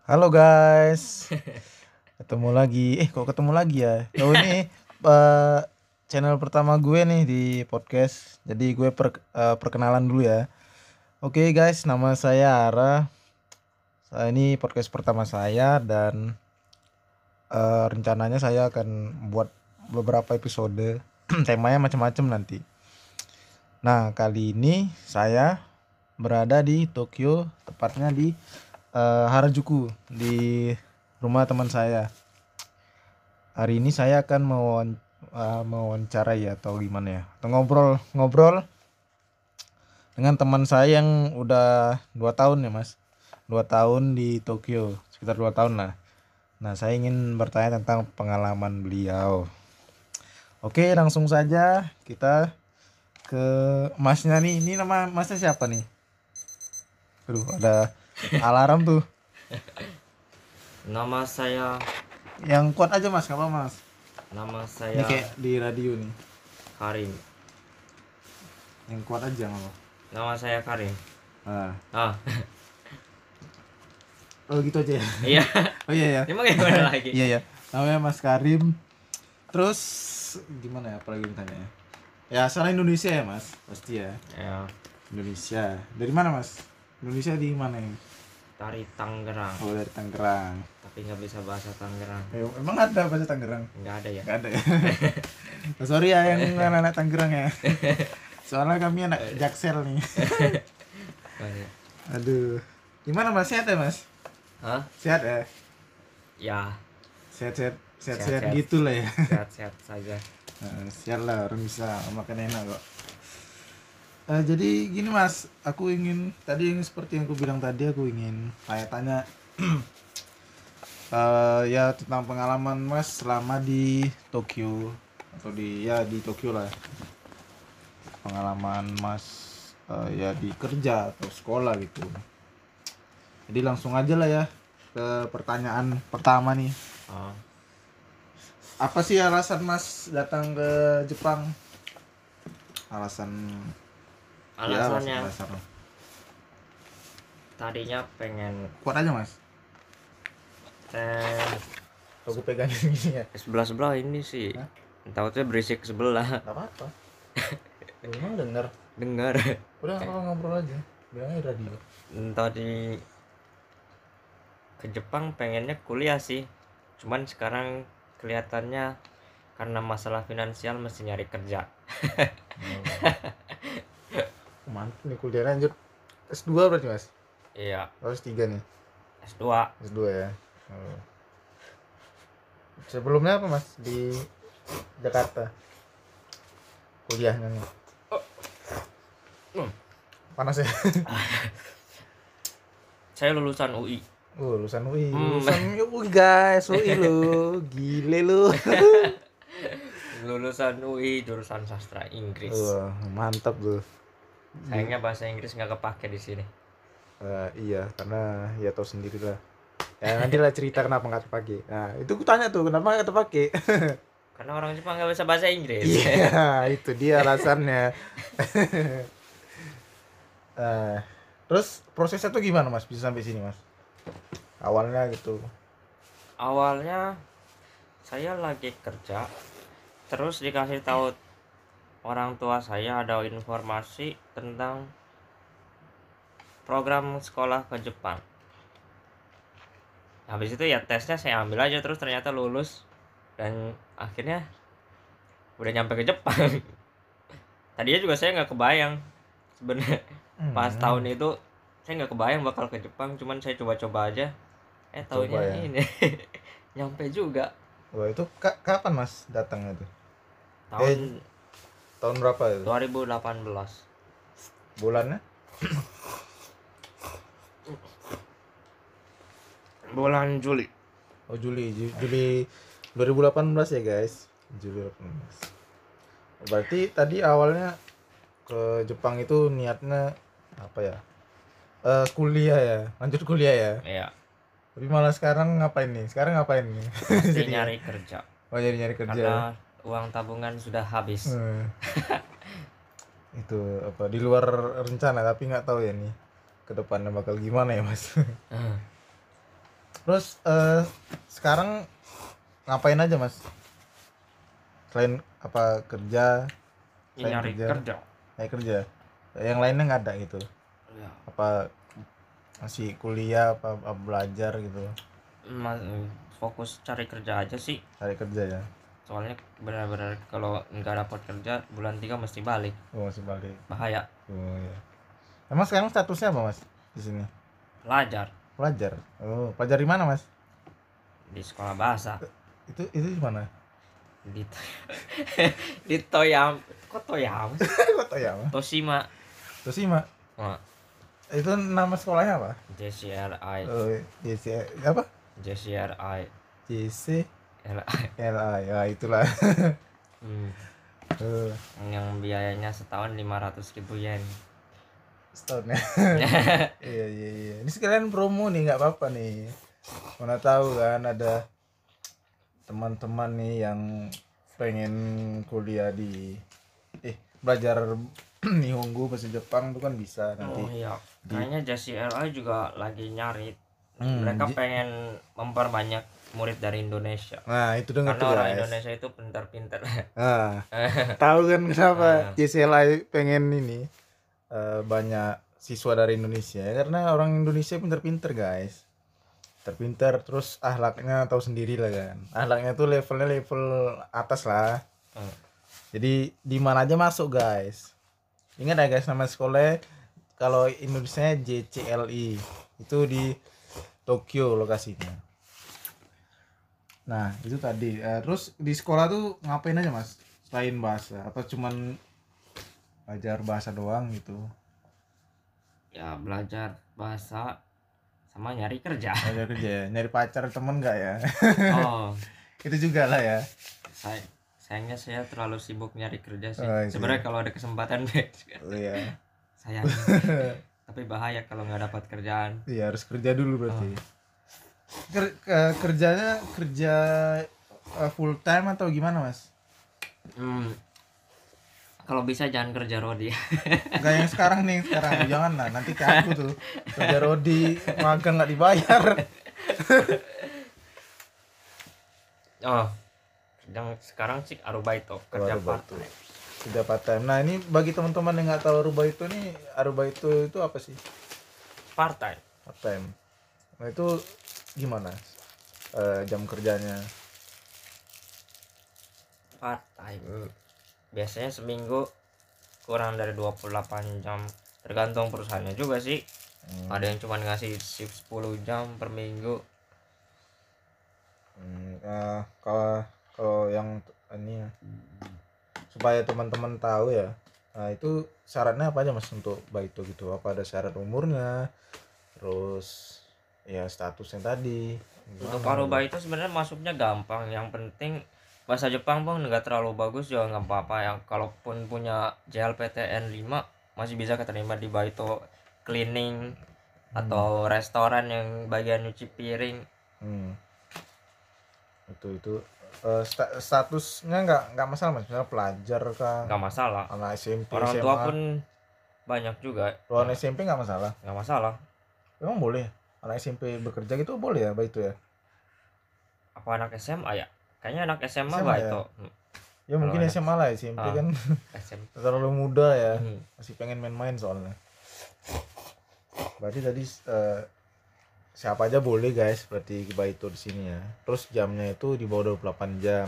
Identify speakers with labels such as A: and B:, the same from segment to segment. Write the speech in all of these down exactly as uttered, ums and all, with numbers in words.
A: Halo guys, ketemu lagi. Eh kok ketemu lagi ya? Oh ini eh, channel pertama gue nih di podcast. Jadi gue per- eh, perkenalan dulu ya. Oke guys, nama saya Ara. Saya ini podcast pertama saya dan eh, rencananya saya akan buat beberapa episode. Temanya macam-macam nanti. Nah kali ini saya berada di Tokyo, tepatnya di eh, Harajuku, di rumah teman saya. Hari ini saya akan mau uh, mewawancarai atau gimana ya, atau ngobrol-ngobrol dengan teman saya yang udah dua tahun ya mas, dua tahun di Tokyo, sekitar dua tahun lah. Nah saya ingin bertanya tentang pengalaman beliau. Oke langsung saja kita ke masnya nih. Ini nama masnya siapa nih? Aduh ada alarm tuh.
B: Nama saya
A: Yang kuat aja mas, apa mas?
B: nama
A: Ini
B: saya
A: kayak di radio nih.
B: Karim.
A: Yang kuat aja nggak apa?
B: Nama saya Karim.
A: Nah.
B: Ah,
A: Oh gitu aja ya.
B: iya.
A: Oh iya ya.
B: Emang gimana lagi?
A: Iya ya. Namanya Mas Karim. Terus gimana ya apalagi ditanya ya? Ya asal Indonesia ya Mas, pasti ya.
B: Ya,
A: Indonesia. Dari mana Mas? Indonesia di mana ya?
B: dari Tangerang.
A: Oh dari Tangerang.
B: Tapi nggak bisa bahasa Tangerang.
A: Eh, emang ada bahasa Tangerang?
B: Nggak ada ya.
A: Nggak ada ya. Oh, sorry ya yang anak-anak Tangerang ya. Soalnya kami anak Jaksel nih.
B: Banyak.
A: Aduh. Gimana Mas? Sehat ya Mas?
B: Hah?
A: Sehat ya?
B: Ya,
A: Sehat-sehat sehat-sehat
B: Sehat-sehat.
A: gitu lah ya.
B: sehat-sehat saja.
A: Nah, sial lah orang bisa makan enak kok. Eh, jadi gini mas, aku ingin tadi yang seperti yang aku bilang tadi aku ingin tanya-tanya eh, ya tentang pengalaman mas selama di Tokyo atau di ya di Tokyo lah. Pengalaman mas eh, ya di kerja atau sekolah gitu. Jadi langsung aja lah ya ke pertanyaan pertama nih.
B: Ah,
A: Apa sih alasan mas datang ke Jepang? Alasan ya,
B: alasannya
A: alasan, alasan.
B: tadinya pengen
A: Kuat aja mas.
B: tes
A: Aku pegangin gini ya.
B: sebelah sebelah ini sih.
A: Hah?
B: Takutnya berisik sebelah.
A: Gak apa-apa. Emang denger.
B: Dengar.
A: Udah kalau ngobrol aja. Bilangnya radio.
B: Tadi ke Jepang pengennya kuliah sih, cuman sekarang kelihatannya karena masalah finansial mesti nyari kerja.
A: Oh, mantap nih kuliah lanjut. S dua berarti mas?
B: Iya,
A: Oh, S tiga nih.
B: S dua.
A: S dua ya. Oh. Sebelumnya apa mas di Jakarta? Kuliahnya nih. Panas ya?
B: Saya lulusan U I.
A: Oh, lulusan U I.
B: Hmm.
A: Lulusan U I guys, U I lu. Gile lu.
B: Lulusan U I jurusan sastra Inggris.
A: Wah, mantap tuh.
B: Sayangnya bahasa Inggris nggak kepake di sini.
A: Uh, iya, karena ya tahu sendiri lah. Ya nanti lah cerita kenapa nggak terpakai. Nah itu aku tanya tuh kenapa nggak terpakai.
B: Karena orang Jepang nggak bisa bahasa Inggris.
A: Iya itu dia alasannya. uh, terus prosesnya tuh gimana mas bisa sampai sini mas? Awalnya gitu.
B: Awalnya saya lagi kerja, terus dikasih tahu orang tua saya ada informasi tentang program sekolah ke Jepang. Habis itu ya tesnya saya ambil aja, terus ternyata lulus dan akhirnya udah nyampe ke Jepang. Tadinya juga saya nggak kebayang sebenarnya.
A: Hmm.
B: Pas tahun itu saya nggak kebayang bakal ke Jepang, cuman saya coba-coba aja. Eh tahunnya
A: Coba ya.
B: ini nyampe juga.
A: Wah itu ka- kapan mas datangnya tuh?
B: Tahun
A: Eh, tahun berapa itu?
B: dua ribu delapan belas.
A: Bulannya?
B: Bulan Juli.
A: Oh Juli, Ju- Juli dua ribu delapan belas ya guys. Juli delapan belas. Berarti tadi awalnya ke Jepang itu niatnya apa ya? Eh kuliah ya, lanjut kuliah ya.
B: Iya.
A: Tapi malah sekarang ngapain nih? Sekarang ngapain nih?
B: Mesti
A: Jadi
B: nyari kerja.
A: oh jadi nyari kerja.
B: Karena uang tabungan sudah habis.
A: Hmm. Itu apa di luar rencana tapi nggak tahu ya nih ke depannya bakal gimana ya mas. Terus eh, sekarang ngapain aja mas? Selain apa kerja?
B: Ya,
A: Selain
B: nyari
A: kerja,
B: kerja.
A: nyari kerja. Yang lainnya nggak ada gitu?
B: Ya.
A: Apa masih kuliah apa, apa belajar gitu?
B: Mas, fokus cari kerja aja sih.
A: Cari kerja ya?
B: Soalnya benar-benar kalau nggak dapat kerja bulan tiga mesti balik.
A: Oh masih balik.
B: Bahaya.
A: Oh ya. Emang sekarang statusnya apa mas di sini?
B: Pelajar
A: Pelajar. Oh pelajar di mana mas?
B: di sekolah bahasa.
A: Itu itu di mana?
B: Di di Toyam. Kok Toyam?
A: Kok tahu ya mas?
B: Toshima.
A: Tosima.
B: Wah,
A: Itu nama sekolahnya apa?
B: J C R I.
A: Oh, J C apa?
B: J C R I.
A: J C
B: L I.
A: L A ya itulah.
B: Hmm.
A: Oh,
B: Yang biayanya setahun lima ratus ribu yen.
A: setahun ya. Iya iya iya. Ini sekalian promo nih, nggak apa-apa nih. Mana tahu kan ada teman-teman nih yang pengen kuliah di eh belajar Nihongo bahasa Jepang tuh kan bisa nanti.
B: Oh iya,
A: di-
B: kayaknya J C R I juga lagi nyari.
A: Hmm,
B: Mereka
A: J-
B: pengen memperbanyak murid dari Indonesia.
A: Nah, itu dengar
B: Karena
A: tuh
B: orang
A: guys.
B: Indonesia itu pintar-pintar.
A: Nah, tahu kan kenapa
B: Ah.
A: J C L I pengen ini eh, banyak siswa dari Indonesia karena orang Indonesia pinter-pinter guys, terpinter terus ahlaknya tahu sendiri lah kan, ahlaknya tuh levelnya level atas lah,
B: Hmm.
A: jadi di mana aja masuk guys. Ingat ya guys nama sekolahnya, kalau Indonesia J C L I itu di Tokyo lokasinya. Nah itu tadi. Eh, terus di sekolah tuh ngapain aja mas selain bahasa, apa cuman belajar bahasa doang gitu?
B: Ya belajar bahasa sama nyari kerja.
A: Belajar kerja ya, nyari pacar temen nggak ya?
B: Oh,
A: Itu juga lah ya.
B: saya sayangnya saya terlalu sibuk nyari kerja sih.
A: Oh, iya.
B: Sebenarnya kalau ada kesempatan
A: Oh iya.
B: saya. Tapi bahaya kalau nggak dapat kerjaan.
A: Iya harus kerja dulu berarti. Ker- ke- kerjanya kerja eh, full time atau gimana mas?
B: Hmm. Kalau bisa jangan kerja rodi.
A: Enggak yang sekarang nih, sekarang jangan lah, nanti kayak aku tuh kerja rodi magang nggak dibayar.
B: Oh, yang sekarang sih arubaito, kerja
A: Arubaito.
B: part time.
A: Kerja part time. Nah ini bagi teman-teman yang nggak tahu Arubaito nih, Arubaito itu apa sih?
B: Part time.
A: Part time. Nah itu gimana Eh, jam kerjanya?
B: Part time. Biasanya seminggu kurang dari dua puluh delapan jam, tergantung perusahaannya juga sih.
A: Hmm.
B: Ada yang cuma ngasih shift sepuluh jam per minggu.
A: Hmm, eh, kalau kalau yang ini ya, supaya teman-teman tahu ya, nah itu syaratnya apa aja mas untuk baito gitu? Apa ada syarat umurnya, terus ya statusnya tadi?
B: Untuk
A: Gimana?
B: arubaito sebenarnya masuknya gampang. Yang penting bahasa Jepang pun nggak terlalu bagus juga nggak apa-apa. Yang kalaupun punya J L P T N lima masih bisa keterima di baito cleaning atau restoran yang bagian nyuci piring.
A: Hmm. Itu itu eh, sta- statusnya nggak nggak masalah mas, misalnya pelajar kah,
B: Nggak masalah.
A: anak S M P,
B: Orang
A: S M A,
B: tua pun banyak juga.
A: kalau anak S M P nggak masalah.
B: Nggak masalah.
A: Emang boleh anak S M P bekerja gitu boleh ya baito ya?
B: Apa anak S M A ya? Kayaknya anak S M A
A: S M A
B: baito. Hmm,
A: Ya mungkin
B: Kalau
A: S M A lah, S M P
B: Ah.
A: kan
B: S M A.
A: terlalu muda ya,
B: Hmm.
A: masih pengen main-main soalnya. Berarti tadi eh, siapa aja boleh guys berarti baito di sini ya. Terus jamnya itu di bawah dua puluh delapan jam.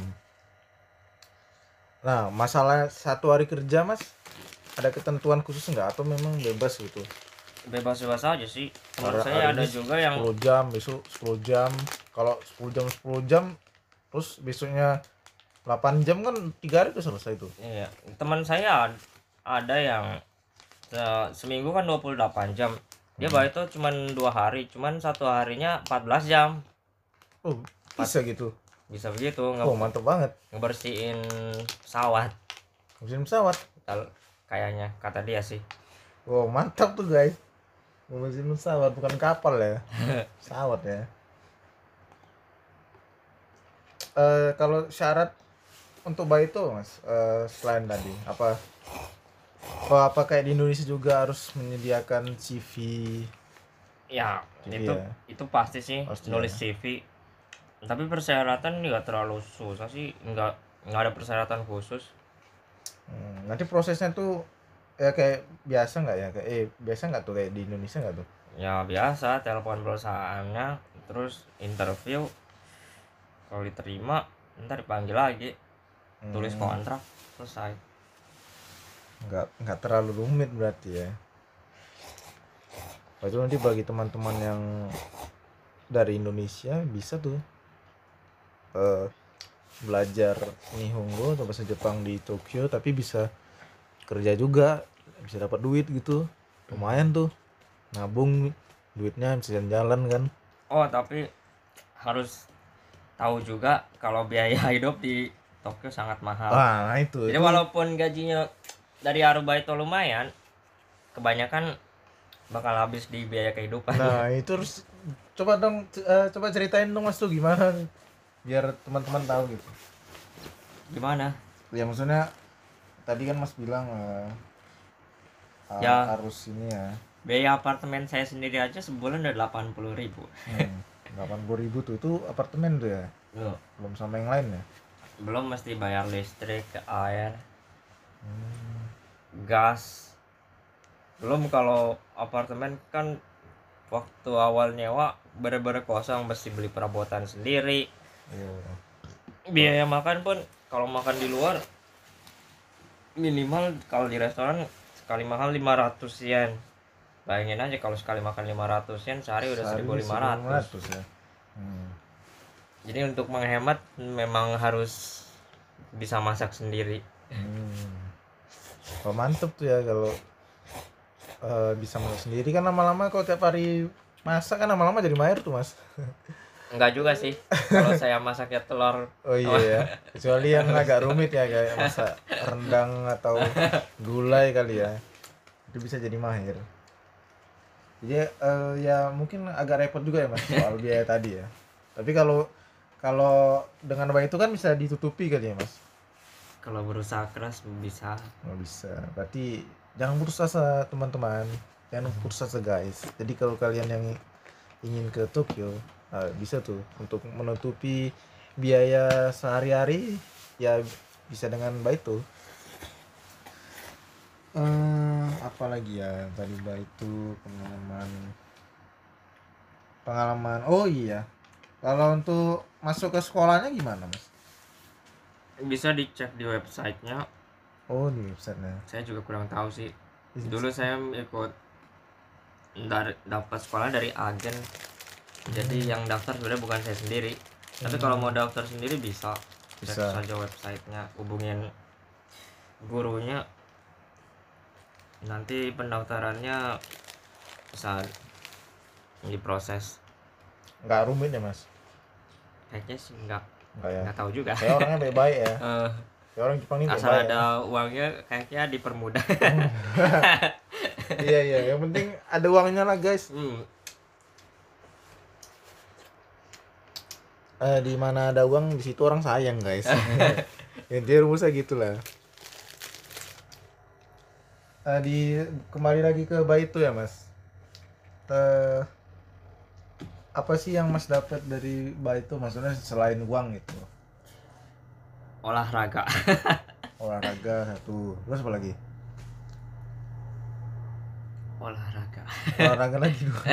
A: Nah masalah satu hari kerja mas, ada ketentuan khusus nggak atau memang bebas gitu?
B: Bebas-bebas aja sih. Teman
A: Hari-
B: saya
A: hari
B: ada
A: ini
B: juga yang
A: sepuluh jam, besok sepuluh jam. Kalau sepuluh jam sepuluh jam terus besoknya delapan jam kan tiga hari udah selesai tuh.
B: iya, teman saya ad- ada yang se- seminggu kan dua puluh delapan jam. Dia
A: Hmm.
B: baito cuman dua hari, cuman satu harinya empat belas jam.
A: Oh bisa gitu.
B: Bisa begitu nge-
A: Oh mantap banget.
B: ngebersihin pesawat.
A: Mesin pesawat.
B: Tal- Kayaknya kata dia sih.
A: Wow mantap tuh guys. Mesin pesawat bukan kapal ya. Pesawat ya. Eh kalau syarat untuk baito mas, eh, selain tadi apa? Oh, apa kayak di Indonesia juga harus menyediakan C V
B: Ya
A: Jadi
B: itu
A: ya,
B: itu pasti sih
A: pasti
B: nulis
A: ya.
B: C V. Tapi persyaratan nggak terlalu susah sih, nggak nggak ada persyaratan khusus.
A: Hmm, nanti prosesnya tuh ya kayak biasa nggak ya? Kayak eh biasa nggak tuh kayak di Indonesia nggak tuh?
B: Ya biasa telepon perusahaannya, terus interview, kalau diterima ntar dipanggil lagi, tulis
A: Hmm,
B: kontrak, selesai.
A: nggak nggak terlalu rumit berarti ya. Itu nanti bagi teman-teman yang dari Indonesia bisa tuh eh, belajar Nihongo atau bahasa Jepang di Tokyo, tapi bisa kerja juga, bisa dapat duit gitu, lumayan tuh, nabung duitnya bisa jalan-jalan kan.
B: Oh tapi harus tahu juga kalau biaya hidup di Tokyo sangat mahal.
A: Ah nah itu
B: Jadi
A: itu
B: walaupun gajinya dari Arubaito lumayan, kebanyakan bakal habis di biaya kehidupan.
A: nah itu harus coba dong c- eh, coba ceritain dong mas tuh gimana nih, biar teman-teman tahu gitu.
B: Gimana?
A: Ya maksudnya tadi kan mas bilang eh, ha-
B: Ya
A: harus ini ya.
B: biaya apartemen saya sendiri aja sebulan udah delapan puluh ribu.
A: hmm, delapan puluh ribu tuh itu apartemen tuh ya,
B: Loh,
A: belum sama yang lain ya.
B: belum mesti bayar listrik, air,
A: Hmm,
B: gas. Belum kalau apartemen kan waktu awal nyewa bener-bener kosong, mesti beli perabotan sendiri.
A: iya.
B: Biaya makan pun kalau makan di luar minimal kalau di restoran sekali makan lima ratus yen. Bayangin aja kalau sekali makan lima ratus yen sehari udah
A: Sehari
B: seribu lima ratus.
A: ya. Hmm.
B: Jadi untuk menghemat memang harus bisa masak sendiri.
A: Hmm. Oh, mantep tuh ya kalau eh, bisa masak sendiri kan, lama-lama kalau tiap hari masak kan lama-lama jadi mahir tuh mas.
B: Enggak juga sih kalau saya masaknya telur.
A: Oh iya ya, kecuali yang agak rumit ya kayak masak rendang atau gulai kali ya, itu bisa jadi mahir. Jadi eh, ya mungkin agak repot juga ya mas soal biaya tadi ya. Tapi kalau kalau dengan baik itu kan bisa ditutupi kali ya mas.
B: Kalau berusaha keras bisa.
A: Nggak bisa. Berarti jangan putus asa teman-teman. Jangan putus asa guys. Jadi kalau kalian yang ingin ke Tokyo, ah, bisa tuh untuk menutupi biaya sehari-hari ya, bisa dengan baik tuh. Eh, apa lagi ya tadi baik itu pengalaman pengalaman. Oh iya. Kalau untuk masuk ke sekolahnya gimana mas?
B: Bisa dicek di websitenya.
A: Oh di websitenya.
B: Saya juga kurang tahu sih. Dulu saya ikut dar- dapat sekolah dari agen. Jadi yang daftar sebenarnya bukan saya sendiri. Tapi kalau mau daftar sendiri bisa. Cek
A: Bisa.
B: saja websitenya, hubungin gurunya. Nanti pendaftarannya bisa diproses.
A: Nggak rumit ya mas?
B: Kayaknya sih enggak.
A: Nggak ya.
B: Enggak tahu juga.
A: Saya orangnya baik-baik ya.
B: Eh,
A: Kayak orang Jepang ini
B: asal
A: baik-baik
B: ada
A: ya.
B: uangnya kayaknya dipermudah.
A: Iya iya, yang penting ada uangnya lah guys.
B: Hmm,
A: Eh, di mana ada uang di situ orang sayang guys. Intinya rumusnya gitulah. Eh, di kembali lagi ke baik itu ya mas. Eh, apa sih yang mas dapat dari baik itu? Maksudnya selain uang itu?
B: olahraga.
A: Olahraga satu. Terus apa lagi?
B: Olahraga.
A: Olahraga lagi dua.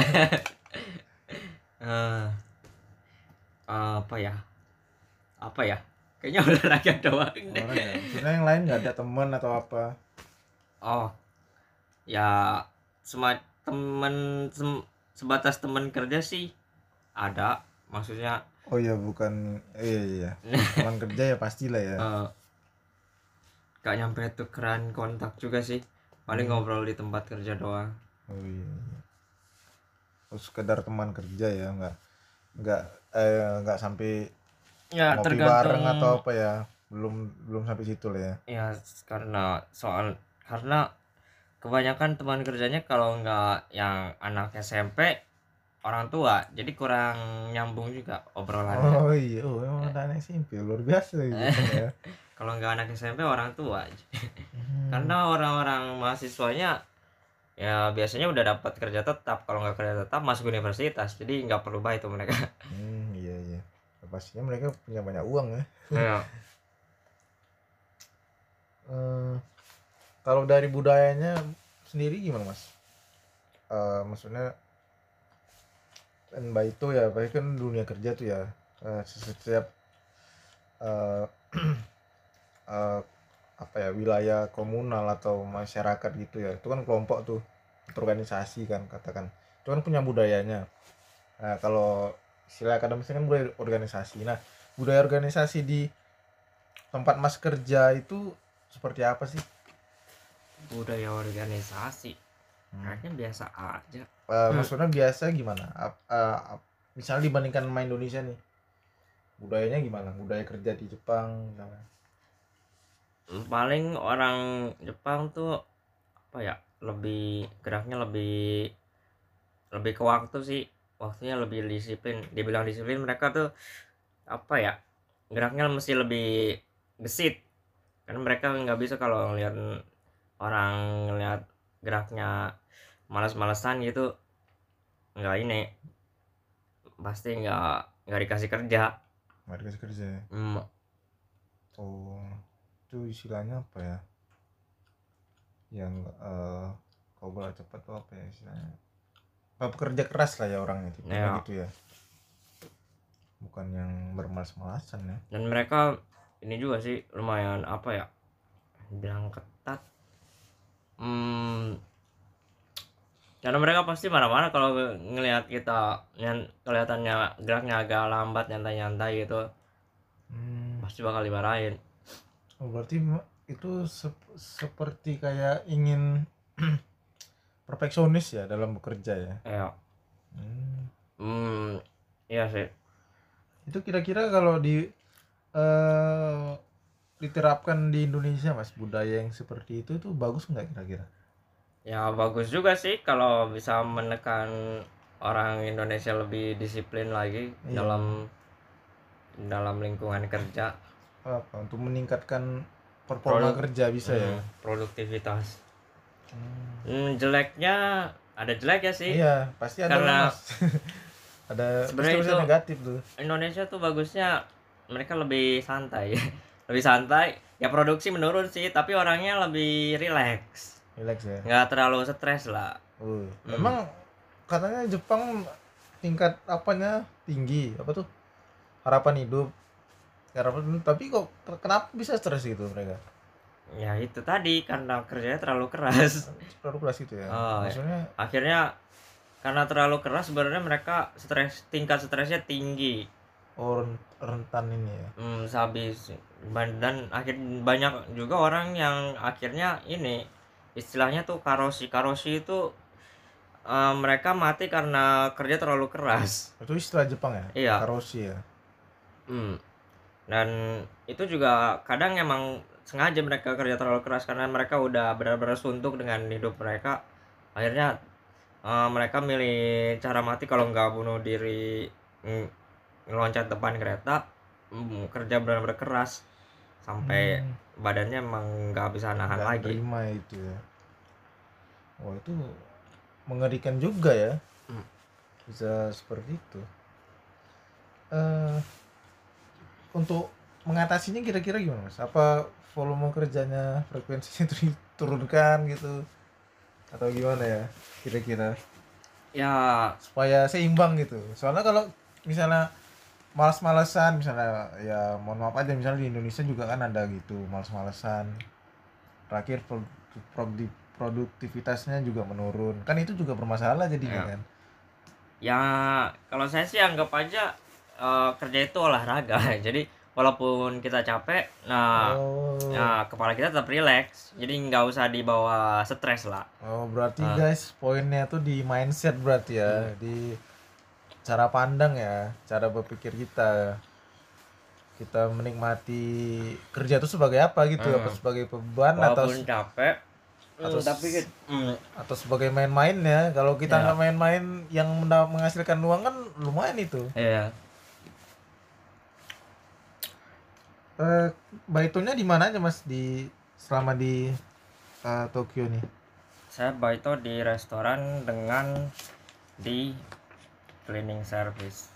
B: Eh, apa ya? Apa ya? Kayaknya olahraga doang deh.
A: Olahraga. Maksudnya yang lain nggak ada teman atau apa?
B: Oh, ya sema temen sem- sebatas teman kerja sih ada. Maksudnya
A: Oh iya bukan. Iya iya. Teman kerja ya pastilah ya.
B: eh, gak nyampe tukeran kontak juga sih. Paling
A: Hmm.
B: ngobrol di tempat kerja doang.
A: Oh iya. iya. Oh, sekedar teman kerja ya, nggak nggak eh nggak sampai
B: Ya
A: ngopi
B: tergantung.
A: bareng atau apa ya, belum belum sampai situ lah ya.
B: Ya karena soal karena kebanyakan teman kerjanya kalau nggak yang anak S M P orang tua, jadi kurang nyambung juga obrolannya.
A: Oh iya, oh emang anak S M P luar biasa gitu ya.
B: Kalau nggak anak S M P orang tua.
A: Hmm.
B: Karena orang-orang mahasiswanya Ya biasanya udah dapat kerja tetap, kalau nggak kerja tetap masuk universitas, jadi nggak perlu baito mereka.
A: Hmm, iya iya. Ya, pastinya mereka punya banyak uang ya.
B: Ya,
A: Eh, kalau dari budayanya sendiri gimana mas? Eh, maksudnya kan baito ya, baik kan dunia kerja tuh ya. Eh, setiap eh, eh, apa ya wilayah komunal atau masyarakat gitu ya, itu kan kelompok tuh, organisasi kan katakan, itu kan punya budayanya. Nah kalau istilah akademisnya kan budaya organisasi. Nah budaya organisasi di tempat mas kerja itu seperti apa sih?
B: budaya organisasi
A: Hmm.
B: kayaknya biasa aja.
A: Eh,
B: Hmm.
A: maksudnya biasa gimana? Ap- eh, ap- misalnya dibandingkan sama Indonesia nih, budayanya gimana? Budaya kerja di Jepang misalnya.
B: Paling orang Jepang tuh apa ya, lebih geraknya lebih lebih ke waktu sih, waktunya lebih disiplin. Dibilang disiplin, mereka tuh apa ya, geraknya mesti lebih gesit, karena mereka nggak bisa kalau ngeliat orang ngeliat geraknya malas-malasan gitu, nggak ini, pasti nggak nggak dikasih kerja.
A: Nggak dikasih kerja ya?
B: Hmm,
A: Oh itu istilahnya apa ya, yang eh kalau bola cepat tuh apa ya istilahnya, apa, pekerja keras lah ya orangnya tipenya
B: ya.
A: gitu ya, bukan yang bermalas-malasan ya.
B: Dan mereka ini juga sih lumayan apa ya, bilang ketat. Hmm, karena mereka pasti marah-marah kalau ngelihat kita yang kelihatannya geraknya agak lambat, nyantai-nyantai gitu,
A: Hmm.
B: pasti bakal dimarahin.
A: Oh, berarti ma- itu sep- seperti kayak ingin perfeksionis ya dalam bekerja ya.
B: Ya,
A: Hmm.
B: hmm, iya sih.
A: Itu kira-kira kalau di eh, diterapkan di Indonesia mas, budaya yang seperti itu itu bagus nggak kira-kira?
B: Ya bagus juga sih kalau bisa menekan orang Indonesia lebih disiplin lagi
A: Iya.
B: dalam dalam lingkungan kerja.
A: Apa untuk meningkatkan performa
B: Produk,
A: kerja bisa ya?
B: hmm, produktivitas.
A: Hmm.
B: Hmm, jeleknya ada jelek ya sih,
A: Iya pasti ada lah
B: karena
A: mas. Ada pasti
B: sebenarnya
A: bisa
B: itu
A: negatif tuh.
B: Indonesia tuh bagusnya mereka lebih santai. Lebih santai, ya produksi menurun sih, tapi orangnya lebih rileks,
A: Relax ya.
B: nggak terlalu stres lah.
A: Uh,
B: Hmm.
A: Memang katanya Jepang tingkat apanya tinggi, apa tuh, harapan hidup, harapan hidup, tapi kok kenapa bisa stres gitu mereka?
B: Ya itu tadi, karena kerjanya terlalu keras.
A: Terlalu keras gitu ya.
B: Oh,
A: Maksudnya
B: akhirnya karena terlalu keras sebenarnya mereka stres, tingkat stresnya tinggi.
A: oh, ren- rentan ini ya.
B: Hmm, habis Ban- dan akhir banyak juga orang yang akhirnya ini istilahnya tuh karoshi. Karoshi itu eh, mereka mati karena kerja terlalu keras.
A: Itu istilah Jepang ya.
B: Iya.
A: Karoshi ya.
B: Hmm. Dan itu juga kadang emang sengaja mereka kerja terlalu keras karena mereka udah benar-benar suntuk dengan hidup mereka. Akhirnya eh, mereka milih cara mati kalau nggak bunuh diri, mm, ngeloncat depan kereta, mm, kerja benar-benar keras sampai
A: Hmm,
B: badannya emang nggak bisa nahan
A: nggak
B: lagi.
A: terima itu ya. Oh itu mengerikan juga ya.
B: Hmm.
A: Bisa seperti itu. Eh untuk mengatasinya kira-kira gimana mas? Apa volume kerjanya, frekuensinya itu diturunkan gitu atau gimana ya kira-kira
B: Ya,
A: supaya seimbang gitu? Soalnya kalau misalnya malas-malesan, misalnya ya mohon maaf aja, misalnya di Indonesia juga kan ada gitu malas-malesan, terakhir produ- produ- produktivitasnya juga menurun, kan itu juga bermasalah jadinya
B: ya,
A: kan.
B: ya kalau saya sih anggap aja eh, kerja itu olahraga. Jadi walaupun kita capek, nah,
A: Oh,
B: nah kepala kita tetap rileks. Jadi nggak usah dibawa stres lah.
A: oh berarti
B: Eh,
A: guys poinnya tuh di mindset berarti ya, di cara pandang ya, cara berpikir kita. Kita menikmati kerja itu sebagai apa gitu,
B: Hmm.
A: apa sebagai beban atau
B: walaupun capek,
A: atau
B: hmm, tapi hmm,
A: atau sebagai main-main ya. Kalau kita
B: Ya.
A: nggak main-main yang menda- menghasilkan uang kan lumayan itu.
B: ya
A: Eh, baitonya di mana aja mas, di selama di eh, Tokyo nih?
B: Saya baito di restoran dengan di cleaning service.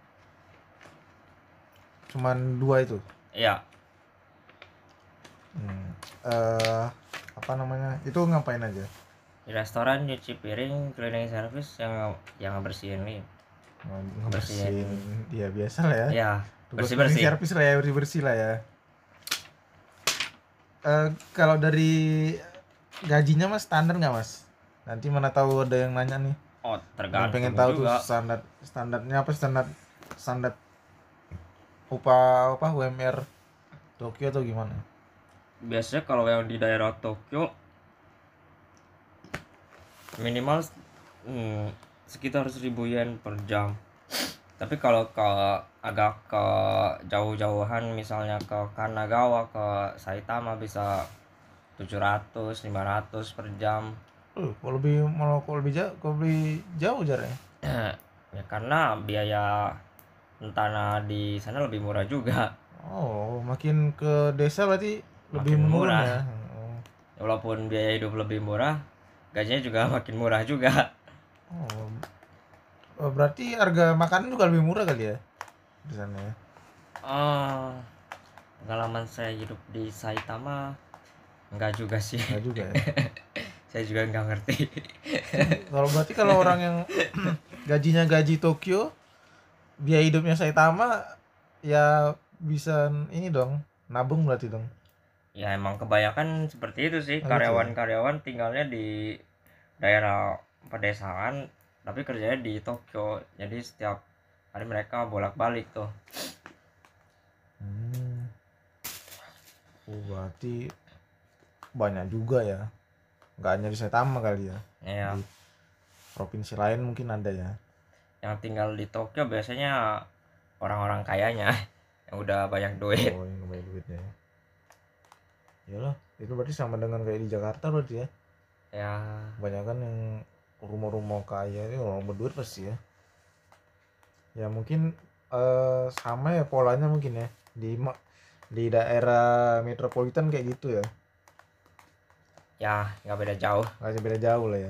A: Cuman dua itu.
B: Iya,
A: Hmm. Eh, apa namanya? Itu ngapain aja?
B: di restoran nyuci piring, cleaning service yang yang ngebersihin nih.
A: Nge-
B: Bersihin.
A: Ngebersihin, ya biasa lah ya.
B: Iya,
A: Tugas cleaning
B: bersih-bersih.
A: service lah ya, bersih-bersih lah ya. Eh, kalau dari gajinya mas standar nggak mas? Nanti mana tahu ada yang nanya nih.
B: Oh,
A: Pengen,
B: tergantung
A: pengen tahu tuh
B: juga.
A: standar standarnya apa standar standar upah apa U M R Tokyo atau gimana?
B: Biasanya kalau yang di daerah Tokyo minimal hmm, sekitar seribu yen per jam. Tapi kalau ke agak ke jauh-jauhan misalnya ke Kanagawa, ke Saitama bisa tujuh ratus lima ratus per jam.
A: Uh, kalau lebih malah kalau lebih jauh, kalau lebih jauh jaraknya.
B: Ya karena biaya tanah di sana lebih murah juga.
A: Oh, makin ke desa berarti lebih
B: Makin
A: menurun
B: murah.
A: ya. Oh.
B: Walaupun biaya hidup lebih murah, gajinya juga makin murah juga.
A: Oh, oh, berarti harga makanan juga lebih murah kali ya di sana ya.
B: Oh, pengalaman saya hidup di Saitama enggak juga sih.
A: Enggak juga ya.
B: Saya juga nggak ngerti.
A: Kalau berarti kalau orang yang gajinya gaji Tokyo, biaya hidupnya Saitama ya bisa ini dong, nabung berarti dong.
B: Ya emang kebanyakan seperti itu sih,
A: Oh gitu ya.
B: karyawan-karyawan tinggalnya di daerah pedesaan tapi kerjanya di Tokyo. Jadi setiap hari mereka bolak-balik tuh.
A: Hmm. Oh, berarti banyak juga ya. Nggak hanya di Saitama kali ya.
B: Ya,
A: Di provinsi lain mungkin ada ya.
B: yang tinggal di Tokyo biasanya orang-orang kayanya yang udah banyak duit.
A: Oh, yang banyak duitnya ya. Iyalah, itu berarti sama dengan kayak di Jakarta berarti ya.
B: Ya,
A: Kebanyakan yang rumah-rumah kaya ini orang berduit pasti ya. Ya mungkin eh, sama ya polanya mungkin ya di ma- di daerah metropolitan kayak gitu ya.
B: ya nggak beda jauh.
A: Nggak ada beda jauh lah ya.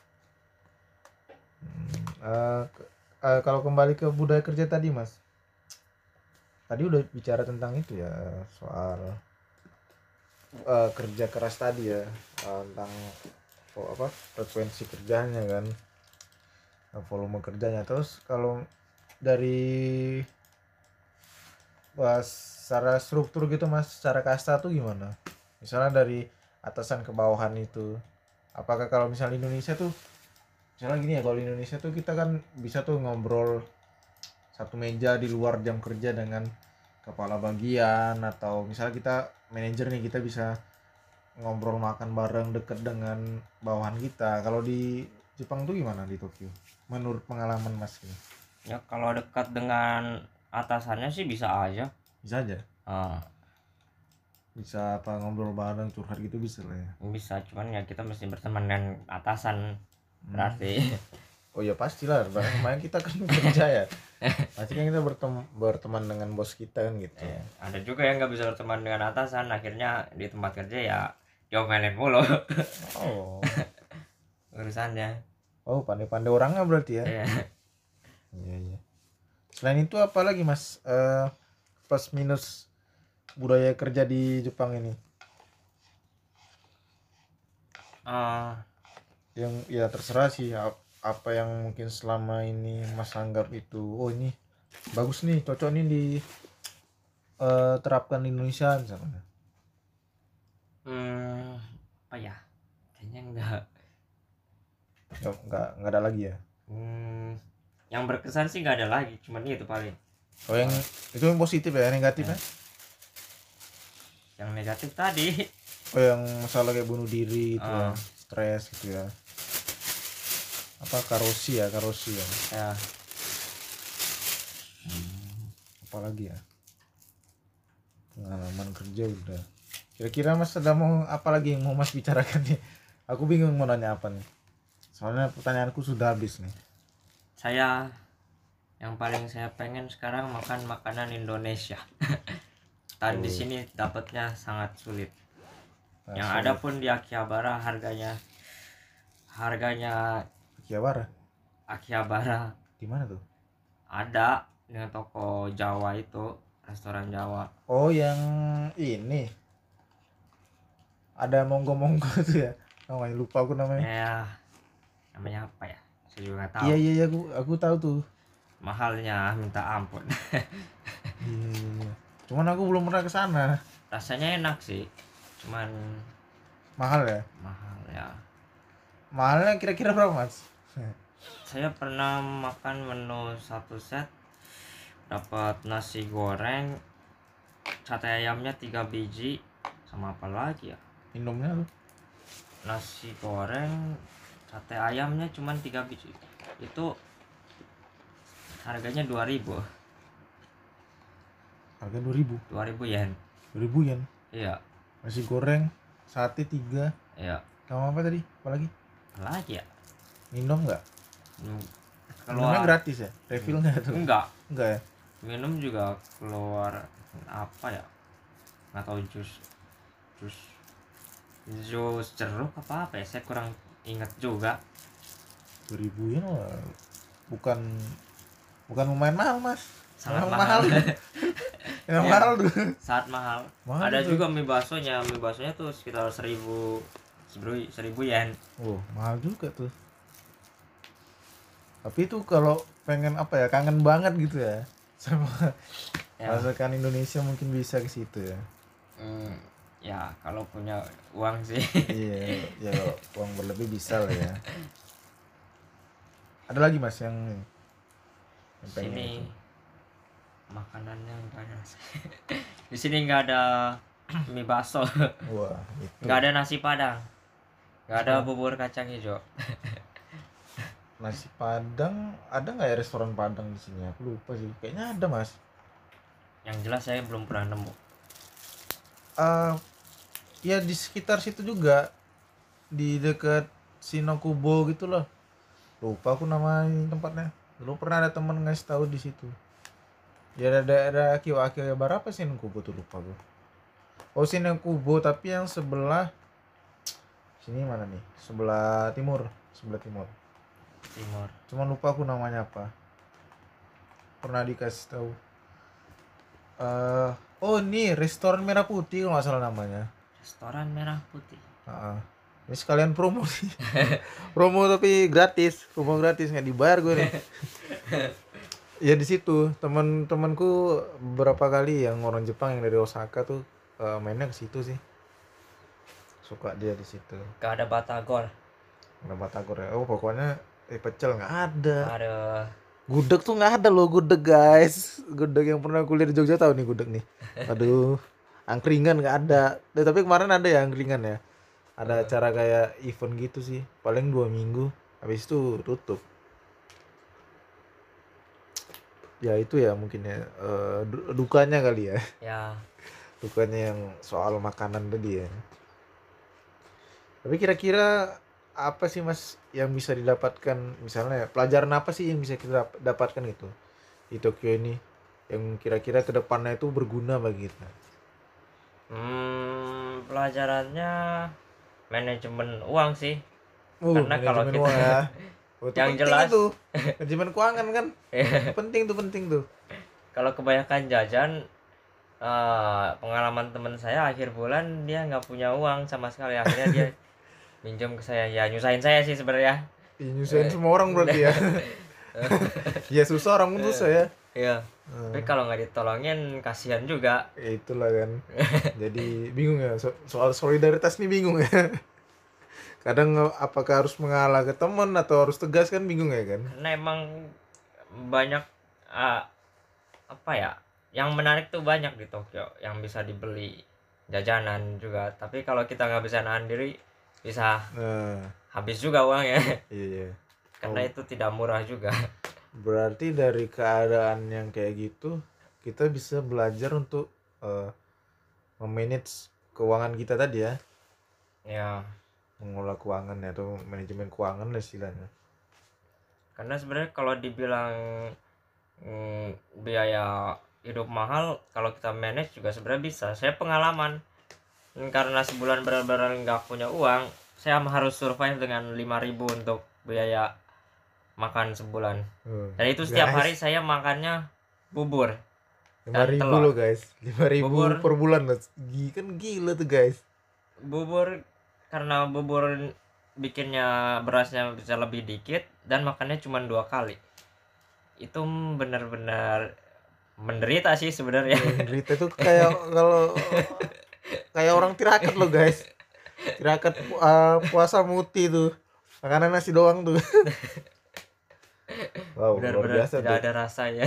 A: Hmm, eh, ke- eh, kalau kembali ke budaya kerja tadi mas, tadi udah bicara tentang itu ya soal eh, kerja keras tadi ya, eh, tentang oh, apa frekuensi kerjanya kan, eh, volume kerjanya. Terus kalau dari Wah, secara struktur gitu mas, secara kasta tuh gimana? Misalnya dari atasan ke bawahan itu, apakah kalau misalnya Indonesia tuh, misalnya gini ya, kalau di Indonesia tuh kita kan bisa tuh ngobrol satu meja di luar jam kerja dengan kepala bagian, atau misalnya kita manajer nih, kita bisa ngobrol makan bareng deket dengan bawahan kita. Kalau di Jepang tuh gimana di Tokyo? Menurut pengalaman mas gitu?
B: Ya kalau dekat dengan atasannya sih bisa aja.
A: Bisa aja?
B: Ah,
A: Bisa apa ngobrol bareng, curhat gitu bisa lah ya?
B: bisa, cuman ya kita mesti berteman dengan atasan
A: Hmm.
B: berarti.
A: Oh ya pastilah, bahkan kemarin kita kan kerja ya. Pasti kan kita bertem- berteman dengan bos kita kan gitu.
B: Eh, ada juga yang nggak bisa berteman dengan atasan, akhirnya di tempat kerja ya diomelin mulu
A: Oh,
B: urusannya.
A: oh pandai-pandai orangnya berarti ya.
B: Ya,
A: Iya iya. Selain itu apa lagi mas? Eh plus minus budaya kerja di Jepang ini?
B: ah,
A: Yang ya terserah sih ap- apa yang mungkin selama ini mas anggap itu, oh ini bagus nih, cocok nih di eh, terapkan di Indonesia misalnya.
B: hmm, apa ya? Kayaknya enggak.
A: Nggak, nggak nggak ada lagi ya.
B: Hmm, yang berkesan sih nggak ada lagi, cuman itu paling.
A: Oh yang itu yang positif ya, negatif ya?
B: Yang negatif tadi.
A: Oh yang masalah kayak bunuh diri itu ya,
B: Ah.
A: stres gitu ya. Apa karosi ya, karosi ya.
B: Ya,
A: Apalagi ya, pengalaman kerja udah. Kira-kira mas ada mau apa lagi yang mau mas bicarakan nih? Aku bingung mau nanya apa nih. Soalnya pertanyaanku sudah habis nih.
B: saya yang paling saya pengen sekarang makan makanan Indonesia. Dan di
A: Oh.
B: sini dapatnya sangat sulit.
A: Nah,
B: Yang
A: sulit.
B: ada pun di Akihabara harganya harganya
A: Akihabara.
B: Akihabara.
A: Di mana tuh?
B: Ada dengan toko Jawa itu, restoran Jawa.
A: Oh, yang ini. Ada monggo-monggo tuh ya. Namanya lupa aku namanya.
B: Ya, namanya apa ya? Saya juga nggak tahu.
A: Iya iya iya aku aku tahu tuh.
B: Mahalnya minta ampun.
A: Iya iya iya. Cuman aku belum pernah ke sana.
B: Rasanya enak sih, cuman
A: Mahal ya?
B: mahal ya.
A: Mahalnya kira-kira berapa, Mas?
B: Saya pernah makan menu satu set, dapat nasi goreng, sate ayamnya tiga biji, sama apa lagi ya?
A: Minumnya tuh.
B: Nasi goreng, sate ayamnya cuman tiga biji. Itu harganya dua ribu.
A: Harga dua ribu.
B: dua ribu yen.
A: dua ribu yen.
B: Iya.
A: Nasi goreng, sate tiga.
B: Iya.
A: Sama apa tadi? Apa lagi?
B: Apa lagi ya?
A: Minum enggak?
B: Hmm,
A: Minumnya
B: Keluar
A: gratis ya? Refill enggak tuh?
B: enggak.
A: Enggak ya?
B: Minum juga keluar apa ya? Nggak tahu jus jus jus jeruk apa apa ya? Saya kurang ingat juga.
A: dua ribu yen wah, bukan bukan lumayan mahal, Mas.
B: Sangat
A: Memang
B: mahal.
A: mahal. Yang
B: Iya.
A: mahal tuh.
B: Saat mahal.
A: Mahal
B: Ada
A: tuh.
B: juga mie baksonya, mie baksonya tuh sekitar seribu seribu seribu yen.
A: Oh, mahal juga tuh. Tapi itu kalau pengen apa ya, kangen banget gitu ya sama
B: Ya.
A: masakan Indonesia, mungkin bisa ke situ ya.
B: Hmm, ya kalau punya uang sih.
A: Iya, ya kalau uang berlebih bisa lah ya. Ada lagi, Mas, yang yang pengen
B: Sini
A: itu?
B: makanannya enggak ada. Di sini nggak ada mie bakso,
A: Wah, itu.
B: nggak ada nasi padang, nggak ada
A: Oh.
B: bubur kacang hijau.
A: Nasi Padang ada nggak ya, restoran Padang di sini? Aku lupa sih. Kayaknya ada, Mas.
B: Yang jelas saya belum pernah nemu.
A: Eh, ya di sekitar situ juga, di dekat Sinokubo gitu loh. Lupa aku nama tempatnya. Dulu pernah ada temen ngasih tahu di situ. Di daerah Akihabara apa sih Sinokubo tuh, lupa gue. Oh, Sinokubo, tapi yang sebelah sini mana nih? Sebelah timur, sebelah timur.
B: Timur.
A: Cuman lupa aku namanya apa. Pernah dikasih tahu. Eh, oh ini restoran Merah Putih kalau nggak salah namanya.
B: Restoran Merah Putih.
A: Heeh. Ini sekalian promo sih. Promo tapi gratis, promo gratis, nggak dibayar gue nih. Ya di situ teman-temanku beberapa kali yang orang Jepang yang dari Osaka tuh eh, mainnya ke situ sih. Suka dia di situ.
B: Gak ada batagor.
A: Nggak batagor ya. Oh pokoknya eh pecel nggak ada.
B: Ada.
A: Gudeg tuh nggak ada loh, gudeg guys. Gudeg yang pernah kuliah di Jogja tahu nih gudeg nih. Aduh, angkringan nggak ada. Eh, tapi kemarin ada ya angkringan ya. Ada acara kayak event gitu sih. Paling dua minggu. Habis itu tutup. Ya itu ya mungkin ya eh, du- dukanya kali ya.
B: Ya.
A: Dukanya yang soal makanan tadi ya. Tapi kira-kira apa sih, Mas, yang bisa didapatkan, misalnya pelajaran apa sih yang bisa kita dap- dapatkan gitu di Tokyo ini, yang kira-kira kedepannya itu berguna bagi kita?
B: Hmm, pelajarannya manajemen uang sih.
A: Uh,
B: Karena kalau
A: manajemen
B: kita-
A: uang ya. Oh, itu
B: Yang
A: penting
B: jelas.
A: itu. Manajemen keuangan kan. penting tuh, penting tuh.
B: Kalau kebanyakan jajan, eh, pengalaman teman saya akhir bulan dia nggak punya uang sama sekali, akhirnya dia minjem ke saya. Ya nyusahin saya sih sebenarnya.
A: Ih, nyusahin semua orang berarti ya. Ya susah, orang pun susah ya.
B: Iya.
A: Hmm.
B: Tapi kalau nggak ditolongin kasihan juga.
A: Ya itulah kan. Jadi bingung ya, so- soal solidaritas nih bingung ya. Kadang nge- apakah harus mengalah ke teman atau harus tegas kan bingung ya kan.
B: Karena emang banyak, ah, apa ya, yang menarik tuh banyak di Tokyo yang bisa dibeli, jajanan juga. Tapi kalau kita nggak bisa nahan diri, bisa
A: Nah,
B: habis juga uangnya.
A: iya iya.
B: Karena
A: Oh.
B: itu tidak murah juga.
A: Berarti dari keadaan yang kayak gitu, kita bisa belajar untuk eh, memanage keuangan kita tadi ya,
B: Ya,
A: mengelola keuangan ya, atau manajemen keuangan lah istilahnya.
B: karena sebenarnya kalau dibilang mm, biaya hidup mahal, kalau kita manage juga sebenarnya bisa. Saya pengalaman. Mm, karena sebulan benar-benar nggak punya uang, saya harus survive dengan lima ribu untuk biaya makan sebulan.
A: Oh,
B: Dan itu setiap
A: guys,
B: hari saya makannya bubur
A: lima
B: dan
A: ribu
B: telur.
A: loh guys, lima ribu
B: Bubur
A: per bulan loh. Gi- kan gila tuh guys.
B: bubur karena bubur bikinnya berasnya bisa lebih dikit dan makannya cuma dua kali. Itu benar-benar menderita sih sebenarnya.
A: Menderita tuh kayak kalau kayak orang tirakat loh guys. Tirakat pu- uh, puasa muti tuh. Makanan nasi doang tuh. Wow, luar
B: Benar-benar
A: biasa
B: tidak
A: tuh.
B: ada rasanya.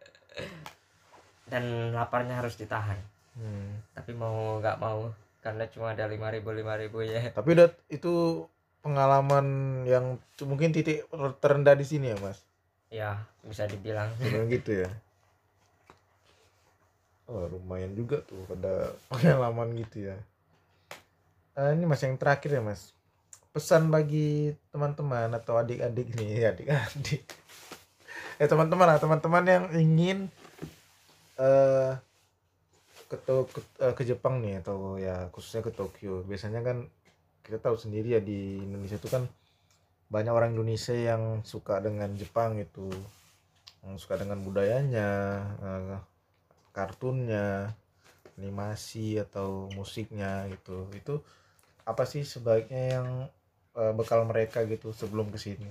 B: Dan laparnya harus ditahan.
A: Hmm.
B: Tapi mau nggak mau karena cuma ada lima ribu lima ribu ya.
A: Tapi udah itu pengalaman yang c- mungkin titik terendah di sini ya mas.
B: Ya bisa dibilang.
A: Bilang gitu ya. Oh lumayan juga tuh pada pengalaman gitu ya. Ah, ini mas yang terakhir ya mas. Pesan bagi teman-teman atau adik-adik nih, adik-adik. Eh teman-teman lah, teman-teman yang ingin eh ke, To- ke, eh, ke Jepang nih atau ya khususnya ke Tokyo. Biasanya kan kita tahu sendiri ya di Indonesia itu kan banyak orang Indonesia yang suka dengan Jepang itu, yang suka dengan budayanya, eh, kartunnya, animasi atau musiknya gitu. Itu apa sih sebaiknya yang eh, bekal mereka gitu sebelum kesini?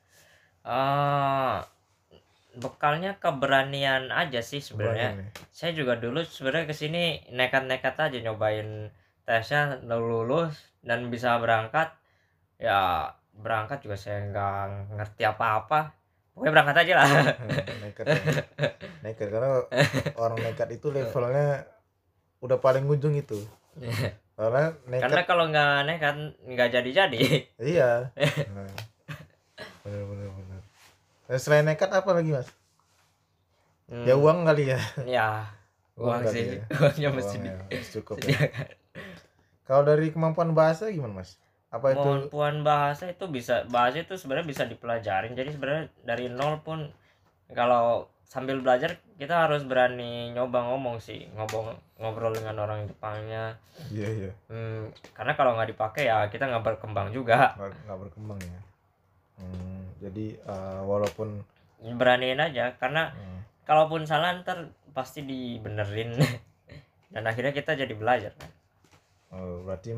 B: Ah, bekalnya keberanian aja sih sebenarnya.
A: Keberanian nih.
B: Saya juga dulu sebenarnya kesini nekat-nekat aja nyobain tesnya lulus dan bisa berangkat. Ya berangkat juga saya nggak ngerti apa-apa. Pokoknya berangkat aja lah.
A: Nekat ya. Nekat karena orang nekat itu levelnya udah paling ujung itu. Karena
B: Karena
A: nekat
B: kalau nggak nekat nggak jadi-jadi.
A: iya. Nah, bener bener bener. Nah, selain nekat apa lagi mas?
B: Hmm,
A: Ya uang kali ya.
B: ya uang
A: kali
B: sih.
A: ya.
B: Uangnya
A: Uang
B: mesti
A: ya, harus cukup ya.
B: disediakan.
A: Kalau dari kemampuan bahasa gimana mas? Apa itu?
B: Kemampuan bahasa itu bisa bahasa itu sebenarnya bisa dipelajarin. Jadi sebenarnya dari nol pun kalau sambil belajar kita harus berani nyoba ngomong sih, ngomong ngobrol dengan orang Jepangnya.
A: Iya iya.
B: Hmm, karena kalau nggak dipakai ya kita nggak berkembang juga.
A: Nggak nggak berkembang ya. Hmm, jadi eh, walaupun
B: Beraniin aja karena
A: hmm,
B: kalaupun salah ntar pasti dibenerin. Dan akhirnya kita jadi belajar kan.
A: oh, berarti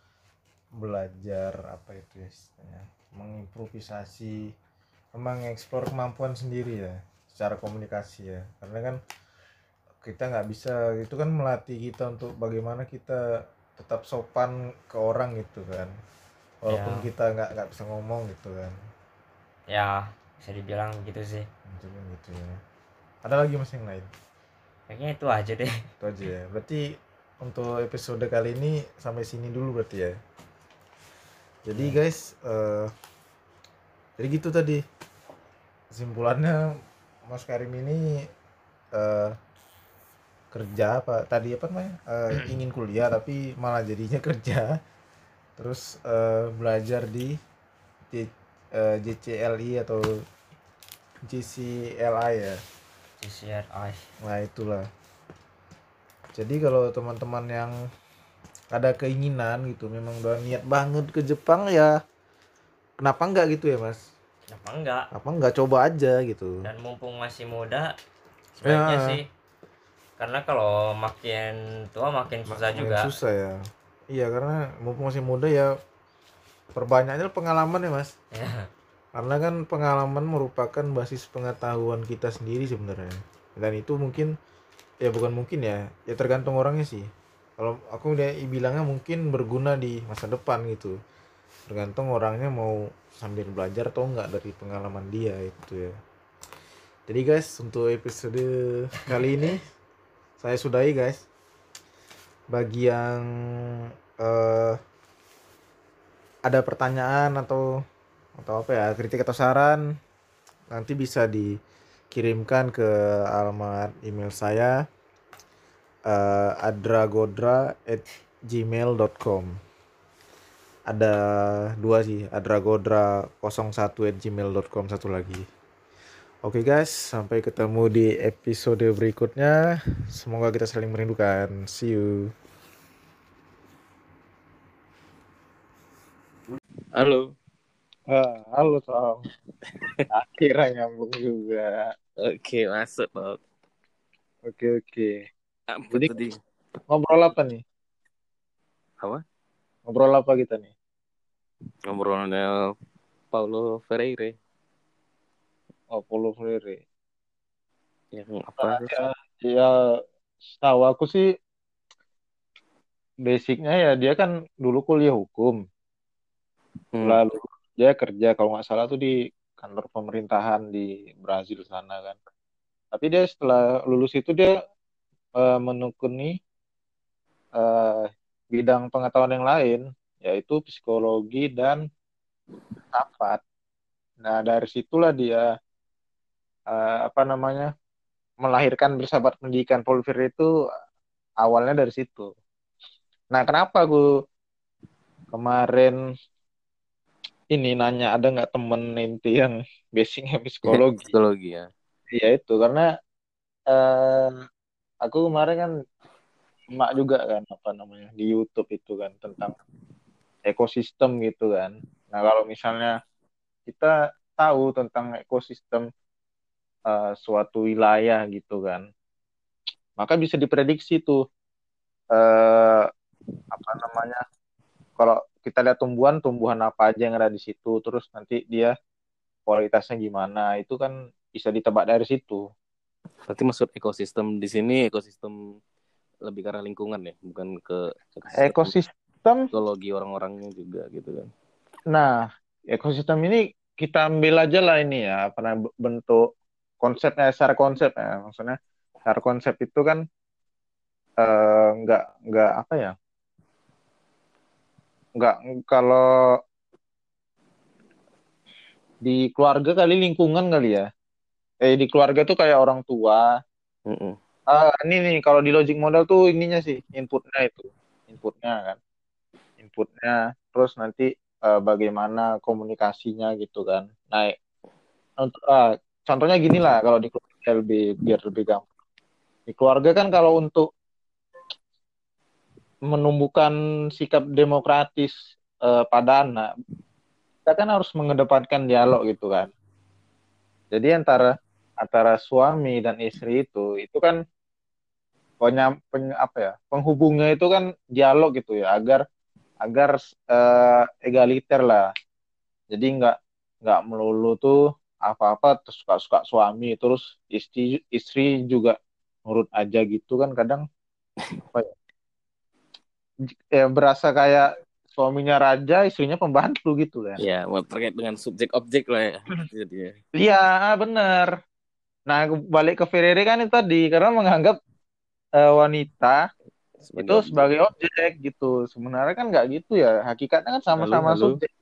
A: belajar apa itu ya istilahnya, mengimprovisasi, mengeksplor kemampuan sendiri ya secara komunikasi ya, karena kan kita nggak bisa itu kan melatih kita untuk bagaimana kita tetap sopan ke orang gitu kan, walaupun
B: Ya,
A: kita nggak nggak bisa ngomong gitu kan.
B: ya bisa dibilang gitu sih.
A: Jadi gitu ya. Ada lagi mas yang lain?
B: Kayaknya itu aja deh.
A: Itu aja ya. Berarti untuk episode kali ini sampai sini dulu berarti ya. Jadi guys, eh, jadi gitu tadi kesimpulannya Mas Karim ini eh, kerja apa tadi apa namanya eh, ingin kuliah tapi malah jadinya kerja, terus eh, belajar di J, eh, J C L I atau J C L I ya.
B: C C R I.
A: Nah itulah. Jadi kalau teman-teman yang ada keinginan gitu, memang udah niat banget ke Jepang ya, kenapa enggak gitu ya mas?
B: Kenapa enggak?
A: Apa enggak coba aja gitu?
B: Dan mumpung masih muda sebaiknya
A: Ya,
B: sih, karena kalau makin tua makin susah
A: makin
B: juga.
A: susah ya. Iya karena mumpung masih muda ya, perbanyaknya pengalaman ya mas.
B: Ya,
A: Karena kan pengalaman merupakan basis pengetahuan kita sendiri sebenarnya. Dan itu mungkin ya bukan mungkin ya, ya tergantung orangnya sih. Kalau aku udah bilangnya mungkin berguna di masa depan gitu. Tergantung orangnya mau sambil belajar atau enggak dari pengalaman dia itu ya. Jadi guys, untuk episode kali ini saya sudahi guys. Bagi yang eh, ada pertanyaan atau atau apa ya, kritik atau saran, nanti bisa dikirimkan ke alamat email saya eh, adragodra at gmail dot com. Ada dua sih, adragodra nol satu at gmail dot com satu lagi. Oke guys, sampai ketemu di episode berikutnya. Semoga kita saling merindukan. See you.
C: Halo.
A: Ah, halo Tom. Akhirnya nyambung juga.
C: Oke, masuk, Bob.
A: Oke oke.
C: Apa
A: Jadi
C: tadi?
A: ngobrol apa nih?
C: Apa?
A: Ngobrol apa kita nih?
C: Ngobrolnya Paulo Freire.
A: Oh, Paulo Freire.
C: Yang apa
A: Nah,
C: tuh?
A: ya, ya, tahu aku sih basicnya ya dia kan dulu kuliah hukum,
C: Hmm.
A: lalu dia kerja kalau nggak salah tuh di kantor pemerintahan di Brazil sana kan. Tapi dia setelah lulus itu dia eh, menekuni eh, bidang pengetahuan yang lain, yaitu psikologi dan filsafat. Nah, dari situlah dia eh, apa namanya melahirkan bersahabat pendidikan. Polver itu awalnya dari situ. Nah, kenapa aku kemarin ini nanya ada nggak temen inti yang basicnya psikologi?
C: Psikologi ya.
A: Iya itu karena eh, aku kemarin kan emak juga kan apa namanya di YouTube itu kan tentang ekosistem gitu kan. Nah, kalau misalnya kita tahu tentang ekosistem eh, suatu wilayah gitu kan, maka bisa diprediksi tuh eh, apa namanya kalau kita lihat tumbuhan tumbuhan apa aja yang ada di situ terus nanti dia kualitasnya gimana itu kan bisa ditebak dari situ.
C: Berarti maksud ekosistem di sini ekosistem lebih ke arah lingkungan ya, bukan ke ekosistem
A: Ekosistem,
C: psikologi orang-orangnya juga gitu kan.
A: nah ekosistem ini kita ambil aja lah ini ya apa namanya, bentuk konsepnya secara konsep ya maksudnya secara konsep itu kan eh, nggak nggak apa ya nggak kalau di keluarga kali lingkungan kali ya eh di keluarga tuh kayak orang tua.
C: Mm-mm.
A: Ah, ini nih kalau di logic model tuh ininya sih inputnya itu inputnya kan inputnya terus nanti eh, bagaimana komunikasinya gitu kan. Nah untuk ah, contohnya gini lah kalau di keluarga lebih biar lebih gampang di keluarga kan kalau untuk menumbuhkan sikap demokratis eh, pada anak kita kan harus mengedepankan dialog gitu kan. Jadi antara antara suami dan istri itu itu kan punya peny- apa ya penghubungnya itu kan dialog gitu ya agar agar eh, egaliter lah. Jadi nggak nggak melulu tuh apa-apa terus suka-suka suami terus istri istri juga nurut aja gitu kan kadang apa ya, ya berasa kayak suaminya raja istrinya pembantu gitu kan.
C: Ya, mau terkait dengan subjek objek lah ya. Jadi ya,
A: Iya bener. Nah balik ke Ferrari kan itu tadi karena menganggap eh, wanita itu
C: sebagai objek.
A: sebagai objek gitu. Sebenarnya kan nggak gitu ya. Hakikatnya kan
C: Halo,
A: sama-sama
C: halo.
A: subjek.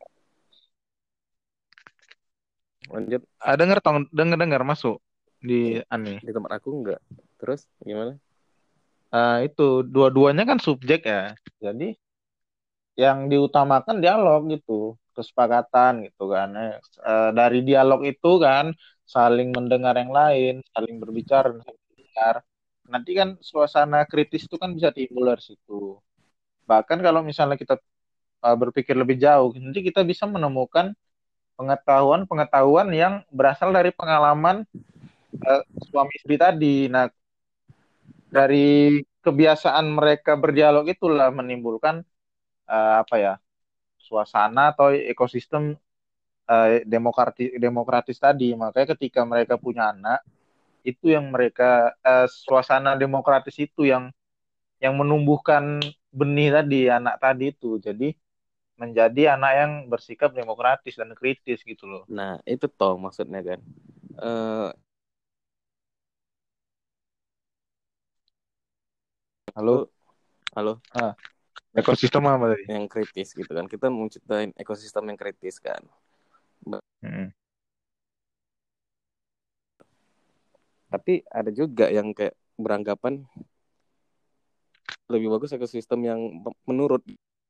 C: Lanjut.
A: Ah, denger tong, denger dengar masuk di aneh.
C: Di tempat aku enggak. Terus gimana?
A: Ah, itu dua-duanya kan subjek ya. Jadi yang diutamakan dialog gitu, kesepakatan gitu kan. Eh, eh, dari dialog itu kan saling mendengar yang lain, saling berbicara, dan saling mendengar. Nanti kan suasana kritis itu kan bisa timbul dari situ. Bahkan kalau misalnya kita eh, berpikir lebih jauh, nanti kita bisa menemukan pengetahuan-pengetahuan yang berasal dari pengalaman eh, suami istri tadi. Nah, dari kebiasaan mereka berdialog itulah menimbulkan eh, apa ya suasana atau ekosistem eh, demokratis demokratis tadi. Makanya ketika mereka punya anak, itu yang mereka eh, suasana demokratis itu yang yang menumbuhkan benih tadi anak tadi itu. Jadi menjadi anak yang bersikap demokratis dan kritis gitu loh.
C: Nah, itu toh maksudnya kan. Eh,
A: Halo,
C: itu halo
A: ah, ekosistem apa tadi?
C: yang kritis gitu kan. Kita menciptain ekosistem yang kritis kan.
A: Hmm.
C: Tapi ada juga yang kayak beranggapan lebih bagus ekosistem yang menurut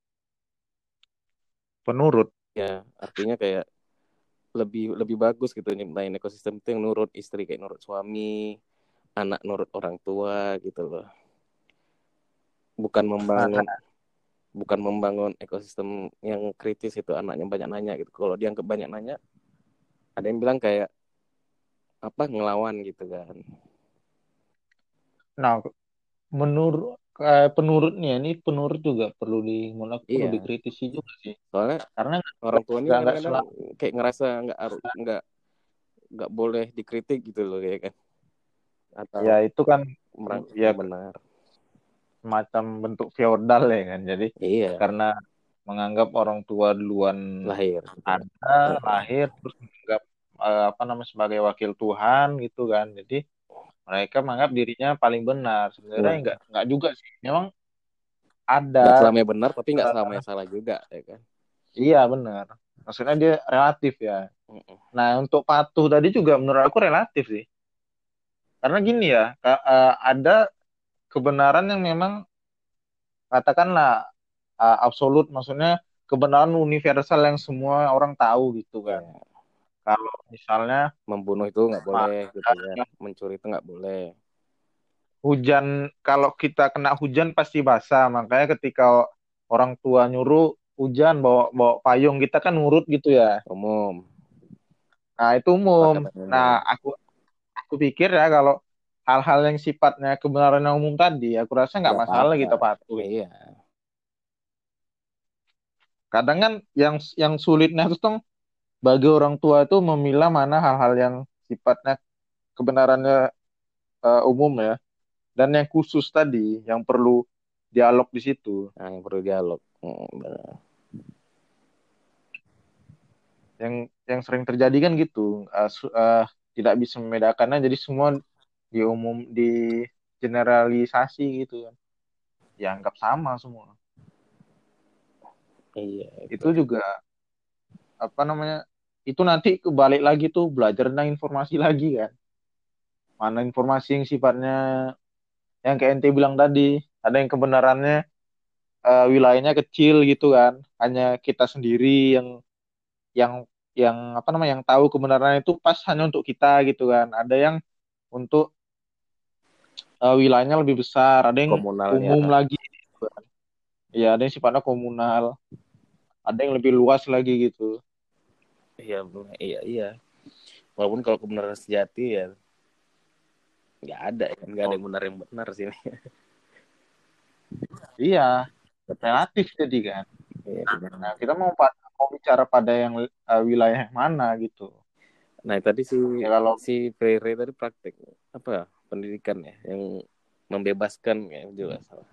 A: Penurut.
C: ya, artinya kayak lebih lebih bagus gitu nyiptain ekosistem itu yang nurut istri kayak nurut suami, anak nurut orang tua gitu loh. Bukan
A: Nah,
C: membangun. bukan membangun ekosistem yang kritis itu anaknya banyak nanya gitu. Kalau dianggap banyak nanya, ada yang bilang kayak apa ngelawan gitu kan.
A: Nah, menurut kayak penurutnya ini penurut juga perlu di menurut perlu
C: Iya,
A: dikritisi juga sih.
C: soalnya
A: Karena
C: orang tua ini
A: nggak nggak
C: kadang-kadang
A: selalu
C: kayak ngerasa nggak harus nggak nggak boleh dikritik gitu loh kayak kan, atau
A: ya itu kan
C: merang
A: ya
C: yang benar.
A: semacam bentuk feodal ya kan. Jadi
C: Iya,
A: karena menganggap orang tua duluan
C: lahir gitu.
A: ada lahir terus menganggap eh, apa namanya sebagai wakil Tuhan gitu kan. Jadi mereka menganggap dirinya paling benar. Sebenarnya
C: Nah,
A: nggak nggak juga sih. Memang
C: nggak
A: ada
C: selamanya benar tapi nggak
A: eh,
C: selamanya salah juga ya kan.
A: iya benar. Maksudnya dia relatif ya.
C: Mm-mm.
A: Nah, untuk patuh tadi juga menurut aku relatif sih. Karena gini ya, ka- eh, ada kebenaran yang memang katakanlah eh, absolut, maksudnya kebenaran universal yang semua orang tahu gitu kan.
C: Ya,
A: Kalau misalnya
C: membunuh itu nggak
A: ma-
C: boleh gitu kan, mencuri itu nggak boleh.
A: hujan, kalau kita kena hujan pasti basah, makanya ketika orang tua nyuruh hujan bawa bawa payung kita kan nurut gitu ya.
C: Umum,
A: Nah, itu umum.
C: kesepakatan
A: Nah,
C: umum.
A: aku aku pikir ya kalau hal-hal yang sifatnya kebenaran yang umum tadi, aku rasa nggak
C: Nggak
A: masalah
C: apa-apa.
A: kita patuh.
C: Iya,
A: Kadang kan yang yang sulitnya itu tuh bagi orang tua itu memilah mana hal-hal yang sifatnya kebenarannya eh, umum ya, dan yang khusus tadi yang perlu dialog di situ.
C: nah yang perlu dialog. Mm, benar.
A: Yang yang sering terjadi kan gitu, eh, su- eh, tidak bisa membedakannya, jadi semua diumum di generalisasi gitu kan, dianggap sama semua.
C: Iya itu.
A: Itu juga apa namanya? Itu nanti kebalik lagi tuh belajar tentang informasi lagi kan. Mana informasi yang sifatnya yang kayak ente bilang tadi, ada yang kebenarannya eh, wilayahnya kecil gitu kan, hanya kita sendiri yang yang yang apa namanya yang tahu kebenaran itu pas hanya untuk kita gitu kan. Ada yang untuk eh, wilayahnya lebih besar, ada yang
C: Komunalnya.
A: umum lagi gitu kan. Ya, ada yang sifatnya komunal, ada yang lebih luas lagi gitu.
C: Iya, iya, iya. Walaupun kalau kebenaran sejati ya nggak ada ya, nggak ada
A: Oh,
C: yang benar yang benar sini.
A: iya,
C: Betul.
A: relatif jadi kan.
C: Iya, benar.
A: Nah, kita mau pa- mau bicara pada yang eh, wilayah yang mana gitu.
C: Nah tadi si
A: Ya kalau
C: si Rere tadi praktek apa pendidikan ya yang membebaskan ya juga salah.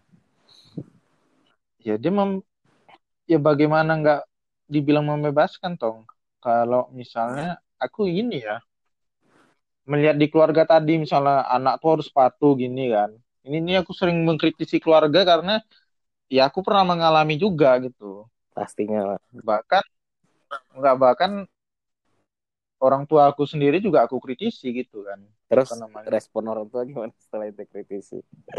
A: ya dia mem, ya bagaimana nggak dibilang membebaskan tong. Kalau misalnya aku ini ya melihat di keluarga tadi misalnya anak tuh harus patuh gini kan. Ini ini aku sering mengkritisi keluarga karena ya aku pernah mengalami juga gitu.
C: Pastinya lah.
A: Bahkan nggak bahkan orang tua aku sendiri juga aku kritisi gitu kan.
C: Terus
A: Apa namanya?
C: respon orang tua gimana setelah itu kritisi?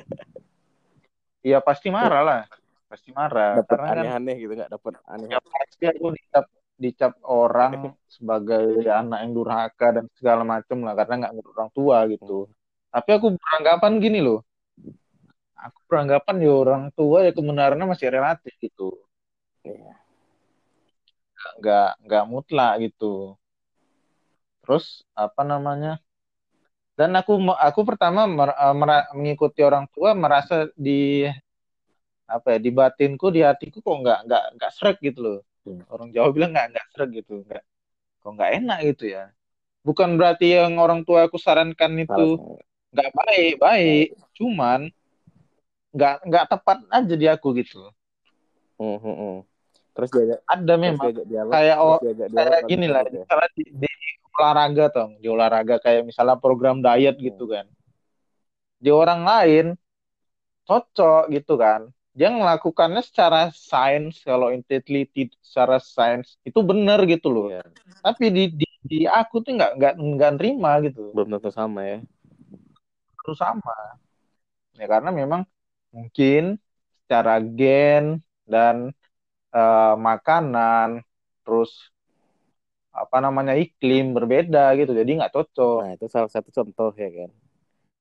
A: Ya pasti marah lah. Pasti marah
C: Dapat
A: karena kan
C: aneh-aneh gitu nggak dapat aneh.
A: ya pasti aku dicap dicap orang sebagai anak yang durhaka dan segala macam lah karena nggak ngurus orang tua gitu.
C: Hmm.
A: Tapi aku beranggapan gini loh. Aku beranggapan ya orang tua ya kebenarannya masih relatif gitu.
C: Iya.
A: Nggak nggak mutlak gitu. Terus apa namanya? Dan aku aku pertama mer- eh, mera- mengikuti orang tua merasa di apa ya di batinku di hatiku kok nggak nggak nggak srek gitu loh.
C: Hmm.
A: Orang Jawa bilang nggak nggak srek gitu, nggak kok nggak enak gitu ya. Bukan berarti yang orang tua aku sarankan itu
C: Salah
A: nggak baik baik,
C: baik.
A: cuman nggak nggak tepat aja di aku gitu.
C: Hmm, hmm, hmm. Terus diajak
A: Ada
C: terus
A: memang
C: diajak dialog
A: kayak
C: terus
A: oh
C: diajak dialog
A: kayak
C: lagi
A: gini lah,
C: takut ya.
A: misalnya di, di olahraga toh, di olahraga kayak misalnya program diet gitu
C: Hmm.
A: kan. Di orang lain cocok gitu kan. Dia melakukannya secara sains, kalau inteliti secara sains itu benar gitu loh.
C: Iya,
A: Tapi di di, di aku tuh nggak nggak nggak nerima gitu.
C: belum tentu sama ya.
A: Terus sama. Ya karena memang mungkin secara gen dan eh, makanan terus apa namanya iklim berbeda gitu. Jadi nggak cocok.
C: Nah itu salah satu contoh ya kan.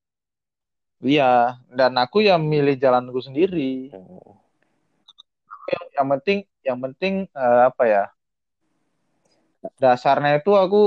A: Iya, dan aku yang milih jalanku sendiri.
C: Hmm.
A: yang penting yang penting eh, apa ya, dasarnya itu aku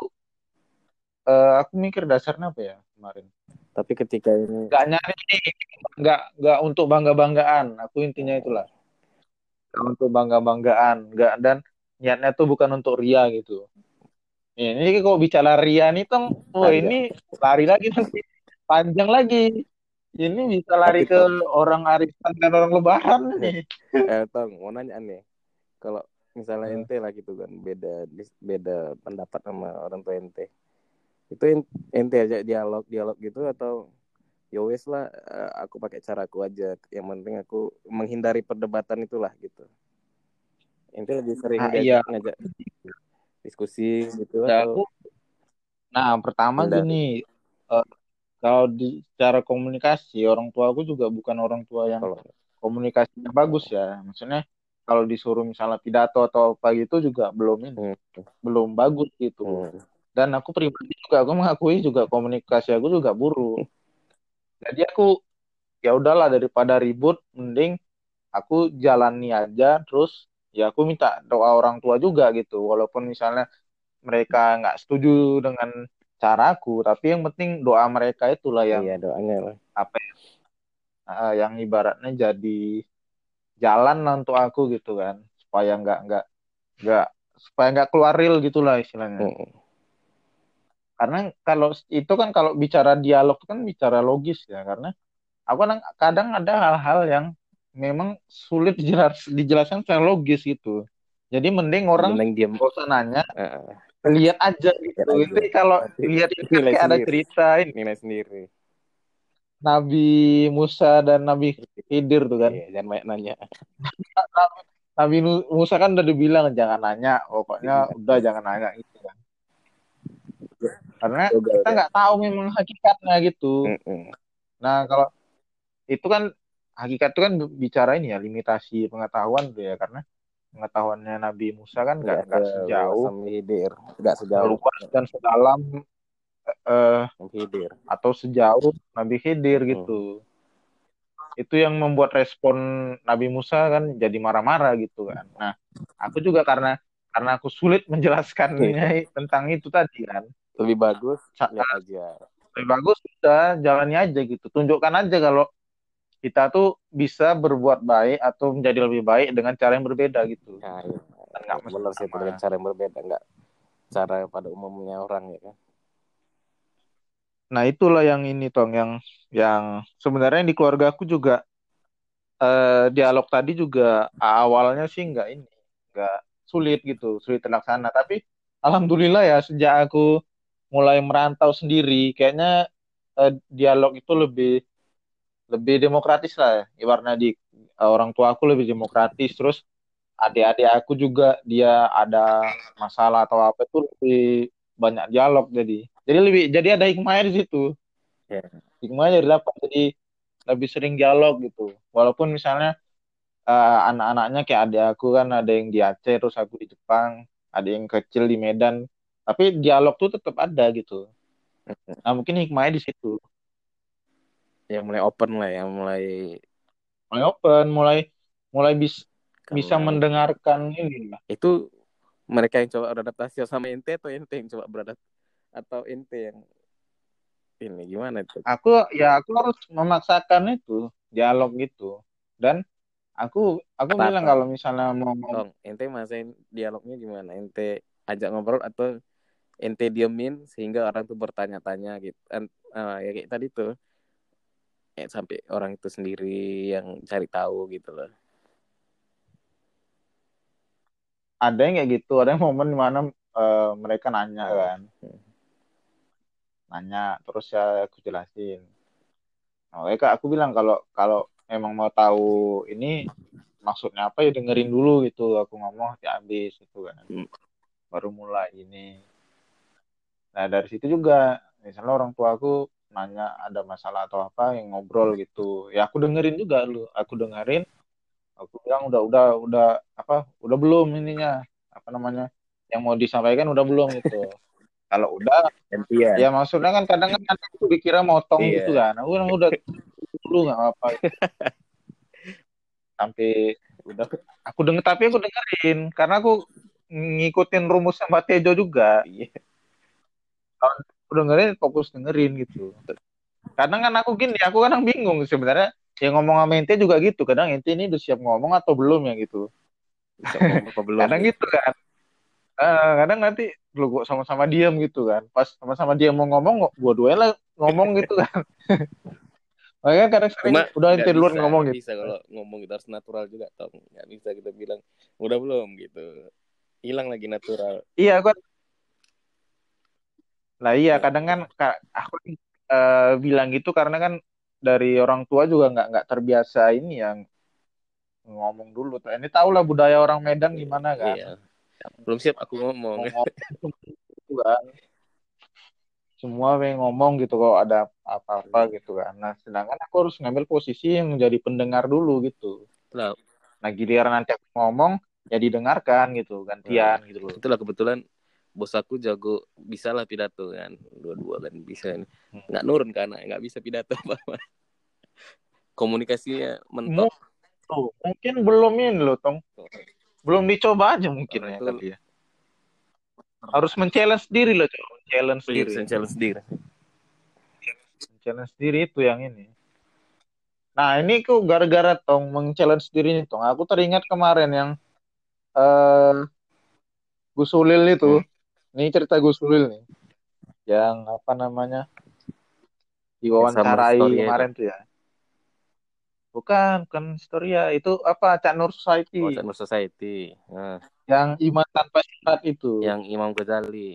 A: eh, aku mikir dasarnya apa ya kemarin,
C: Tapi ketika ini
A: nggak nyari, nggak nggak untuk bangga banggaan, aku intinya itulah, nggak untuk bangga banggaan, nggak, dan niatnya tuh bukan untuk ria gitu. Ini kalau bicara ria nih Tong, oh
C: hari ya.
A: ini lari lagi nanti, panjang lagi. Ini bisa lari
C: Tapi
A: ke
C: Tong,
A: orang arisan dan orang lebaran nih.
C: eh, Tong, mau nanya nih. Kalau misalnya
A: Eh,
C: ente lah gitu kan, beda beda pendapat sama orang tua ente. Itu en- ente aja dialog dialog gitu atau ya wes lah, eh, aku pakai caraku aja. Yang penting aku menghindari perdebatan itulah gitu. Ente lebih sering
A: ah iya,
C: diajak ngajak diskusi gitu
A: ya
C: atau
A: aku. Nah, pertama gini,
C: hindari?
A: eh, kalau di secara komunikasi, orang tua aku juga bukan orang tua yang
C: Kalau
A: komunikasinya bagus ya. Maksudnya kalau disuruh misalnya pidato atau apa gitu juga belum ini,
C: hmm,
A: belum bagus gitu.
C: hmm,
A: Dan aku pribadi juga aku mengakui juga komunikasi aku juga buruk. Jadi aku ya udahlah, daripada ribut, mending aku jalani aja, terus ya aku minta doa orang tua juga gitu, walaupun misalnya mereka nggak setuju dengan caraku, tapi yang penting doa mereka itulah yang
C: iya doanya lah.
A: apa ya, eh, yang ibaratnya jadi jalan lah untuk aku gitu kan, supaya nggak nggak nggak supaya nggak keluar real gitulah istilahnya.
C: Hmm,
A: Karena kalau itu kan, kalau bicara dialog itu kan bicara logis ya, karena aku kadang, kadang ada hal-hal yang memang sulit dijelas, dijelaskan secara logis gitu. Jadi mending orang
C: mending diam,
A: gak usah nanya,
C: uh,
A: lihat aja
C: lihat
A: gitu. Itu
C: aja.
A: kalau
C: Nanti
A: lihat itu kan
C: nilai
A: kayak ada
C: sendiri,
A: cerita ini,
C: nilai sendiri.
A: Nabi Musa dan Nabi Khidir tuh kan.
C: Iya, jangan banyak nanya.
A: Nabi Nu- Musa kan udah dibilang jangan nanya, pokoknya udah jangan nanya gitu kan. Karena
C: Google
A: kita
C: ya.
A: nggak tahu memang hakikatnya gitu.
C: Mm-mm.
A: Nah, kalau itu kan hakikat itu kan bicara ini ya, limitasi pengetahuan tuh ya, karena pengetahuannya Nabi Musa kan nggak
C: Nggak
A: nggak
C: seluas
A: sejauh,
C: sama Hidir, nggak sejauh
A: seluas dan sedalam eh,
C: sama Hidir.
A: atau sejauh Nabi Khidir
C: Mm-mm.
A: gitu. Itu yang membuat respon Nabi Musa kan jadi marah-marah gitu kan. Nah, aku juga karena karena aku sulit
C: Iya.
A: menjelaskannya tentang itu tadi kan.
C: Lebih bagus
A: Sa-
C: lihat aja.
A: Lebih bagus udah jalani aja gitu. Tunjukkan aja kalau kita tuh bisa berbuat baik atau menjadi lebih baik dengan cara yang berbeda gitu.
C: Nah, iya.
A: Dan nggak
C: Itu
A: mesti
C: benar sih, itu dengan
A: sama.
C: cara yang berbeda, nggak cara pada umumnya orang ya kan.
A: Nah, itulah yang ini Tong, yang yang sebenarnya di keluarga aku juga eh, dialog tadi juga awalnya sih nggak ini, nggak sulit gitu, sulit terlaksana. Tapi alhamdulillah ya, sejak aku mulai merantau sendiri, kayaknya eh, dialog itu lebih lebih demokratis lah ya. Ibaratnya di eh, orang tua aku lebih demokratis, terus adik-adik aku juga dia ada masalah atau apa itu lebih banyak dialog, jadi jadi lebih jadi ada hikmahnya di situ.
C: Ya.
A: Hikmahnya dari dapat, jadi lebih sering dialog gitu. Walaupun misalnya eh, anak-anaknya kayak adik aku kan ada yang di Aceh, terus aku di Jepang, ada yang kecil di Medan, tapi dialog tuh tetap ada gitu. Nah, mungkin hikmahnya di situ,
C: Ya mulai open lah ya, mulai
A: mulai open, mulai mulai bis, bisa
C: karena
A: mendengarkan ini lah.
C: itu mereka yang coba beradaptasi sama ente atau ente yang coba beradaptasi atau ente yang ini gimana itu?
A: Aku ya aku harus memaksakan itu dialog gitu, dan aku aku bilang
C: Rata.
A: kalau misalnya mau
C: Tong, ente masain dialognya gimana? Ente ajak ngobrol atau ente diemin sehingga orang tuh bertanya-tanya gitu. An- ah, ya kayak tadi tuh, ya, sampai orang itu sendiri yang cari tahu gitu loh.
A: ada yang kayak gitu, ada yang momen dimana eh, mereka nanya
C: Hmm.
A: kan, nanya terus ya aku jelasin. Nah, makanya Kak, aku bilang kalau kalau emang mau tahu ini maksudnya apa ya dengerin dulu gitu. Aku ngomong hati habis gitu kan.
C: Hmm.
A: Baru mulai ini. Nah, dari situ juga misalnya orang tua aku nanya ada masalah atau apa yang ngobrol gitu. Ya aku dengerin juga lu. Aku dengerin, aku bilang udah udah udah apa? Udah belum ininya? Apa namanya? Yang mau disampaikan udah belum gitu. Kalau udah,
C: Gantian.
A: ya maksudnya kan kadang kan aku dikira motong gitu
C: Iya.
A: kan. Aku bilang udah dulu nggak apa-apa, sampai Udah, aku denger tapi aku dengerin karena aku ngikutin rumus sama Tejo juga.
C: Iya.
A: Kalau aku dengerin fokus dengerin gitu. Kadang kan aku gini, aku kadang bingung sebenarnya. Ya ngomong sama ente juga gitu. Kadang ente ini udah siap ngomong atau belum ya gitu.
C: Bisa ngomong apa belum
A: Kadang
C: gitu.
A: gitu kan. Eh, kadang nanti lu gua sama-sama diam gitu kan. Pas sama-sama dia mau ngomong, dua-duanya lah ngomong gitu kan. Makanya kadang sering
C: Cuma
A: udah
C: nggak
A: ente duluan
C: bisa,
A: ngomong
C: nggak
A: gitu.
C: bisa kalau ngomong itu harus natural juga, Tom. Nggak bisa kita bilang udah belum gitu. Hilang lagi natural.
A: Iya kan. Lah iya
C: Ya,
A: kadang kan Kak, aku eh, bilang gitu karena kan dari orang tua juga nggak nggak terbiasa ini yang ngomong dulu. Ini tau lah budaya orang Medan gimana kan.
C: iya. Belum siap aku ngomong.
A: Mau ngomong gitu kan. Semua pengen ngomong gitu kalau ada apa-apa gitu kan. Nah, sedangkan aku harus ngambil posisi yang menjadi pendengar dulu gitu.
C: Itulah,
A: Nah, giliran nanti aku ngomong ya didengarkan gitu,
C: nah,
A: gantian gitu loh.
C: itulah kebetulan bos aku jago, bisa lah pidato kan, dua-dua kan bisa. Nggak nurun karena nggak bisa pidato apa-apa. Komunikasinya mentok.
A: Mu- tuh, mungkin belum ini loh, Tong. Belum dicoba aja mungkin
C: Nah,
A: ya
C: itu
A: kali ya. Harus men-challenge diri loh, coba. Challenge
C: iya,
A: diri.
C: challenge sendiri.
A: Challenge diri itu yang ini. Nah, ini kok gara-gara Tong meng-challenge diri nih, Tong. Aku teringat kemarin yang eh Gus Ulil itu.
C: Hmm.
A: Ini cerita Gus Ulil nih. Yang apa namanya?
C: Yang summer
A: Diwawancarai
C: story itu.
A: kemarin tuh ya. Bukan, bukan Historia. Itu apa? Cak Nur
C: Oh,
A: Society.
C: Channel Society. Nah,
A: Yang iman tanpa syarat itu.
C: yang Imam Ghazali.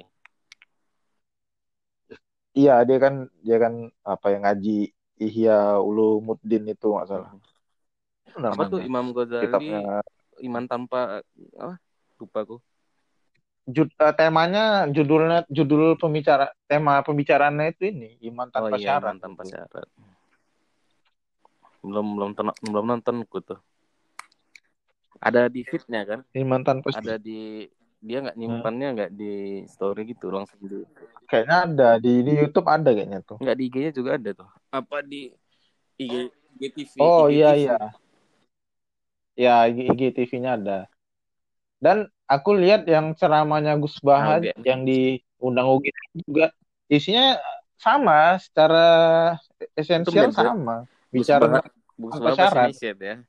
A: Iya, dia kan dia kan apa yang ngaji Ihya Ulumuddin itu nggak salah.
C: Hmm.
A: Itu
C: Apa tuh
A: namanya.
C: Imam Ghazali
A: Kitabnya.
C: iman tanpa apa? Lupa aku.
A: Jud, eh, temanya judulnya judul pembicara tema pembicaraannya itu ini iman
C: Oh
A: tanpa
C: iya,
A: syarat
C: iman tanpa
A: itu.
C: syarat. Belum belum ten- belum nonton aku tuh. Ada di feednya kan?
A: Iman tanpa
C: Ada
A: syarat.
C: di dia nggak
A: Hmm.
C: nyimpannya nggak di story gitu langsung di
A: Kayaknya ada di di YouTube ada kayaknya tuh.
C: nggak di I G-nya juga ada tuh. Apa di I G I G T V
A: Oh iya
C: I G T V.
A: iya. Ya I G T V-nya ada. Dan aku lihat yang ceramahnya Gus
C: Nah,
A: Baha
C: oke.
A: yang diundang U G M juga isinya sama secara
C: Itu
A: esensial
C: men
A: sama
C: Gus
A: bicara
C: Bah
A: tentang
C: Gus
A: tanpa
C: Bah bahasa
A: syarat.
C: Indonesia ya.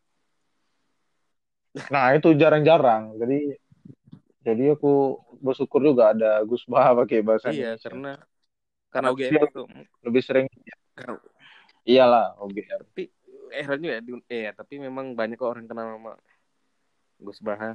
A: Nah itu jarang-jarang. Jadi jadi aku bersyukur juga ada Gus Baha pakai bahasa
C: Iya,
A: Indonesia.
C: karena karena
A: Karena
C: U G M
A: dia
C: itu
A: lebih sering
C: karena,
A: iyalah U G M.
C: tapi eh heran juga ya, di- eh ya, tapi memang banyak kok orang kenal nama Gus Bah.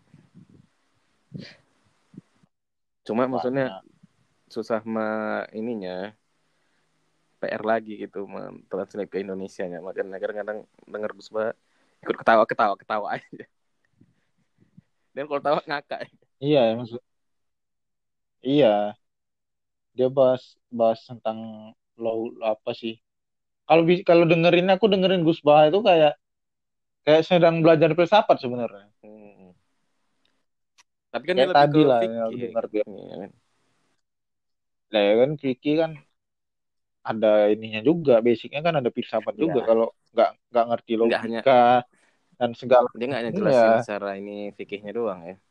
C: Cuma maksudnya
A: Banyak.
C: susah ma ininya P R lagi gitu mentranslate ke Indonesianya. Makanya kadang-kadang denger Gus Bah ikut ketawa ketawa ketawa aja. Dan kalau tawa ngakak.
A: Iya ya maksud. Iya, dia bahas bahas tentang law apa sih? Kalau bi- kalau dengerin aku dengerin Gus Baha itu kayak kayak sedang belajar filsafat sebenarnya.
C: Hmm. Tapi kan dia
A: Kayak
C: lebih ke
A: tadi lah yang aku
C: fikih.
A: dengar dia.
C: Iya kan?
A: Lah ya kan Vicky kan ada ininya juga, basicnya kan ada filsafat juga.
C: Iya.
A: Kalau nggak nggak ngerti
C: Nggak hanya
A: logika dan segala
C: dia nggak hanya
A: ya
C: jelasin secara ini fikihnya doang ya.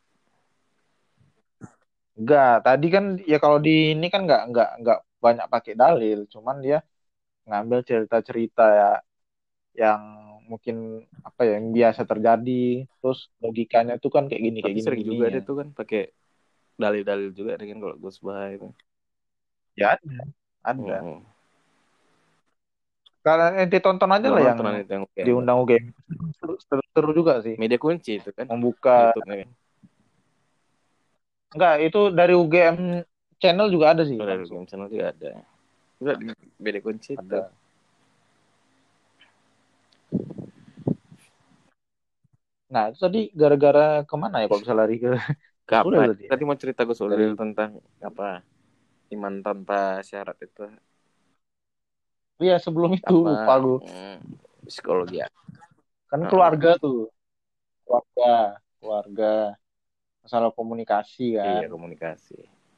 A: nggak. Tadi kan ya kalau di ini kan nggak nggak nggak banyak pakai dalil, cuman dia ngambil cerita-cerita ya yang mungkin apa ya yang biasa terjadi, terus logikanya tuh kan kayak gini kayak
C: Tapi
A: gini
C: sering
A: gini
C: juga
A: ya.
C: dia tuh kan pakai dalil-dalil juga dengan kalau Gus Bah itu.
A: Ya ada, ada.
C: Hmm.
A: Kalian ente tonton aja
C: Belum
A: lah yang
C: nonton itu yang U G M.
A: diundang U G M. Seru, seru, seru juga sih.
C: Media kunci itu kan
A: Membuka
C: YouTube-nya kan.
A: enggak itu dari U G M channel juga ada sih
C: Oh, dari U G
A: langsung.
C: M channel juga ada. Juga di media kunci itu.
A: Ada. Nah, itu tadi gara-gara kemana ya kalau bisa lari ke Gus Ulil
C: Kapan?
A: tadi ya?
C: Tadi mau cerita Gus
A: Dari
C: Ulil tentang apa? Iman tanpa syarat itu
A: iya sebelum itu lupa
C: apa?
A: gue.
C: Hmm, psikologi ya.
A: Kan
C: Heeh.
A: keluarga tuh, keluarga, keluarga, masalah komunikasi kan.
C: Iya, komunikasi.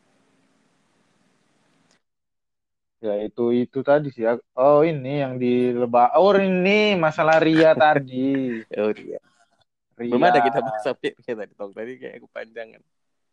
A: Ya itu itu tadi sih. Oh ini yang di Lebak. Oh ini masalah Ria tadi.
C: Oh iya. Belum
A: Ria.
C: ada kita bahas update kayak tadi tong tadi kayak aku panjangan.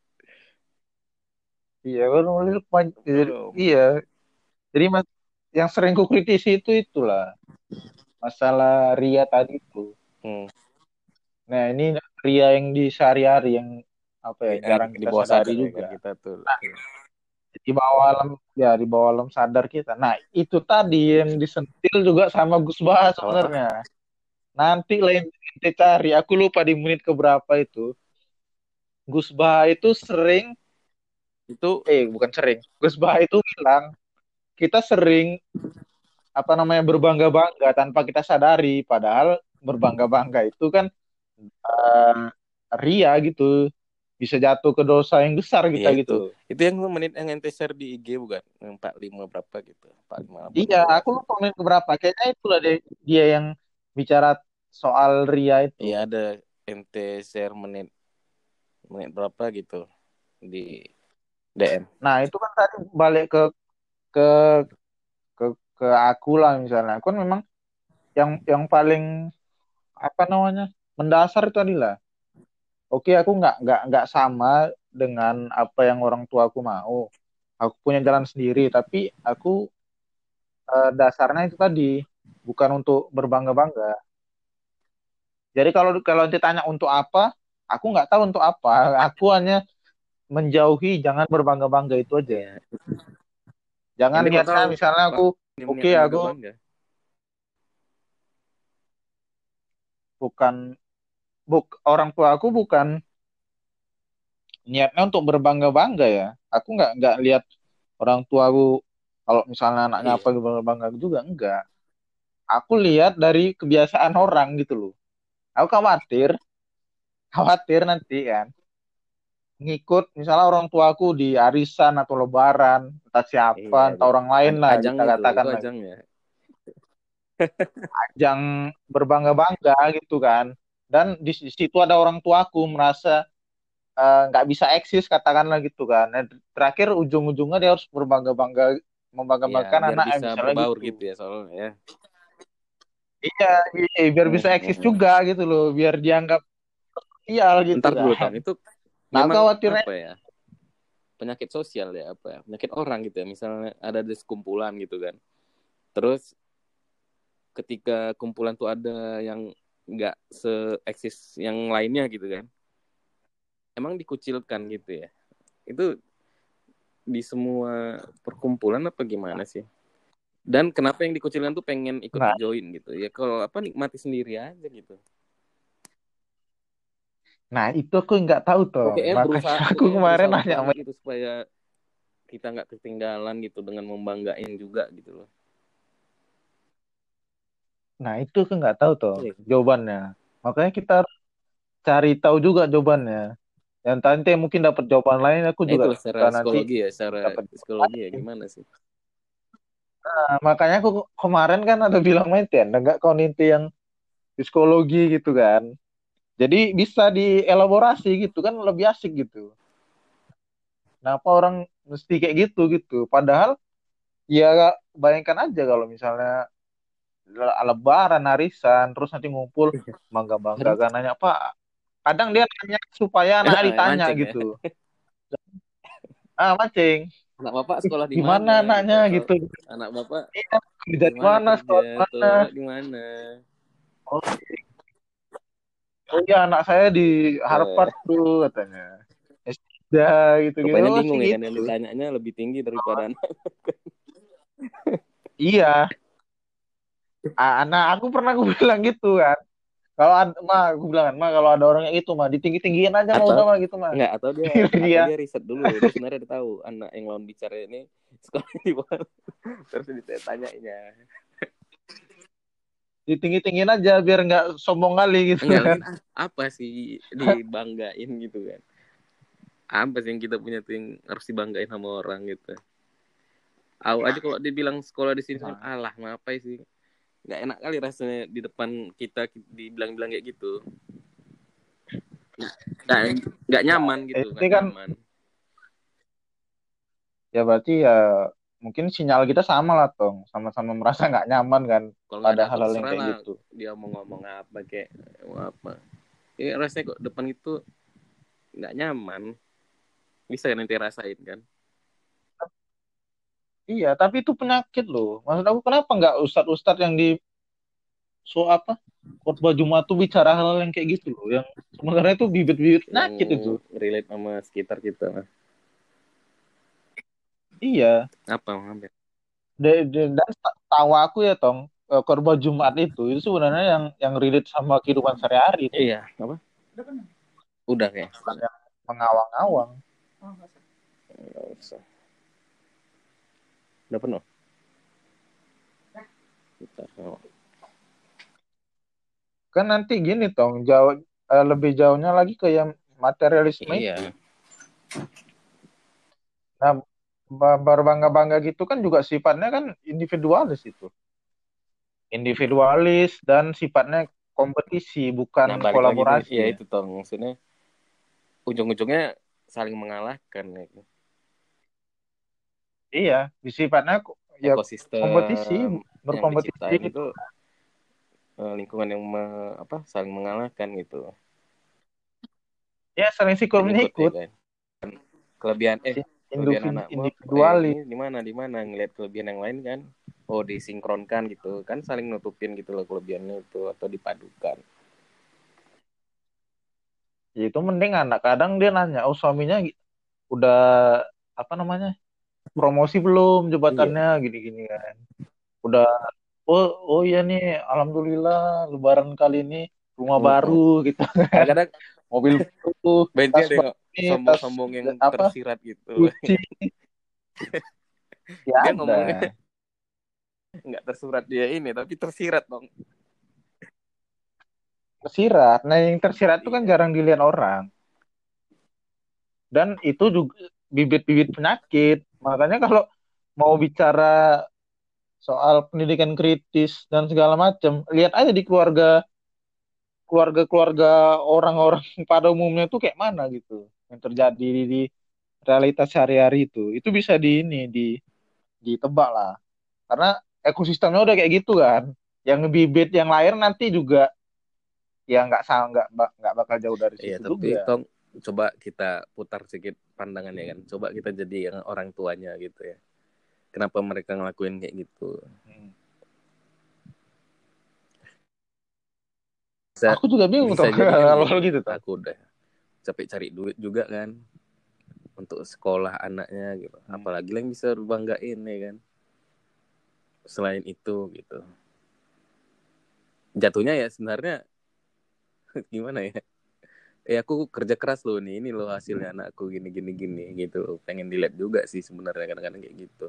A: Iya, kan nulis pan- jadi-
C: Belum.
A: iya. Jadi mas, yang sering ku kritisi itu itulah masalah Ria tadi itu.
C: Hmm.
A: Nah, ini Ria yang di sehari-hari yang apa ya,
C: Eh,
A: jarang
C: di
A: kita
C: bawah
A: sadari
C: sadar ya kan
A: juga.
C: kita tuh.
A: Di bawah alam, ya di bawah alam sadar kita. Nah, itu tadi yang disentil juga sama Gus Bah
C: Apa?
A: sebenarnya. Nanti lain kita cari. Aku lupa di menit keberapa itu. Gus Bah itu sering,
C: Itu
A: eh bukan sering. Gus Bah itu bilang kita sering apa namanya berbangga-bangga tanpa kita sadari. Padahal berbangga-bangga itu kan eh, ria gitu. Bisa jatuh ke dosa yang besar
C: iya
A: kita
C: itu.
A: gitu loh.
C: Itu yang menit yang ente share di I G bukan? Yang empat puluh lima berapa gitu. empat puluh lima apa
A: Iya,
C: enam belas.
A: aku lupa menit keberapa. Kayaknya itulah dia, dia yang bicara soal ria itu.
C: Iya ada ente share menit menit berapa gitu di D M.
A: Nah, itu kan tadi balik ke ke ke ke aku lah misalnya. Aku kan memang yang yang paling apa namanya mendasar itu adalah oke aku nggak nggak nggak sama dengan apa yang orang tua aku mau. Aku punya jalan sendiri, tapi aku eh, dasarnya itu tadi bukan untuk berbangga-bangga. Jadi kalau kalau ditanya untuk apa, aku nggak tahu untuk apa. Aku hanya menjauhi, jangan berbangga-bangga itu aja.
C: Iya.
A: Jangan
C: Ente kok
A: niatnya
C: tahu
A: misalnya
C: Pak
A: aku oke
C: niatnya
A: aku
C: udah bangga?
A: bukan buk orang tua aku bukan niatnya untuk berbangga-bangga ya. Aku nggak nggak lihat orang tua aku kalau misalnya anaknya apa
C: Iya.
A: berbangga juga enggak. Aku lihat dari kebiasaan orang gitu loh. Aku khawatir, khawatir nanti kan ngikut misalnya orang tuaku di arisan atau lebaran, entah siapa,
C: Iya.
A: entah orang lain
C: Aj-
A: lah
C: Ajang
A: kita
C: itu,
A: katakan
C: itu
A: lagi.
C: ajang ya.
A: Ajang berbangga-bangga gitu kan. Dan di situ ada orang tuaku merasa eh, nggak bisa eksis katakanlah gitu kan. Nah, terakhir ujung-ujungnya dia harus berbangga-bangga
C: Iya,
A: membangga-banggakan
C: biar
A: anak yang
C: bisa
A: misalnya
C: berbaur
A: gitu.
C: gitu ya soalnya ya.
A: Iya, iya, biar
C: Hmm,
A: bisa
C: hmm,
A: eksis
C: hmm.
A: juga gitu loh, biar dianggap sosial gitu
C: Ntar dulu
A: kan.
C: Tong, itu
A: Nah, aku
C: memang
A: khawatirnya,
C: apa ya? Penyakit sosial ya apa ya? Penyakit orang gitu ya. Misalnya ada di sekumpulan gitu kan. Terus ketika kumpulan tuh ada yang nggak se-eksis yang lainnya gitu kan. Emang dikucilkan gitu ya. Itu di semua perkumpulan apa gimana sih? Dan kenapa yang dikucilkan tuh pengen ikut
A: nah,
C: join gitu? Ya kalau apa nikmati sendiri aja gitu.
A: nah itu aku nggak tahu tuh.
C: Oke, eh
A: Makanya
C: berusaha,
A: aku
C: oke eh
A: kemarin
C: berusaha
A: nanya sama,
C: balik gitu supaya kita nggak ketinggalan gitu dengan membanggain juga gitu loh.
A: nah itu aku nggak tahu tuh
C: Iya.
A: jawabannya. Makanya kita harus cari tahu juga jawabannya. Dan nanti mungkin dapat jawaban lain, aku
C: Nah
A: juga
C: itu secara
A: suka nanti
C: psikologi ya, secara
A: dapat jawaban
C: psikologi ya
A: lain.
C: gimana sih?
A: Nah, makanya aku kemarin kan ada bilang Metian, enggak kau ninti yang psikologi gitu kan. Jadi bisa dielaborasi gitu kan lebih asik gitu. Kenapa orang mesti kayak gitu gitu? Padahal ya bayangkan aja kalau misalnya le- lebaran, arisan, terus nanti ngumpul bangga-bangga
C: Aduh,
A: kan nanya Pak. Kadang dia nanya supaya anak ditanya
C: mancing ya.
A: gitu. Ah mancing,
C: Anak bapak
A: "Ih,
C: sekolah di
A: gimana
C: mana gitu?
A: anaknya
C: Atau
A: gitu?
C: anak bapak
A: Iya, kerja
C: di
A: di
C: mana
A: mana,
C: kerja
A: sekolah di
C: atau
A: mana?
C: di mana?
A: Oh, oh iya anak saya di
C: Eh,
A: Harvard tuh katanya. S tiga gitu-gitu
C: rupanya
A: masih
C: bingung ya kan yang
A: gitu.
C: ditanyanya lebih tinggi daripada anak.
A: Iya, ah, anak aku pernah aku bilang gitu kan. Kalau ada, mah aku bilang kan, mah kalau ada orang yang itu mah ditinggi-tinggiin aja mah
C: Atau
A: udah mah gitu mah.
C: enggak atau dia atau
A: Dia
C: dia riset dulu. Dia sebenarnya udah tahu anak yang lawan bicara ini sekolah di mana. Terus ditanyainya.
A: ditinggi-tinggiin aja biar nggak sombong kali gitu
C: Enggak
A: kan.
C: lagi apa sih dibanggain gitu kan. Apa sih yang kita punya tuh yang harus dibanggain sama orang gitu. Aku aja kalau dibilang sekolah di sini
A: Nah,
C: alah ngapain sih? Nggak enak kali rasanya di depan kita dibilang-bilang kayak gitu. Nggak nggak nyaman gitu,
A: itu
C: nggak
A: kan
C: nyaman.
A: ya berarti ya mungkin sinyal kita sama lah Tong, sama-sama merasa nggak nyaman kan
C: Kalau nggak
A: pada
C: dapet
A: hal-hal yang
C: terserah
A: kayak
C: lah
A: gitu.
C: dia mau ngomong apa kayak mau apa. ya rasanya kok depan itu nggak nyaman. Bisa nanti rasain kan.
A: Iya, tapi itu penyakit loh. Maksud aku kenapa nggak ustadz-ustadz yang di so apa khotbah Jumat tuh bicara hal yang kayak gitu loh, yang sebenarnya itu bibit-bibit
C: Yang
A: penyakit itu.
C: relate sama sekitar kita lah.
A: Iya,
C: Apa Muhammad?
A: de- de- dan ta- tahu aku ya Tong, eh, khotbah Jumat itu itu sebenarnya yang yang relate sama kehidupan sehari-hari itu,
C: Iya, apa? Udah kayak.
A: bukan yang mengawang-awang.
C: Nggak usah. Udah penuh. Bentar. Oh.
A: Kan nanti gini Tong, jauh eh, lebih jauhnya lagi ke yang materialisme itu.
C: Iya.
A: Nah, ba- berbangga-bangga gitu kan juga sifatnya kan individualis itu. Individualis dan sifatnya kompetisi, bukan
C: Nah balik lagi tuh,
A: kolaborasi
C: ya
A: ya.
C: itu toh maksudnya ujung-ujungnya saling mengalahkan ya.
A: Iya, sifatnya ko- ya kompetisi,
C: Ekosistem yang
A: berkompetisi
C: diciptain
A: gitu.
C: itu eh, lingkungan yang me, apa saling mengalahkan gitu,
A: Ya, saling sikut
C: penyikut ya
A: menyikut,
C: kan. Kelebihan eh kelebihan
A: individu
C: anakmu apa? Eh ini
A: individualis.
C: di mana di mana ngelihat kelebihan yang lain kan, oh disinkronkan gitu kan, saling nutupin gitu loh kelebihannya itu atau dipadukan.
A: Ya, itu mending anak kadang dia nanya, oh suaminya gi- udah apa namanya promosi belum
C: Iya.
A: jabatannya gini-gini kan. Udah, oh oh iya nih, alhamdulillah Lebaran kali ini rumah baru
C: Mm-mm.
A: gitu kan,
C: Kadang-kadang
A: mobil baru,
C: benci
A: tas
C: ada
A: baru
C: kok
A: nih, tas
C: sombong-sombong yang
A: apa
C: tersirat gitu.
A: Gucci, ya
C: Dia ngomongnya
A: ada
C: nggak tersurat dia ini tapi tersirat dong.
A: tersirat. Nah yang tersirat itu kan
C: Iya.
A: jarang dilihat orang, dan itu juga bibit-bibit penyakit. Makanya kalau mau bicara soal pendidikan kritis dan segala macam, lihat aja di keluarga keluarga-keluarga orang-orang pada umumnya itu kayak mana gitu yang terjadi di, di realitas sehari-hari itu. Itu bisa di ini di ditebak lah. Karena ekosistemnya udah kayak gitu kan. Yang bibit yang lahir nanti juga ya nggak sama nggak bak- nggak bakal jauh dari
C: Iya,
A: situ
C: tapi
A: juga.
C: tong coba kita putar sedikit pandangan ya kan. Coba kita jadi yang orang tuanya gitu ya. Kenapa mereka ngelakuin kayak gitu?
A: Hmm.
C: Bisa
A: Aku juga bingung
C: bisa
A: tuh
C: jadi kan
A: kalau
C: gini.
A: gitu tuh.
C: Aku udah capek cari duit juga kan untuk sekolah anaknya gitu.
A: Hmm.
C: Apalagi yang bisa banggain ya kan. Selain itu gitu. Jatuhnya ya sebenarnya gimana ya? Eh aku kerja keras loh nih, ini loh hasilnya anakku gini gini gini gitu. Pengen dilihat juga sih sebenarnya kadang-kadang kayak gitu.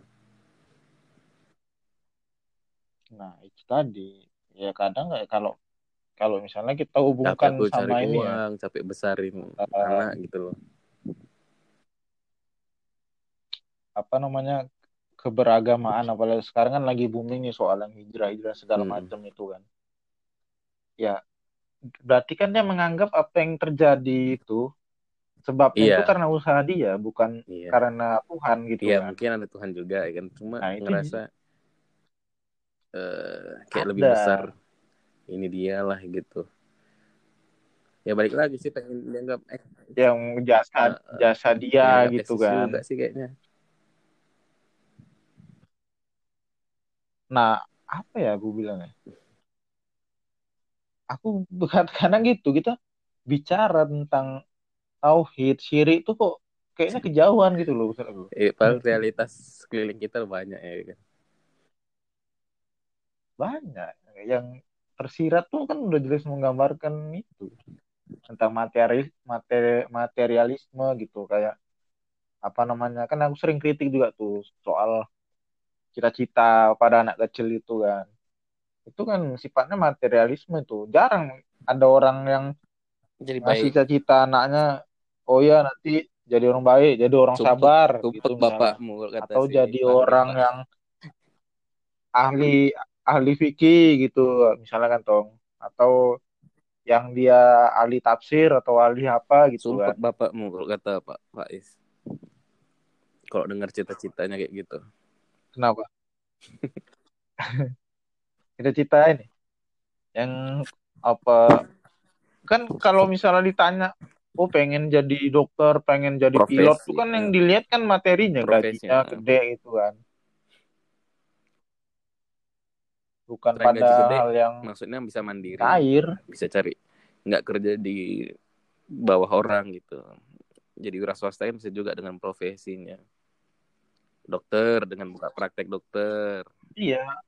A: Nah itu tadi ya kadang nggak kalau kalau misalnya kita
C: Capek
A: hubungkan
C: aku cari
A: sama ini ya
C: uang, capek besarin
A: eh,
C: anak gitu loh.
A: apa namanya keberagamaan, apalagi sekarang kan lagi booming nih soal yang hijrah-hijrah segala
C: Mm-mm.
A: macam itu kan. Ya berarti kan dia menganggap apa yang terjadi itu sebabnya itu
C: Iya,
A: karena usaha dia, bukan
C: iya.
A: karena Tuhan gitu
C: Iya,
A: kan.
C: mungkin ada Tuhan juga ya kan. Cuma
A: Nah itu
C: ngerasa
A: j-
C: eh, kayak lebih besar
A: ada
C: ini dia lah gitu. Ya balik lagi sih pengen dianggap eh,
A: yang jasa
C: eh, eh,
A: jasa dia
C: pengen dianggap
A: gitu
C: eksis
A: kan.
C: juga sih kayaknya.
A: Nah apa ya gue bilang ya, aku kadang gitu kita bicara tentang tauhid syirik itu kok kayaknya kejauhan gitu loh maksud aku.
C: Eh, padahal realitas sekeliling kita banyak ya kan.
A: Banyak yang tersirat tuh kan udah jelas menggambarkan itu tentang materi materi materialisme gitu, kayak apa namanya, kan aku sering kritik juga tuh soal cita-cita pada anak kecil itu kan, itu kan sifatnya materialisme, itu jarang ada orang yang
C: Jadi
A: ngasih
C: baik
A: cita-cita anaknya, oh ya nanti jadi orang baik, jadi orang
C: sumpek
A: sabar gitu
C: sumpek
A: misalnya,
C: bapakmu kalau kata
A: atau
C: si
A: jadi
C: Fahri
A: orang
C: Pak.
A: yang ahli ahli fikih gitu misalnya kan Tong, atau yang dia ahli tafsir atau ahli apa gitu
C: Sumpek
A: kan.
C: bapakmu kalau kata Pak Faiz. Kalau dengar cita-citanya kayak gitu.
A: Kenapa? Cita-cita ini yang apa kan kalau misalnya ditanya, oh pengen jadi dokter, pengen jadi pilot,
C: Profesi,
A: tuh kan yang
C: ya.
A: dilihat kan materinya, gajinya
C: Profesinya.
A: gede gitu kan. Bukan
C: Selain
A: pada
C: gaji gede,
A: hal yang
C: maksudnya bisa mandiri,
A: cair.
C: bisa cari, nggak kerja di bawah orang gitu. Jadi wira swasta kan bisa juga dengan profesinya. Dokter dengan buka praktek dokter.
A: Iya.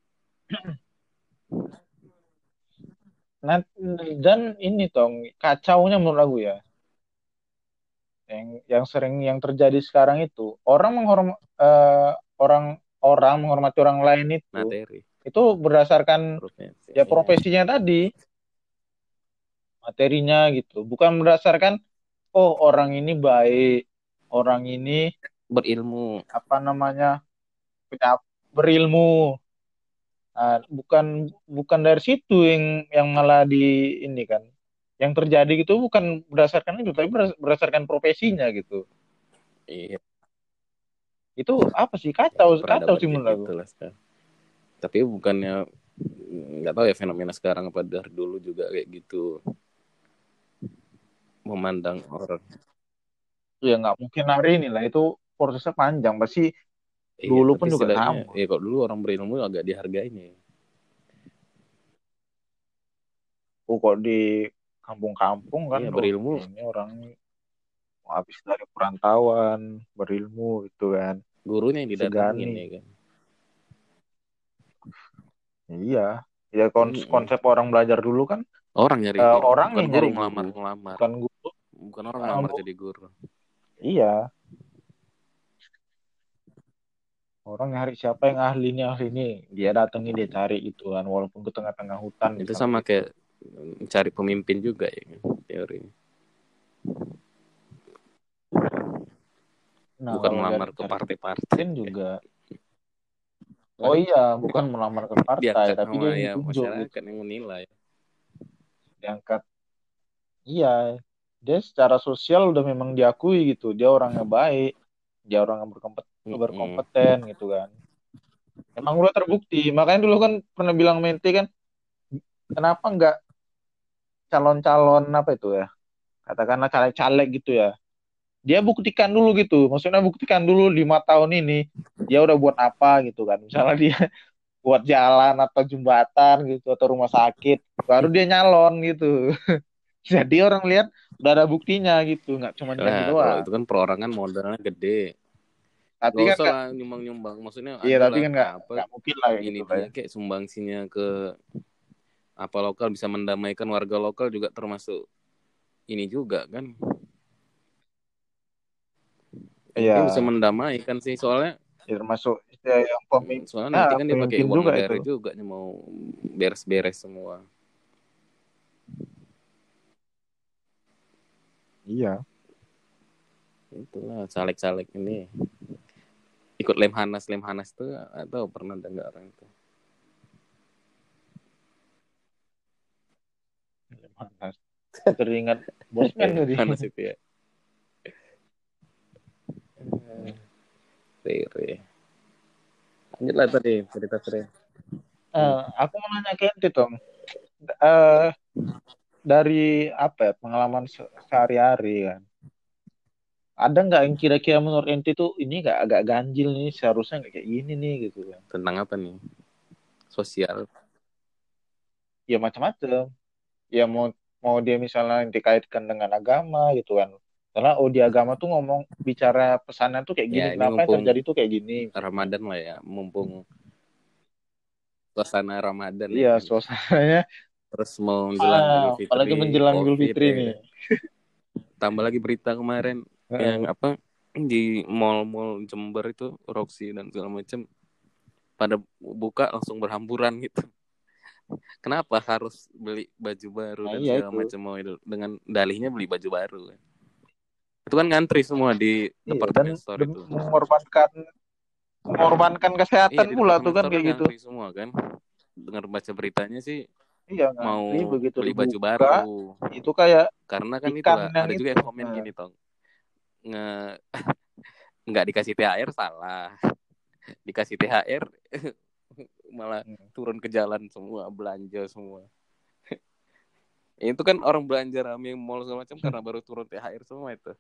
A: Nah, dan ini tong kacaunya menurut aku ya, yang yang sering yang terjadi sekarang itu orang menghormat orang orang menghormati orang lain itu
C: Materi,
A: itu berdasarkan
C: profesi.
A: ya
C: Iya.
A: profesinya tadi, materinya gitu, bukan berdasarkan oh orang ini baik, orang ini
C: Berilmu.
A: apa namanya punya berilmu. Nah, bukan bukan dari situ yang yang malah di ini kan yang terjadi gitu, bukan berdasarkan itu tapi beras- berdasarkan profesinya gitu.
C: Iya.
A: Itu apa sih,
C: Ya,
A: kacau kacau
C: peradaban
A: sih
C: kayak
A: menurut aku.
C: gitu lah sekarang. Tapi bukannya, nggak tahu ya fenomena sekarang apa dari dulu juga kayak gitu, memandang orang.
A: Ya nggak mungkin hari ini lah, itu prosesnya panjang pasti,
C: Iya,
A: dulu
C: tapi
A: pun juga
C: setidaknya
A: sama.
C: ya kalau dulu orang berilmu agak dihargainya.
A: Oh, kok di kampung-kampung kan,
C: Iya,
A: oh
C: berilmu,
A: ini orang habis dari perantauan berilmu gitu kan,
C: gurunya yang didatangin
A: disegani.
C: ya kan.
A: Iya, ya kons-
C: Mm-mm.
A: konsep orang belajar dulu kan,
C: Orang nyari
A: eh,
C: ini,
A: orang
C: bukan
A: yang
C: guru
A: nyari guru,
C: ngelamar-ngelamar.
A: bukan guru.
C: Bukan orang
A: Ah,
C: ngelamar
A: bu-
C: jadi guru.
A: iya, orang nyari siapa yang ahli ini ahli ini, dia datengin dia cari itu kan, walaupun ke tengah-tengah hutan
C: Itu
A: misalnya
C: sama
A: gitu.
C: kayak cari pemimpin juga ya kan, teorinya.
A: Nah
C: Bukan
A: kalau
C: ngelamar
A: cari
C: ke
A: cari
C: partai-partai.
A: pemimpin juga, oh iya, bukan melamar ke partai
C: Diangkat
A: tapi
C: sama
A: dia
C: ya
A: ditunjuk gitu,
C: masyarakat yang menilai.
A: diangkat. Iya, dia secara sosial udah memang diakui gitu, dia orangnya baik, dia orang yang berkompeten,
C: Mm-mm.
A: berkompeten gitu kan. Emang udah terbukti. Makanya dulu kan pernah bilang Mente kan, kenapa nggak calon-calon apa itu ya? Katakanlah caleg-caleg gitu ya. Dia buktikan dulu gitu. Maksudnya buktikan dulu lima tahun ini dia udah buat apa gitu kan. Misalnya dia buat jalan atau jembatan gitu atau rumah sakit, baru dia nyalon gitu. Jadi orang lihat udah ada buktinya gitu, nggak cuma janji
C: Lah, kalau
A: doang.
C: itu kan perorangan modalnya gede.
A: Tapi
C: Gak
A: kan
C: usah
A: nggak,
C: lah nyumbang-nyumbang. Maksudnya
A: iya
C: ada
A: tapi
C: lah
A: kan nggak
C: apa
A: nggak mungkin lah kayak
C: ini
A: gitu lah
C: dia
A: ya.
C: kayak sumbangsinya ke apa lokal, bisa mendamaikan warga lokal juga termasuk ini juga kan. Intinya bisa
A: Iya,
C: mendamaikan sih, soalnya
A: ya termasuk ya, yang pemimpin,
C: soalnya
A: ya
C: nanti kan dia pakai
A: pemimpin
C: uang
A: juga itu.
C: negara juga nih mau beres-beres semua.
A: Iya.
C: Itulah caleg-caleg ini ikut Lemhanas Lemhanas tuh, atau pernah dengar orang itu.
A: Panas. Teringat Bosman tadi.
C: Lemhanas itu ya. Rere. Lanjutlah tadi cerita Rere.
A: Eh, aku mau nanya ke ente Tom. Eh, dari apa ya, pengalaman se- sehari-hari kan. Ada nggak yang kira-kira menurut ente tuh ini nggak agak ganjil nih, seharusnya nggak kayak gini nih gitu kan.
C: Tentang apa nih? Sosial.
A: Ya macam-macam. Ya mau mau dia misalnya dikaitkan dengan agama gitu kan. Karena oh di agama tuh ngomong bicara pesannya tuh kayak
C: Ya
A: gini,
C: ini
A: kenapa yang
C: mumpung
A: terjadi tuh kayak gini misalnya.
C: Ramadan lah ya, mumpung suasana Ramadan ya
A: Iya,
C: kan.
A: suasananya
C: Terus mau menjelang
A: ah,
C: Idul
A: apalagi
C: Fitri,
A: menjelang Idul
C: Covid
A: Fitri
C: ya
A: nih.
C: kan. Tambah lagi berita kemarin yang
A: Heeh.
C: apa di mall-mall Jember itu, Roxy dan segala macam pada buka langsung berhamburan gitu. Kenapa harus beli baju baru
A: Nah
C: dan
A: iya
C: segala
A: itu.
C: macam, mau dengan dalihnya beli baju baru kan. Itu kan ngantri semua di
A: Iya, dan
C: department store
A: dem-
C: itu.
A: mengorbankan mengorbankan
C: Iya,
A: kesehatan
C: di
A: pula tuh
C: department
A: kan
C: store kan
A: kayak gitu.
C: ngantri semua kan. Dengar baca beritanya sih
A: Iya,
C: mau
A: ngantri begitu
C: beli baju
A: dibuka
C: baru.
A: itu kayak
C: Karena kan
A: ikan
C: itulah
A: yang
C: ada juga
A: itu.
C: yang komen
A: Nah,
C: gini tong. Nge nggak dikasih T H R salah. Dikasih T H R malah
A: hmm.
C: turun ke jalan semua, belanja semua. Itu kan orang belanja rame mall segala macam karena baru turun T H R semua itu.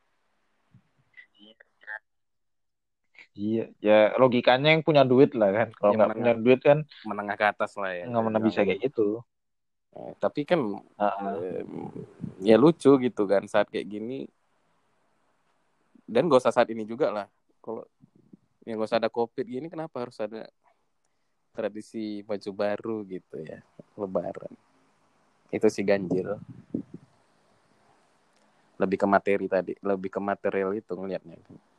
A: Iya, ya logikanya yang punya duit lah kan. Kalau
C: Yang
A: nggak punya
C: menengah
A: duit kan
C: menengah ke atas lah ya
A: nggak
C: saya
A: mana
C: bilang.
A: bisa kayak gitu.
C: Eh, tapi kan
A: Heeh.
C: eh, ya lucu gitu kan saat kayak gini, dan gak usah saat ini juga lah. Kalau yang gak usah ada COVID gini, kenapa harus ada tradisi baju baru gitu ya, Lebaran? Itu sih ganjil. Lebih ke materi tadi, lebih ke material itu ngelihatnya.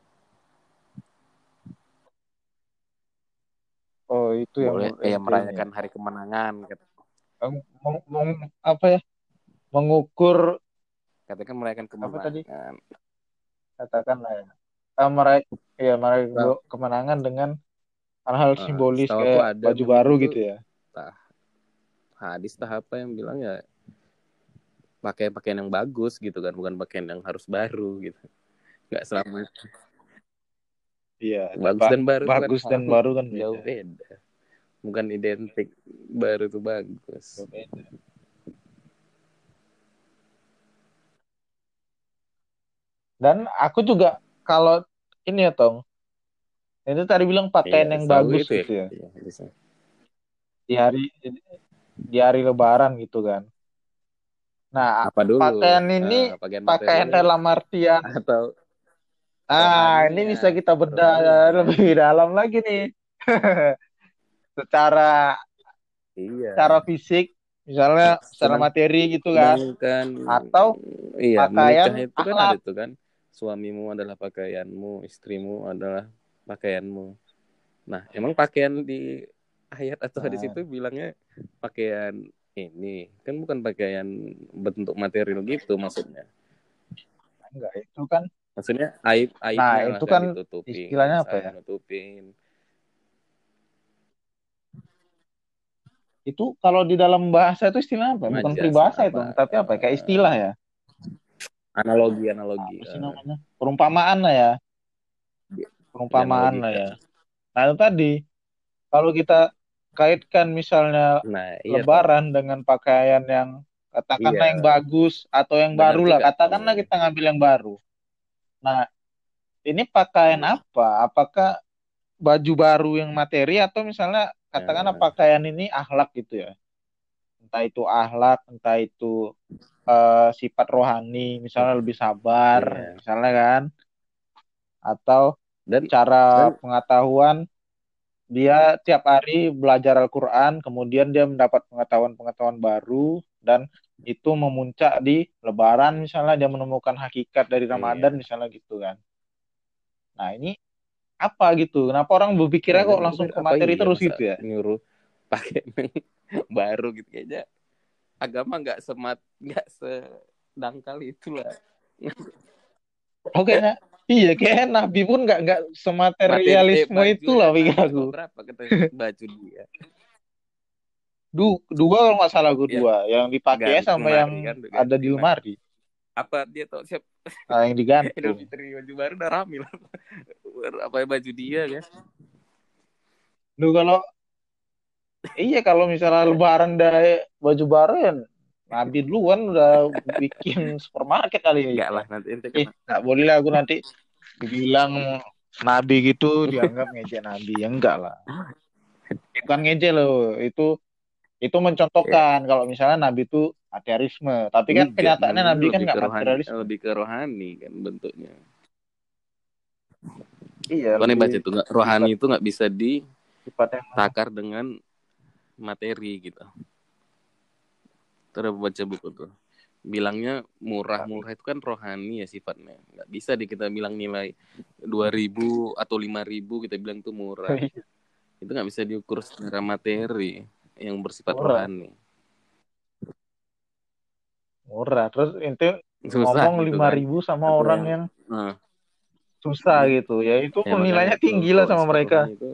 A: Oh, itu yang
C: Boleh
A: menurut
C: eh,
A: ente ini ya.
C: merayakan hari kemenangan,
A: Meng- meng- meng- apa ya? Mengukur
C: katakan merayakan
A: apa tadi?
C: kemenangan.
A: Katakanlah ya. Eh, meraih ya meraih
C: Nah,
A: kemenangan dengan hal-hal
C: uh,
A: simbolis
C: setahu aku
A: kayak
C: ada
A: baju
C: memang
A: baru
C: itu
A: gitu ya.
C: tah, hadis tah apa yang bilang ya pakai pakaian yang bagus gitu kan, bukan pakaian yang harus baru gitu. Nggak selama
A: Iya,
C: bagus
A: ba-
C: dan baru itu kan
A: bagus dan
C: hal
A: baru kan
C: jauh
A: beda.
C: beda, bukan identik baru itu bagus.
A: Jauh beda. Dan aku juga kalau ini ya Tong, itu tadi bilang
C: Iya
A: pakaian yang
C: selalu
A: bagus
C: itu ya,
A: gitu ya
C: iya, bisa.
A: di hari di hari Lebaran gitu kan. Nah,
C: Apa dulu,
A: pakaian ini
C: uh, pakaian
A: pakaian
C: material
A: dalam artian,
C: atau
A: ah ini bisa
C: rohaninya,
A: kita bedah
C: rohaninya.
A: lebih dalam lagi nih. Secara secara
C: Iya,
A: fisik, misalnya secara
C: sedang
A: materi gitu kan,
C: sedangkan
A: atau
C: iya menikah
A: pakaian
C: itu kan ada
A: akhlak.
C: tuh kan, suamimu adalah pakaianmu, istrimu adalah pakaianmu. Nah emang pakaian di ayat atau hadis
A: Nah,
C: itu bilangnya pakaian ini kan bukan pakaian bentuk material gitu maksudnya.
A: enggak itu kan.
C: Maksudnya aib
A: Nah,
C: aibnya lah
A: itu
C: kan
A: kan
C: ditutupin,
A: istilahnya apa
C: misalnya
A: ya?
C: nutupin.
A: Itu kalau di dalam bahasa itu istilah apa? Bukan
C: Majas
A: peribahasa itu,
C: apa
A: tapi apa? ya? Kayak
C: uh,
A: istilah ya.
C: analogi analogi
A: Apa sih
C: uh,
A: namanya? Perumpamaan lah ya. Perumpamaan lah ya.
C: dianalogikan.
A: Nah, itu tadi kalau kita kaitkan misalnya
C: Nah iya toh,
A: Lebaran dengan pakaian yang katakanlah yang
C: iya
A: bagus atau yang
C: benar
A: baru lah,
C: juga
A: katakanlah
C: tong.
A: kita ngambil yang baru. Nah, ini pakaian
C: Iya.
A: apa? Apakah baju baru yang materi atau misalnya katakanlah
C: Nah,
A: pakaian ini akhlak gitu ya? Entah itu akhlak, entah itu eh, sifat rohani, misalnya lebih sabar,
C: iya.
A: misalnya kan, atau
C: Dan
A: cara
C: dan
A: pengetahuan dia tiap hari belajar Al-Quran, kemudian dia mendapat pengetahuan-pengetahuan baru dan itu memuncak di Lebaran misalnya dia menemukan hakikat dari Ramadan
C: iya.
A: misalnya gitu kan. Nah ini apa gitu? Kenapa orang
C: Iya
A: berpikirnya
C: dan
A: kok langsung
C: udah
A: ke
C: apa
A: materi
C: iya
A: terus
C: masa
A: gitu ya?
C: nyuruh pakai yang baru gitu, kayaknya agama nggak semat nggak sedangkal itulah.
A: Oke, nah, iya kayak Nabi pun nggak nggak
C: Materi eh
A: sematerialisme itu
C: bajunya
A: lah pikir
C: Nabi
A: aku.
C: cuma berapa kata baju dia?
A: Du, dua kalau nggak salah gue
C: Ya
A: dua, yang
C: nggak
A: dipakai
C: habis
A: sama yang
C: lemari kan udah
A: ada
C: ganti.
A: di
C: Nah
A: lemari,
C: apa dia tahu siap
A: nah, yang
C: Idul
A: digantung.
C: Fitri baju baru udah ramil apa baju dia kan.
A: Lu kalau iya kalau misalnya Lebaran dari baju baru ya Nabi duluan udah bikin supermarket kali ini.
C: Nggak lah nanti ente
A: Eh
C: kena.
A: nggak boleh lah aku nanti dibilang Nabi gitu dianggap ngejek Nabi ya enggak lah. Bukan ngejek loh itu itu
C: Ya
A: mencontohkan kalau misalnya Nabi itu materialisme. Tapi kan
C: enggak,
A: kenyataannya
C: Nabi ini
A: Nabi kan
C: lebih ke
A: nggak
C: rohani,
A: materialisme.
C: lebih ke rohani kan bentuknya.
A: Iya
C: Makanya
A: lebih
C: baca itu nggak, rohani
A: sifat
C: itu nggak bisa
A: sifatnya
C: ditakar dengan materi gitu. Terus baca buku tuh bilangnya murah-murah itu kan rohani ya sifatnya, nggak bisa di kita bilang nilai dua ribu atau lima ribu kita bilang itu murah. Itu nggak bisa diukur secara materi yang bersifat
A: murah,
C: rohani.
A: murah. Terus itu
C: Susah
A: ngomong
C: gitu
A: lima
C: kan,
A: ribu sama
C: atau
A: orang
C: yang
A: yang
C: nah,
A: susah gitu. Ya itu
C: ya makanya
A: nilainya
C: itu
A: tinggi lah
C: kalau
A: sama
C: sifat
A: mereka.
C: rohani itu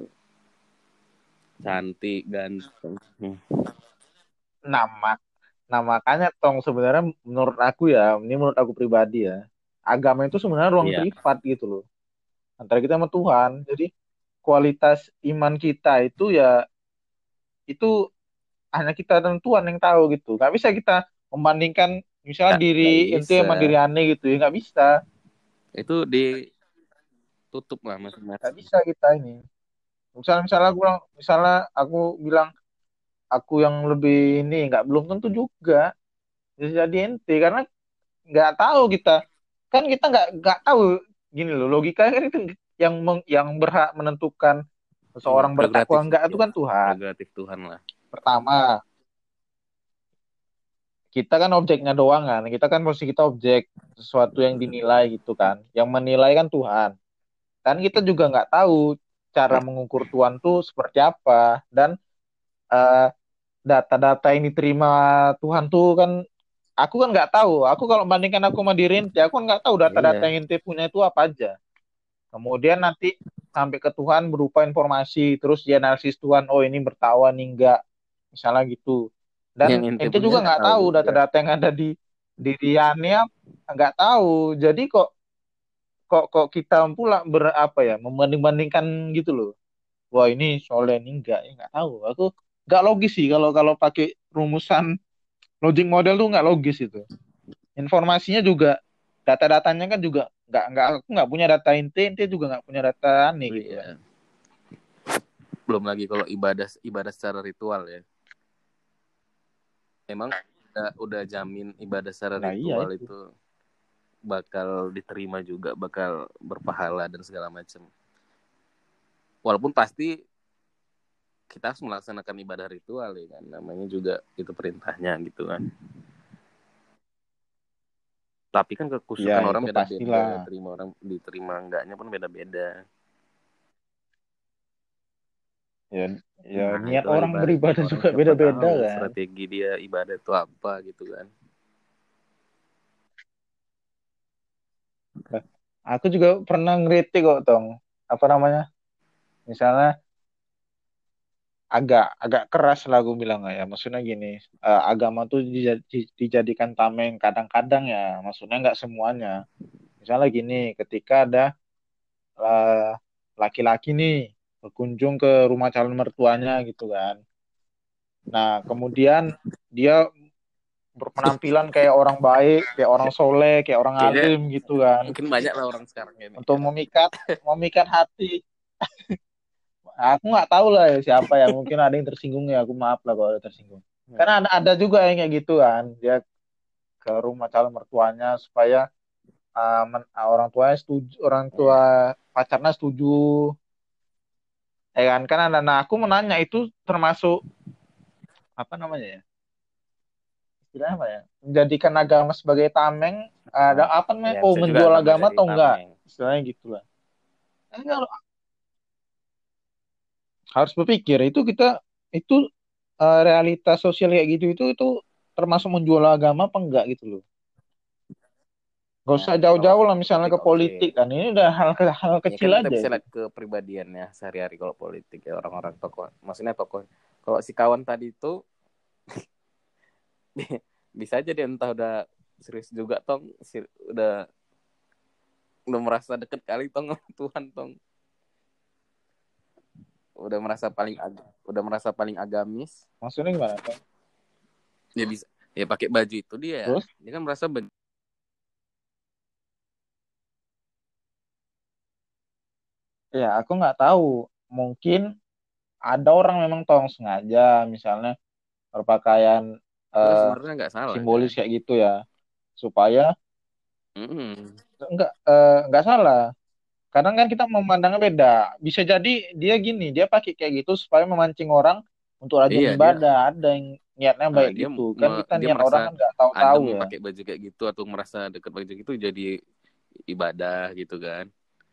C: cantik ganteng. Hmm.
A: Nama, nah makanya tong sebenarnya menurut aku ya, ini menurut aku pribadi ya, agama itu sebenarnya ruang
C: Iya
A: privat gitu loh antara kita sama Tuhan. Jadi kualitas iman kita itu ya itu hanya kita dan Tuhan yang tahu gitu. Gak bisa kita membandingkan misalnya
C: Nggak, nggak
A: diri ente
C: bisa.
A: sama diri aneh gitu ya, nggak bisa.
C: Itu ditutup lah
A: Nggak
C: masing-masing.
A: bisa kita ini. Misalnya misalnya aku bilang, misalnya aku bilang aku yang lebih ini, nggak belum tentu juga bisa jadi ente karena nggak tahu kita, kan kita nggak nggak tahu gini loh, logika kan itu yang meng- yang berhak menentukan
C: Iya,
A: seseorang bertakwa
C: prerogatif
A: enggak itu
C: ya.
A: kan Tuhan.
C: Prerogatif Tuhan lah.
A: Pertama, kita kan objeknya doang kan, kita kan posisi kita objek sesuatu yang dinilai gitu kan, yang menilai kan Tuhan. Kan kita juga nggak tahu cara mengukur Tuhan tuh seperti apa, dan eh, data-data yang diterima Tuhan tuh kan aku kan nggak tahu. Aku kalau bandingkan aku sama diri ente, aku kan nggak tahu data-data
C: Iya.
A: yang ente punya itu apa aja. Kemudian nanti sampai ke Tuhan berupa informasi, terus dia analisis Tuhan, oh ini bertawan nih enggak, misalnya gitu.
C: Yang
A: Dan
C: ente
A: ente
C: punya
A: juga
C: nggak
A: nggak
C: tahu
A: tahu
C: juga.
A: data-data yang ada di di Riannya, nggak tahu. Jadi kok kok kok kita pula berapa ya membanding-bandingkan gitu loh. Wah ini soalnya ini enggak, ya nggak tahu. Aku nggak logis sih kalau kalau pakai rumusan logic model tuh nggak logis itu. Informasinya juga data-datanya kan juga nggak nggak aku nggak punya data ente, ente juga nggak punya data aneh gitu kan.
C: Iya. Belum lagi kalau ibadah ibadah secara ritual ya. Emang udah, udah jamin ibadah secara
A: Nah iya
C: ritual
A: itu.
C: itu bakal diterima juga, bakal berpahala dan segala macam. Walaupun pasti kita harus melaksanakan ibadah ritual ya kan, namanya juga itu perintahnya gitu kan. Tapi kan
A: Ya
C: kekusukan orang
A: itu
C: beda-beda,
A: pastilah.
C: terima orang diterima enggaknya pun beda-beda.
A: Ya, ya
C: Nah
A: niat
C: itulah
A: orang
C: ibaratnya
A: beribadah
C: orang
A: juga
C: siapa
A: beda-beda
C: tahu
A: kan.
C: strategi dia ibadah itu apa gitu kan.
A: Nah, aku juga pernah ngeritik kok Tong. Apa namanya? Misalnya agak agak keras lah aku bilang ya. Maksudnya gini, eh, agama tuh dija- di- dijadikan tameng kadang-kadang ya. Maksudnya nggak semuanya. Misalnya gini, ketika ada eh, laki-laki nih berkunjung ke rumah calon mertuanya gitu kan. Nah, kemudian dia berpenampilan kayak orang baik, kayak orang soleh, kayak orang
C: Kayaknya
A: alim gitu kan.
C: mungkin banyak lah orang sekarang ini
A: Untuk
C: ya.
A: memikat, memikat hati. Aku nggak tahu lah ya siapa ya. Mungkin ada yang tersinggung ya. Aku maaf lah kalau ada tersinggung. Karena ada ada juga yang kayak gitu kan. Dia ke rumah calon mertuanya supaya uh, men- uh, orang tuanya setuju, orang tua
C: Iya.
A: pacarnya setuju. Ya kan? Kan ada. Nah, aku menanya itu termasuk apa namanya ya? Istilahnya apa ya? Menjadikan agama sebagai tameng. Ada
C: Nah,
A: apa namanya?
C: ya
A: Oh,
C: bisa juga
A: menjual
C: agama
A: agama
C: jadi
A: atau enggak?
C: tameng.
A: Istilahnya gitu lah. Kan kalau harus berpikir itu kita itu uh, realitas sosial kayak gitu itu itu termasuk menjual agama apa enggak gitu loh. Gak
C: Nah,
A: usah
C: kalau
A: jauh-jauh lah misalnya
C: politik
A: ke
C: oke.
A: politik kan. Ini udah hal hal
C: Ya
A: kecil
C: kan kita
A: aja
C: bisa
A: itu.
C: lihat kepribadiannya sehari-hari kalau politik ya orang-orang tokoh. Maksudnya tokoh. Kalau si kawan tadi itu bisa aja dia entah udah serius juga tong, udah udah merasa deket kali tong sama Tuhan tong, udah merasa paling ag- udah merasa paling agamis.
A: Maksudnya gimana tuh?
C: Ya bisa ya pakai baju itu dia
A: Terus
C: dia kan merasa ben-
A: ya aku nggak tahu. Mungkin ada orang memang tong sengaja misalnya berpakaian
C: itu kan
A: eh,
C: sebenarnya nggak salah
A: simbolis
C: kan.
A: kayak gitu ya supaya
C: Mm-mm.
A: enggak eh, enggak salah. Kadang kan kita memandangnya beda. Bisa jadi dia gini, dia pakai kayak gitu supaya memancing orang untuk rajin
C: Iya dia
A: ibadah. Ada yang niatnya
C: uh,
A: baik
C: dia
A: gitu. Kan
C: me-
A: kita
C: dia
A: niat
C: merasa
A: orang kan nggak tahu-tahu
C: adem
A: ya.
C: pakai baju kayak gitu atau merasa deket baju gitu jadi ibadah gitu kan.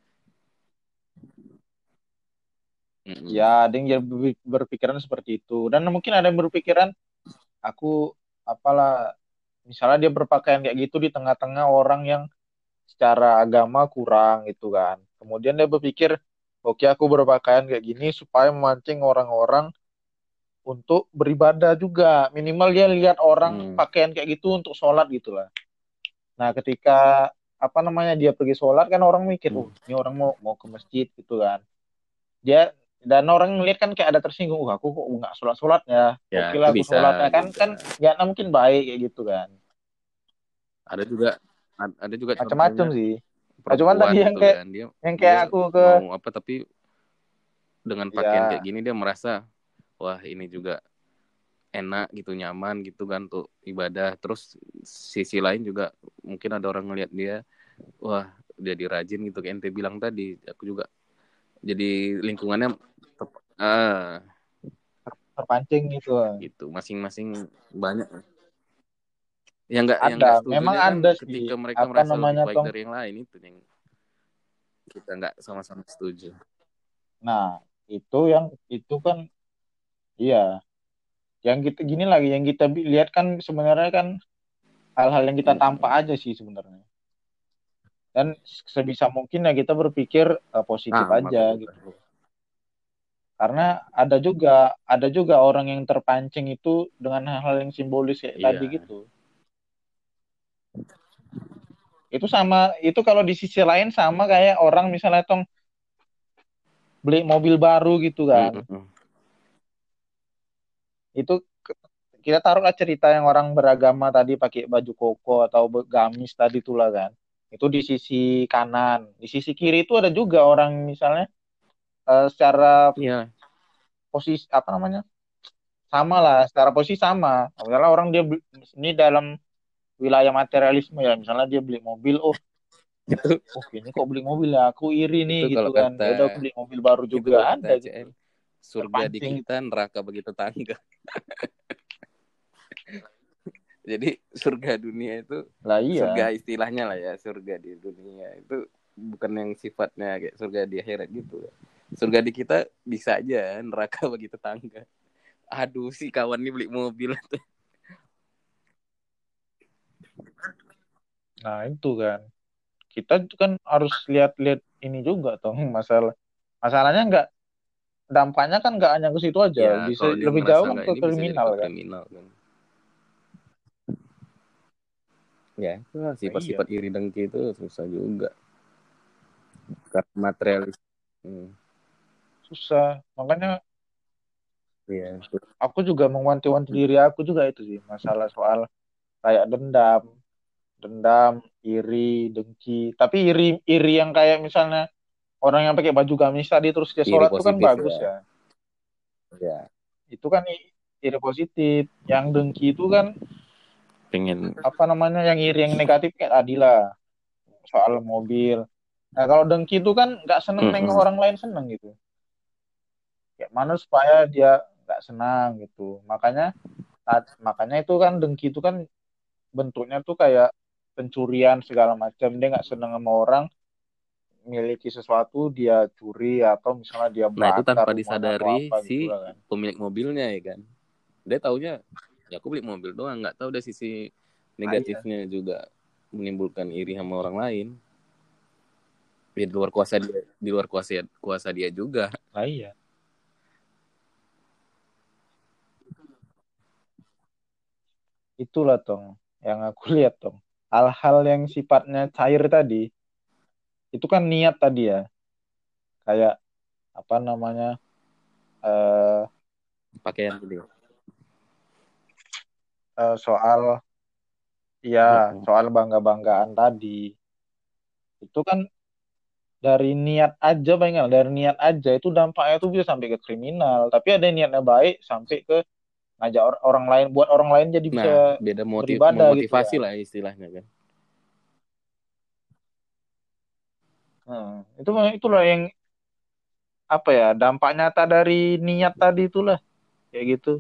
A: Ya,
C: Mm-mm.
A: ada yang jadi berpi- berpikiran seperti itu. Dan mungkin ada yang berpikiran, aku apalah, misalnya dia berpakaian kayak gitu di tengah-tengah orang yang secara agama kurang gitu kan. Kemudian dia berpikir, oke aku berpakaian kayak gini supaya memancing orang-orang untuk beribadah juga. Minimal dia lihat orang
C: Mm.
A: pakaian kayak gitu untuk sholat gitu lah. Nah, ketika apa namanya dia pergi sholat kan orang mikir, oh ini orang mau mau ke masjid gitu kan. Dia dan orang ngeliat kan kayak ada tersinggung, wah aku kok nggak sholat sholat ya,
C: Ya,
A: oke
C: itu
A: lah aku
C: bisa
A: sholat ya kan
C: juga.
A: kan nggak mungkin baik kayak gitu kan,
C: Ada juga ada juga
A: macam-macam
C: contohnya
A: sih. Nah, cuman tadi
C: perempuan
A: yang
C: gitu
A: kayak
C: kan. Dia
A: yang kayak
C: dia
A: aku ke
C: mau apa tapi dengan pakaian kayak
A: ya
C: gini dia merasa wah ini juga enak gitu, nyaman gitu kan untuk ibadah. Terus sisi lain juga mungkin ada orang ngelihat dia wah jadi rajin gitu kayak ente bilang tadi. Aku juga jadi lingkungannya tep- ah
A: terpancing gitu.
C: gitu masing-masing banyak yang nggak yang
A: Ada,
C: nggak
A: memang
C: setujunya kan
A: ada sih
C: ketika mereka
A: apa
C: merasa lebih
A: namanya
C: baik
A: tong.
C: dari yang lain itu yang kita nggak sama-sama setuju.
A: Nah, itu yang itu kan iya, yang kita gini lagi yang kita bi- lihat kan sebenarnya kan hal-hal yang kita tampak aja sih sebenarnya. Dan sebisa mungkin ya kita berpikir eh, positif
C: Sama
A: aja
C: kok kita.
A: gitu loh. Karena ada juga ada juga orang yang terpancing itu dengan hal-hal yang simbolis kayak tadi
C: Iya,
A: gitu. Itu sama itu kalau di sisi lain sama kayak orang misalnya tong beli mobil baru gitu kan.
C: mm-mm.
A: Itu ke- kita taruhlah cerita yang orang beragama tadi pakai baju koko atau be- gamis tadi itulah kan. Itu di sisi kanan. Di sisi kiri itu ada juga orang misalnya eh, secara
C: Iya,
A: posisi apa namanya? Sama lah, secara posisi sama. Misalnya orang dia beli- ini dalam wilayah materialisme ya, misalnya dia beli mobil, oh,
C: itu
A: oh ini kok beli mobil ya, aku iri nih
C: itu
A: gitu
C: kalau
A: kan.
C: kata
A: Ya udah aku beli mobil baru
C: itu
A: juga
C: kalau kata
A: ada gitu.
C: C M surga di
A: Terpancing gitu.
C: kita neraka bagi tetangga. Jadi surga dunia itu
A: Lah
C: surga
A: iya,
C: istilahnya lah ya, surga di dunia itu bukan yang sifatnya kayak surga di akhirat gitu. Surga di kita bisa aja, neraka bagi tetangga. Aduh si kawan ini beli mobil.
A: nah itu kan. Kita tuh kan harus lihat-lihat ini juga toh masalah. Masalahnya nggak dampaknya kan nggak hanya ke situ aja,
C: Ya
A: bisa
C: kalau dia
A: lebih
C: ngerasa
A: jauh kan
C: nggak
A: ke
C: ini bisa jadi
A: kriminal
C: ke
A: kan.
C: kriminal kan. Ya itulah
A: Nah, iya,
C: sifat-sifat iri dengki itu susah juga karena materialis. Hmm.
A: susah. Makanya
C: Iya.
A: aku juga mewanti-wanti diri aku juga itu sih masalah soal kayak dendam, dendam, iri, dengki. Tapi iri iri yang kayak misalnya orang yang pakai baju gamis tadi terus dia
C: Iri
A: sholat tuh kan
C: positif
A: bagus
C: ya.
A: ya.
C: Ya
A: Itu kan i- iri positif. Yang dengki itu kan
C: pengen.
A: apa namanya yang iri yang negatif kayak tadi lah soal mobil. Nah kalau dengki itu kan nggak seneng nengok
C: Mm-mm.
A: orang lain seneng gitu. Kayak mana supaya dia nggak senang gitu. Makanya tat- makanya itu kan dengki itu kan bentuknya tuh kayak pencurian segala macam. Dia nggak seneng sama orang miliki sesuatu dia curi atau misalnya dia
C: Nah itu
A: bakar
C: tanpa
A: rumahnya atau
C: disadari
A: apa gitu
C: si
A: lah kan.
C: pemilik mobilnya ya kan. Dia taunya ya aku beli mobil doang, nggak tahu dari sisi
A: Nah, iya.
C: negatifnya juga menimbulkan iri sama orang lain. Ya, di luar kuasa dia, di luar kuasa kuasa dia juga.
A: Nah, iya. Itulah tong yang aku lihat tong. Hal-hal yang sifatnya cair tadi itu kan niat tadi ya. Kayak apa namanya eh
C: Pakaian gitu.
A: eh, soal ya
C: Mm-mm.
A: soal bangga-banggaan tadi. Itu kan dari niat aja pengen dari niat aja itu dampaknya tuh bisa sampai ke kriminal. Tapi ada yang niatnya baik sampai ke ngajak or- orang lain buat orang lain jadi bisa
C: Nah beda motiv
A: beribadah gitu
C: memotivasi
A: kan.
C: lah istilahnya kan.
A: Hmm, itu itulah yang apa ya dampak nyata dari niat tadi itulah kayak gitu.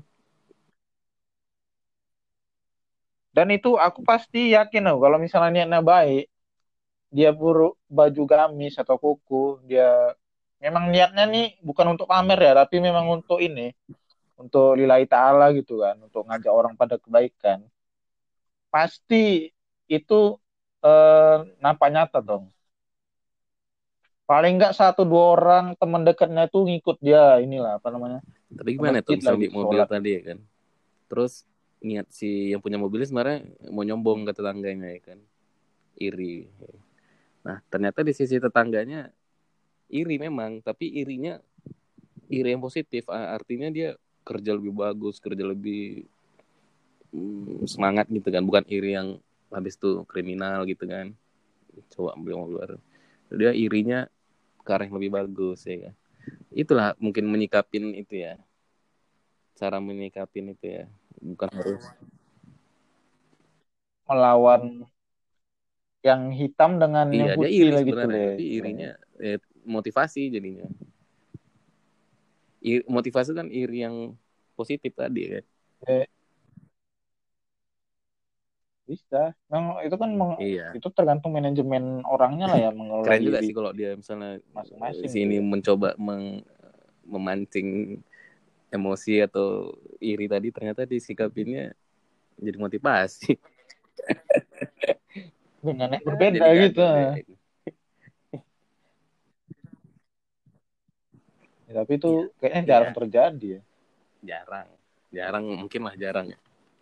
A: Dan itu aku pasti yakin loh kalau misalnya niatnya baik, dia buru baju gamis atau kuku, dia memang niatnya nih bukan untuk pamer ya, tapi memang untuk ini, untuk lillahi ta'ala gitu kan, untuk ngajak orang pada kebaikan. Pasti itu eh, nampak nyata dong. Paling nggak satu dua orang teman dekatnya itu ngikut dia inilah apa namanya
C: Tapi
A: ke
C: gimana tuh
A: masjid lah
C: misal beli
A: gitu
C: mobil
A: sholat
C: tadi
A: gitu.
C: ya kan. Terus niat si yang punya mobilnya sebenarnya mau nyombong ke tetangganya ya kan. Iri. Nah ternyata di sisi tetangganya iri memang, tapi irinya iri yang positif, artinya dia kerja lebih bagus, kerja lebih hmm, semangat gitu kan, bukan iri yang habis tuh kriminal gitu kan, coba ambil keluar. Dia irinya ke arah yang lebih bagus ya kan. Itulah mungkin menyikapin itu ya, cara menyikapin itu ya, bukan harus
A: Melawan yang hitam dengan
C: iya
A: yang
C: dia
A: putih
C: iri
A: lah gitu
C: sebenarnya,
A: deh
C: tapi
A: istilahnya.
C: irinya eh, motivasi jadinya. I, motivasi kan iri yang positif tadi kan.
A: Eh, bisa. Memang itu kan meng-
C: Iya,
A: itu tergantung manajemen orangnya lah ya mengelola
C: keren juga
A: diri
C: sih kalau dia misalnya
A: masing-masing
C: si
A: tuh
C: ini
A: ya.
C: mencoba meng, memancing emosi atau iri tadi, ternyata disikapinnya jadi motivasi.
A: Dengan yang
C: Ya,
A: berbeda
C: jadi
A: gitu.
C: gagal deh.
A: Ya, tapi itu
C: Iya,
A: kayaknya
C: iya,
A: jarang terjadi ya.
C: jarang, jarang mungkin lah jarang ya.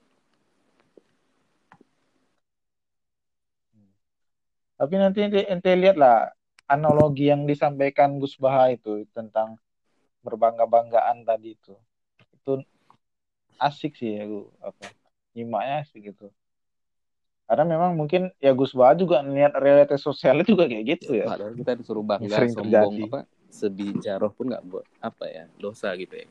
A: Tapi nanti ente, ente lihat lah analogi yang disampaikan Gus Baha itu tentang berbangga-banggaan tadi itu. Itu asik sih ya gue apa nyimaknya asik gitu. Karena memang mungkin ya Gus Baha juga ngeliat realitas sosialnya juga kayak gitu ya.
C: Padahal kita disuruh
A: Yang
C: bangga,
A: sering
C: sombong
A: terjadi.
C: apa sedih jaroh pun nggak buat apa ya, dosa gitu ya.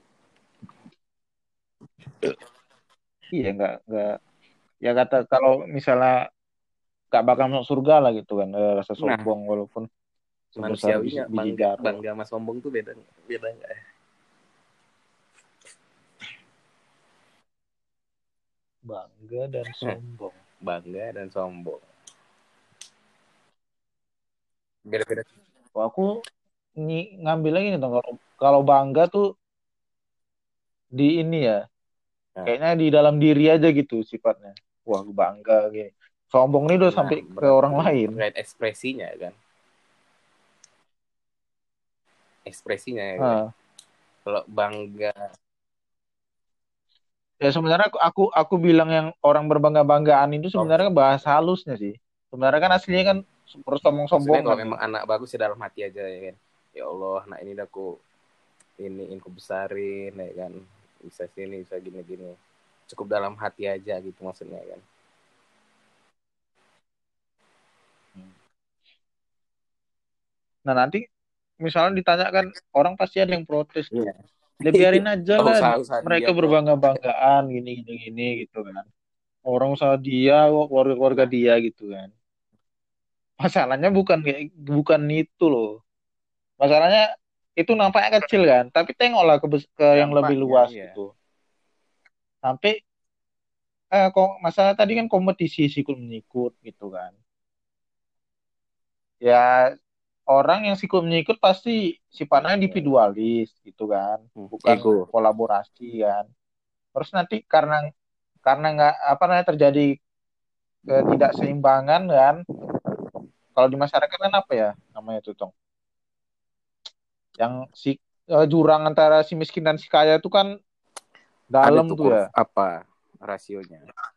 A: Iya nggak nggak ya kata kalau misalnya nggak bakal masuk surga lah gitu kan eh, rasa
C: Nah,
A: sombong walaupun sebesar biji,
C: manusiawinya
A: biji
C: bangga
A: jaro.
C: bangga sama sombong tuh beda beda nggak ya?
A: Bangga dan sombong.
C: Bangga dan sombong beda-beda.
A: Wah, aku ng- ngambil lagi nih Tong. kalau kalau bangga tuh di ini ya
C: Nah,
A: kayaknya di dalam diri aja gitu sifatnya. Wah, gue bangga gini. Sombong ini udah
C: nah
A: sampai ke orang
C: berarti
A: lain.
C: terkait ekspresinya kan, ekspresinya ya kan.
A: Ah.
C: Kalau bangga,
A: Ya sebenarnya aku aku aku bilang yang orang berbangga-banggaan itu
C: oh,
A: sebenarnya bahasa halusnya sih. Sebenarnya kan aslinya kan
C: maksudnya kalau
A: bersombong-sombongan kan.
C: memang anak bagus ya dalam hati aja ya kan. Ya Allah, anak ini udah aku iniin, ku besarin ya kan, bisa sini bisa gini-gini, cukup dalam hati aja gitu maksudnya kan.
A: Nah nanti misalnya ditanyakan orang pasti ada yang protes tuh.
C: Iya.
A: Ya biarin aja
C: Oh,
A: lah
C: usaha-usaha
A: mereka
C: dia kok.
A: berbangga-banggaan gini gini gini gitu kan. Orang usaha dia, kok keluarga-keluarga
C: Nah,
A: dia gitu kan. Masalahnya bukan kayak bukan itu loh. Masalahnya itu nampaknya kecil kan, tapi tengoklah ke, bes- ke yang lebih
C: dampaknya
A: luas
C: iya.
A: gitu. Sampai eh, kok masalah tadi kan kompetisi sikut menyikut gitu kan. Ya orang yang sikut menyikut pasti sifatnya individualis gitu kan,
C: Hmm,
A: bukan
C: ego.
A: kolaborasi kan. Terus nanti karena karena nggak apa namanya terjadi ketidakseimbangan kan, kalau di masyarakat kan apa ya namanya itu Tong? Yang si eh, jurang antara si miskin dan si kaya itu kan
C: Ada
A: dalam
C: tuh
A: tuh ya,
C: kurve apa rasionya,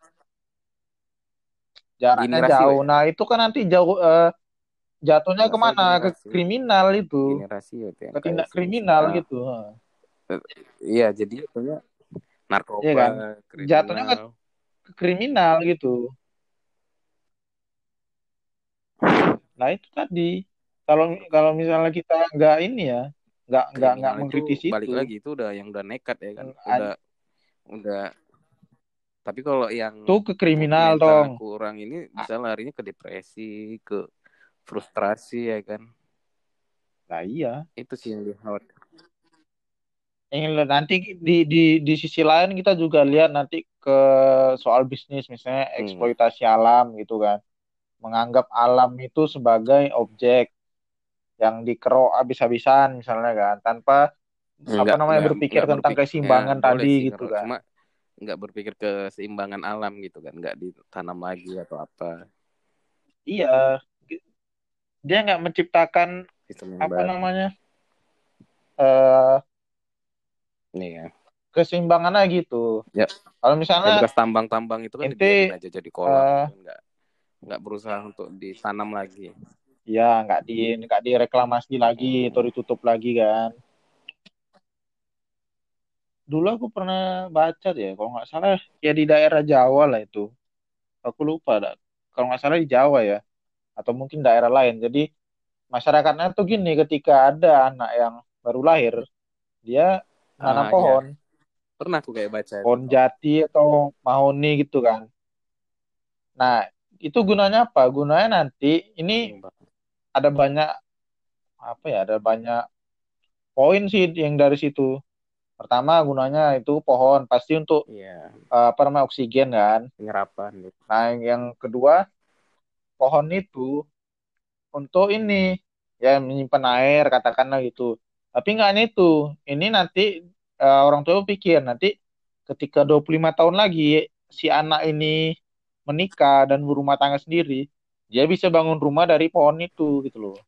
C: gini
A: jaraknya
C: rasio
A: jauh.
C: ya,
A: Nah itu kan nanti jauh eh, jatuhnya
C: nggak salah
A: kemana?
C: gini
A: Ke
C: rasio,
A: kriminal itu,
C: gini rasio tuh yang
A: ke
C: kayak
A: tindak
C: sini sini
A: kriminal
C: ah
A: gitu. Heeh.
C: eh, iya jadi itu
A: Iya
C: narkoba,
A: kan? Jatuhnya ke,
C: kriminal.
A: ke kriminal gitu. Nah itu tadi kalau kalau misalnya kita nggak ini ya, nggak nggak nggak
C: Kriminal itu
A: mengkritisi itu,
C: balik lagi itu udah yang udah nekat ya kan,
A: mm,
C: udah
A: an-
C: udah tapi kalau yang
A: tuh ke kriminal
C: mentalnya
A: dong.
C: kurang ini
A: Ah,
C: bisa larinya ke depresi, ke frustrasi ya kan.
A: Nah iya.
C: Itu sih yang dikhawatir.
A: Ingin lihat nanti di di di sisi lain kita juga lihat nanti ke soal bisnis misalnya
C: Hmm.
A: eksploitasi alam gitu kan. Menganggap alam itu sebagai objek yang dikerok habis-habisan misalnya kan tanpa apa
C: nggak
A: namanya
C: nggak
A: berpikir
C: nggak
A: tentang
C: berpikir ya
A: keseimbangan
C: boleh
A: tadi
C: sih
A: gitu
C: ngerok,
A: kan.
C: cuma nggak berpikir keseimbangan alam gitu kan, nggak ditanam lagi atau apa
A: Iya, dia nggak menciptakan
C: sistem yang
A: apa
C: baru
A: namanya eh
C: nih ya.
A: keseimbangannya gitu.
C: Ya,
A: Kalau
C: ya
A: misalnya
C: bekas tambang-tambang itu kan dibiarin
A: ente
C: aja jadi kolam
A: eh
C: gitu kan, nggak nggak berusaha untuk ditanam lagi.
A: ya nggak di nggak direklamasi lagi atau
C: Mm-mm.
A: ditutup lagi kan. dulu aku pernah baca deh, kalau nggak salah ya di daerah Jawa lah itu. Aku lupa dah. Kalau nggak salah di Jawa ya, atau mungkin daerah lain. Jadi masyarakatnya tuh gini, ketika ada anak yang baru lahir, dia nanam
C: Ah ya,
A: pohon,
C: pernah aku kayak baca itu.
A: pohon jati atau mahoni gitu kan. Nah, itu gunanya apa? Gunanya nanti ini
C: Sumpah.
A: ada banyak apa ya? Ada banyak poin sih yang dari situ. Pertama, gunanya itu pohon pasti untuk
C: Iya,
A: eh, apa namanya oksigen kan.
C: penyerapan gitu.
A: Nah, yang yang kedua, pohon itu untuk ini ya menyimpan air katakanlah gitu. Tapi nggak hanya itu. Ini nanti eh, orang tua pikir nanti ketika dua puluh lima tahun lagi si anak ini menikah dan berumah tangga sendiri, dia bisa bangun rumah dari pohon itu gitu loh.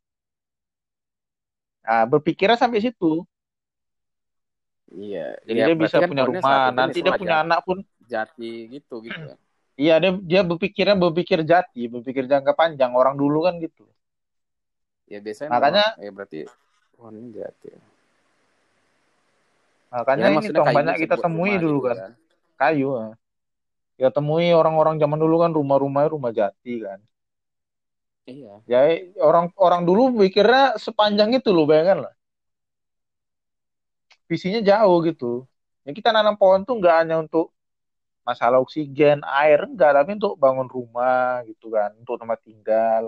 A: Nah, berpikirnya sampai situ.
C: Iya,
A: Jadi
C: ya
A: dia
C: berarti
A: bisa
C: kan
A: punya
C: pohonnya
A: rumah.
C: strategis
A: Nanti dia
C: lah,
A: punya
C: ja-
A: anak pun,
C: jati gitu gitu.
A: iya dia dia berpikirnya berpikir jati, berpikir jangka panjang. Orang dulu kan gitu.
C: Ya biasanya emang
A: Makanya
C: orang, ya berarti pohonnya jati. Ya
A: makanya
C: kan
A: ini
C: maksudnya
A: tong
C: kayunya
A: banyak
C: bisa
A: kita
C: buat
A: temui
C: rumah
A: dulu
C: gitu
A: kan
C: kan.
A: kayu. ah. Ya temui orang-orang zaman dulu kan rumah-rumahnya rumah jati kan.
C: Iya.
A: Ya orang orang dulu mikirnya sepanjang itu loh, bayangkan lah. Visinya jauh gitu. Ya kita nanam pohon tuh nggak hanya untuk masalah oksigen, air enggak, tapi untuk bangun rumah gitu kan, untuk tempat tinggal.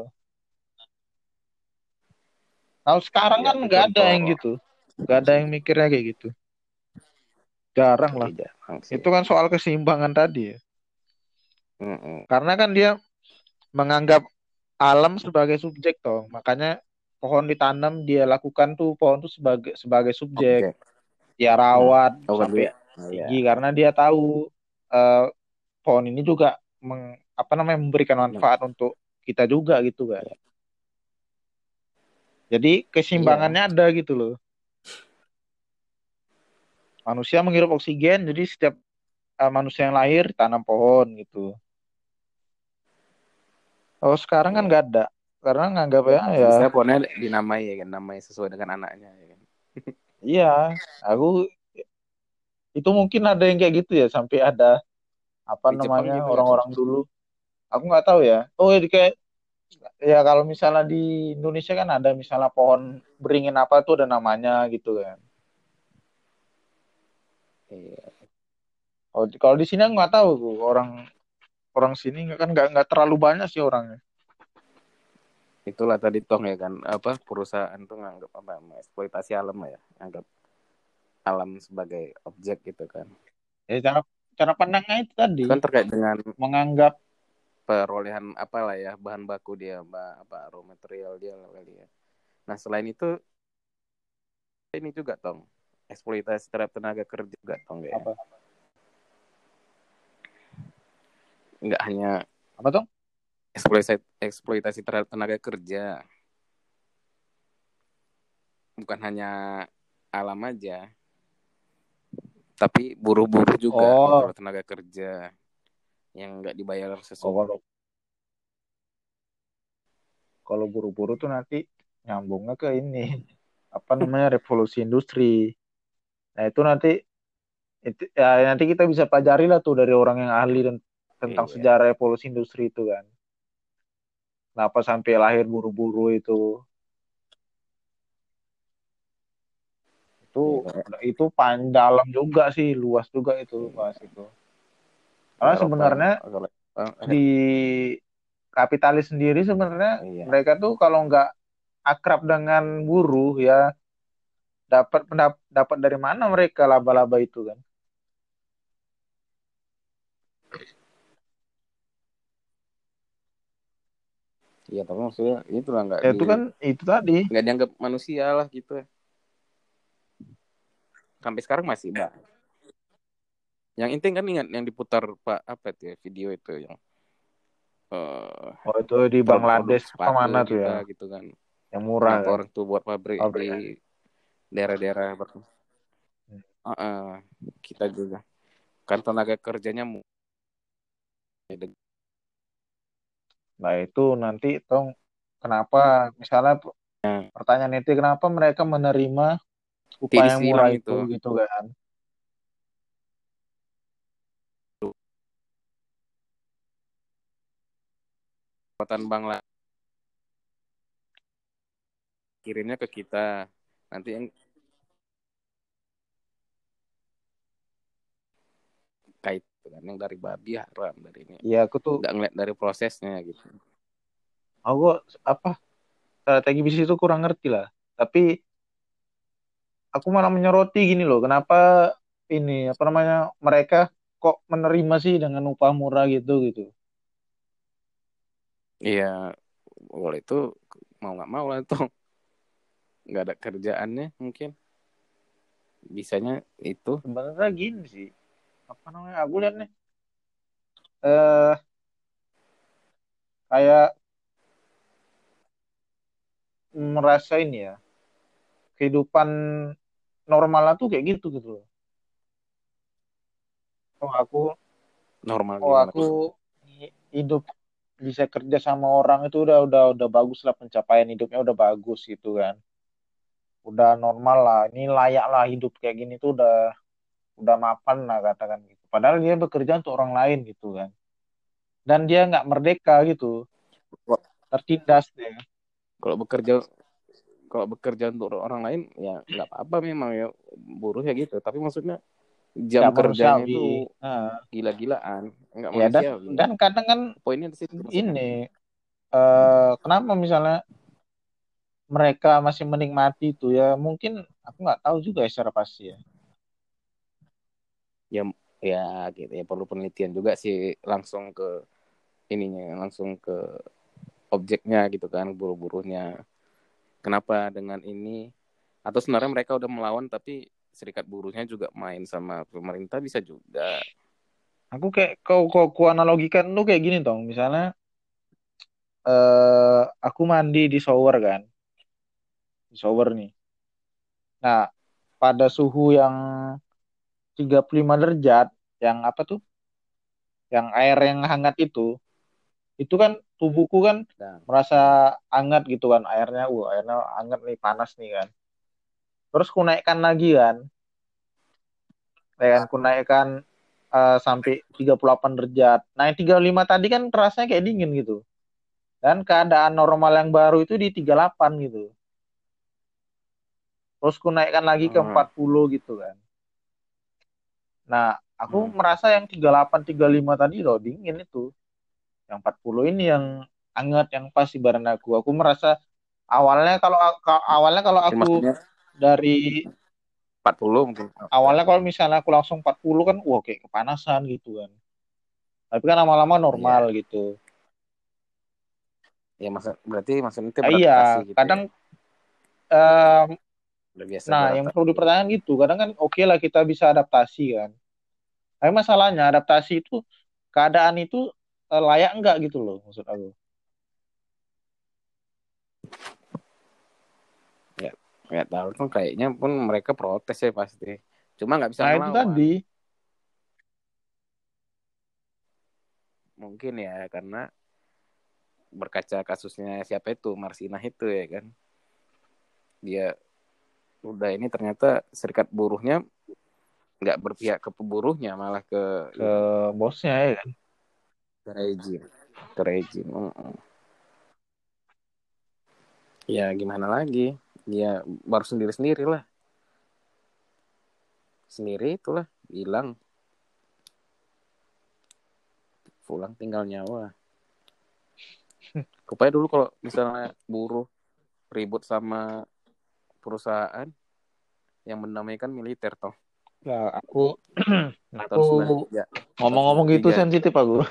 A: Nah sekarang
C: Iya,
A: kan
C: itu
A: nggak ada
C: contoh
A: yang gitu, nggak ada
C: sih.
A: yang mikirnya kayak gitu. Jarang lah.
C: Iya, jarang sih.
A: Itu kan soal keseimbangan tadi ya.
C: Mm-mm.
A: Karena kan dia menganggap alam sebagai subjek toh. Makanya pohon ditanam dia lakukan tuh pohon tuh sebagai sebagai subjek.
C: Oke.
A: Dia
C: Hmm.
A: rawat
C: Oh, kan
A: sampai
C: dia. Oh,
A: tinggi
C: ya.
A: karena dia tahu eh, pohon ini juga meng, apa namanya memberikan
C: Men-
A: manfaat untuk kita juga gitu kan.
C: ya.
A: Jadi
C: Iya.
A: keseimbangannya ada gitu loh. Manusia menghirup oksigen, jadi setiap eh, manusia yang lahir tanam pohon gitu. Oh sekarang kan
C: Iya.
A: nggak ada, karena nganggap ya ya
C: Bisa pohonnya dinamai ya kan, namai sesuai dengan anaknya ya kan.
A: iya. Aku itu mungkin ada yang kayak gitu ya sampai ada apa
C: Di Jepang
A: namanya
C: gitu kan.
A: orang-orang dulu. Aku nggak tahu ya. Oh ya kayak ya kalau misalnya di Indonesia kan ada misalnya pohon beringin apa tuh ada namanya gitu kan.
C: Iya.
A: Kalau di, kalau di sini aku nggak tahu tuh orang orang sini nggak kan nggak nggak terlalu banyak sih orangnya.
C: Itulah tadi tong ya kan, apa perusahaan tuh nganggap apa, eksploitasi alam lah ya, anggap alam sebagai objek gitu kan.
A: Ya cara cara pandangnya itu tadi
C: Itu kan terkait dengan
A: menganggap
C: perolehan apalah ya, bahan baku dia, apa raw material dia lah kali ya. Nah selain itu ini juga tong, eksploitasi terhadap tenaga kerja juga tong ya.
A: apa
C: Nggak hanya
A: apa tuh?
C: eksploitasi eksploitasi terhadap tenaga kerja, bukan hanya alam aja, tapi buruh-buruh juga gitu
A: Oh,
C: loh, tenaga kerja yang nggak dibayar
A: oh
C: sesuai.
A: kalau kalau buru-buru tuh nanti nyambungnya ke ini apa namanya revolusi industri. Nah itu nanti itu, ya nanti kita bisa pelajari lah tuh dari orang yang ahli dan tentang
C: Iya,
A: sejarah revolusi industri itu kan. Kenapa sampai lahir buru-buru itu? Itu
C: iya kayak,
A: itu panjang dalam juga sih, luas juga itu bahas
C: iya,
A: itu.
C: kayak
A: Karena
C: Eropa yang
A: sebenarnya
C: kalau eh, eh,
A: di kapitalis sendiri sebenarnya
C: iya,
A: mereka tuh kalau nggak akrab dengan buruh ya dapat pendap- dapat dari mana mereka laba-laba itu kan?
C: iya tapi maksudnya itu lah, nggak
A: Ya
C: di
A: itu kan itu tadi.
C: nggak dianggap manusia lah gitu. Sampai sekarang masih bah. Yang intinya kan ingat yang diputar Pak apa itu ya, video itu yang eh,
A: Oh itu di
C: produk-produk
A: Bangladesh apa
C: sepatu
A: mana tuh ya?
C: kita gitu kan.
A: Yang murah
C: Kenapa
A: kan?
C: orang tuh buat pabrik di
A: Pabrik.
C: daerah-daerah ber- Eh, eh, kita juga kan tenaga kerjanya mu-
A: Nah itu nanti tong kenapa misalnya pertanyaan itu kenapa mereka menerima upah
C: tiri
A: yang murah
C: silang
A: itu
C: itu.
A: gitu kan?
C: Kekuatan bank lah kirimnya ke kita. Nanti yang kait kan yang dari babi haram dari ini.
A: Iya, aku tuh
C: Nggak ngeliat dari prosesnya gitu.
A: aku apa strategi bisnis itu kurang ngerti lah. Tapi aku malah menyoroti gini loh, kenapa ini apa namanya mereka kok menerima sih dengan upah murah gitu gitu.
C: Iya, kalau itu mau nggak mau lah tuh nggak ada kerjaannya mungkin bisanya itu.
A: Sebenarnya gini sih, apa namanya? Aku lihat nih, eh kayak merasa ini ya, kehidupan normal tuh kayak gitu gitu loh. Oh aku,
C: Normal
A: oh
C: gimana
A: aku
C: tuh?
A: hi- hidup bisa kerja sama orang itu udah udah udah bagus lah, pencapaian hidupnya udah bagus gitu kan. Udah normal lah, ini layak lah hidup kayak gini tuh udah udah mapan lah katakan gitu. Padahal dia bekerja untuk orang lain gitu kan. Dan dia nggak merdeka gitu, tertindas dia.
C: Kalau bekerja kalau bekerja untuk orang lain ya nggak apa-apa memang ya buruh ya gitu. Tapi maksudnya jam
A: Nggak
C: kerjanya
A: manusiawi.
C: itu
A: Nah,
C: gila-gilaan, nggak
A: ya dan
C: manusiawi.
A: dan kadang kan
C: Poinnya di situ maksudnya.
A: ini eh, kenapa misalnya mereka masih menikmati itu ya mungkin aku nggak tahu juga ya secara pasti ya.
C: Ya ya gitu ya perlu penelitian juga sih langsung ke ininya, langsung ke objeknya gitu kan, buruh-buruhnya. Kenapa dengan ini? Atau sebenarnya mereka udah melawan tapi serikat buruhnya juga main sama pemerintah bisa juga.
A: Aku kayak kau kau ku analogikan tuh kayak gini dong. Misalnya eh aku mandi di shower kan, di shower nih. Nah, pada suhu yang tiga puluh lima derajat, yang apa tuh? Yang air yang hangat itu, itu kan tubuhku kan
C: Nah,
A: merasa hangat gitu kan airnya. Uh, airnya hangat nih, panas nih kan. Terus ku naikkan lagi kan, ya kan ku naikkan eh, sampai tiga puluh delapan derajat. Nah, yang tiga puluh lima tadi kan rasanya kayak dingin gitu. Dan keadaan normal yang baru itu di tiga puluh delapan gitu. Terus ku naikkan lagi ke
C: hmm,
A: empat puluh gitu kan. Nah, aku
C: hmm.
A: merasa yang tiga puluh delapan, tiga puluh lima tadi loh dingin itu. Yang empat puluh ini yang hangat, yang pas ibarat aku. Aku merasa awalnya kalau ka- awalnya kalau
C: Mungkin
A: aku
C: maksudnya
A: dari
C: empat puluh mungkin.
A: awalnya kalau misalnya aku langsung empat puluh kan, wah kayak kepanasan gitu kan. Tapi kan lama-lama normal
C: Iya,
A: gitu.
C: ya maksud berarti maksudnya itu
A: Ah, iya,
C: beradaptasi gitu
A: kadang
C: ya.
A: em,
C: Udah biasa
A: nah yang perlu
C: beradaptasi.
A: dipertanyakan gitu. Kadang kan oke lah kita bisa adaptasi kan. Tapi masalahnya adaptasi itu keadaan itu eh, layak enggak gitu loh maksud aku.
C: Ya, nggak tahu kan kayaknya pun mereka protes ya pasti. Cuma nggak bisa
A: Nah itu
C: ngelawan.
A: tadi.
C: Mungkin ya karena berkaca kasusnya siapa itu Marsinah itu ya kan. Dia udah ini ternyata serikat buruhnya nggak berpihak ke buruhnya malah ke
A: Ke
C: ini
A: bosnya ya kan.
C: ke rejim ke rejim. Mm-mm. Ya gimana lagi ya baru sendiri sendiri lah sendiri itulah hilang pulang tinggal nyawa. Kupaya dulu kalau misalnya buruh ribut sama perusahaan yang mendamaikan militer toh
A: Nah, aku aku
C: tahun sembilan puluh tiga tahun
A: ngomong-ngomong gitu
C: sembilan puluh tiga itu.
A: sensitif aku.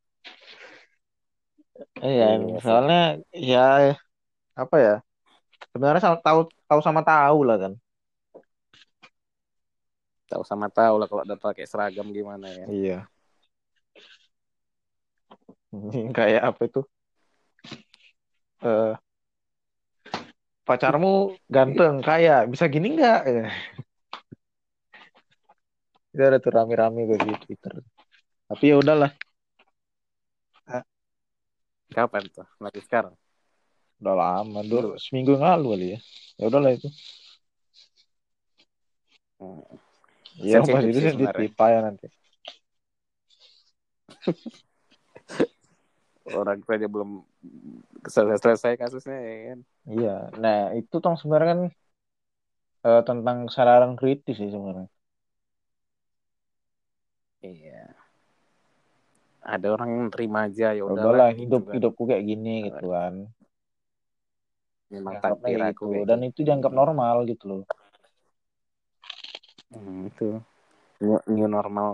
A: Iya,
C: Iya sih
A: soalnya ya apa ya? Sebenarnya sama, tahu tahu sama tahu lah kan.
C: tahu sama tahu lah kalau udah pakai seragam gimana ya.
A: Iya. Kayak apa itu? Eh, pacarmu ganteng, kaya, bisa gini nggak? Ya. Itu ada tuh rame-rame gue di Twitter. Tapi ya udahlah, ah,
C: Kapan tuh lagi sekarang
A: udah lama, dua,
C: dulu.
A: seminggu yang lalu kali ya. Ya udahlah itu.
C: Hmm.
A: Iya, pas
C: Sensitif
A: itu
C: sih
A: sensitif
C: sebenarnya.
A: payah nanti.
C: orang tuanya belum selesai-selesai kasusnya ya kan.
A: Iya. Nah, itu tong sebenarnya kan eh, tentang kesadaran kritis sih sebenarnya.
C: Iya. Ada orang yang terima aja ya
A: Ya
C: udahlah
A: udahlah,
C: gitu
A: hidup
C: kan.
A: hidupku kayak gini gitu kan.
C: Memang
A: Anggapnya
C: takdir
A: kayak
C: aku
A: gitu.
C: kayak
A: Dan itu
C: gitu.
A: dianggap normal gitu loh.
C: Hmm, itu new, new normal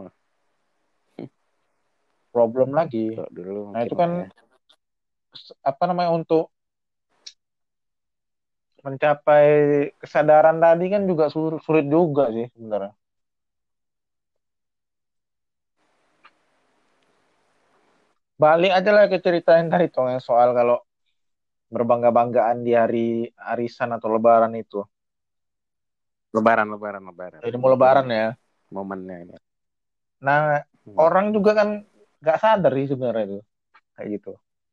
A: Problem lagi.
C: kalau dulu
A: Nah,
C: mungkin
A: itu kan
C: ya.
A: apa namanya untuk mencapai kesadaran tadi kan juga sur- sulit juga sih sebenarnya. Balik aja lah ke cerita yang tadi tuh yang soal kalau berbangga-banggaan di hari arisan atau lebaran itu.
C: Lebaran, lebaran, lebaran.
A: Jadi mau
C: Itu
A: lebaran ya.
C: momennya ini.
A: Nah,
C: Hmm.
A: orang juga kan nggak sadar sih sebenarnya itu kayak gitu.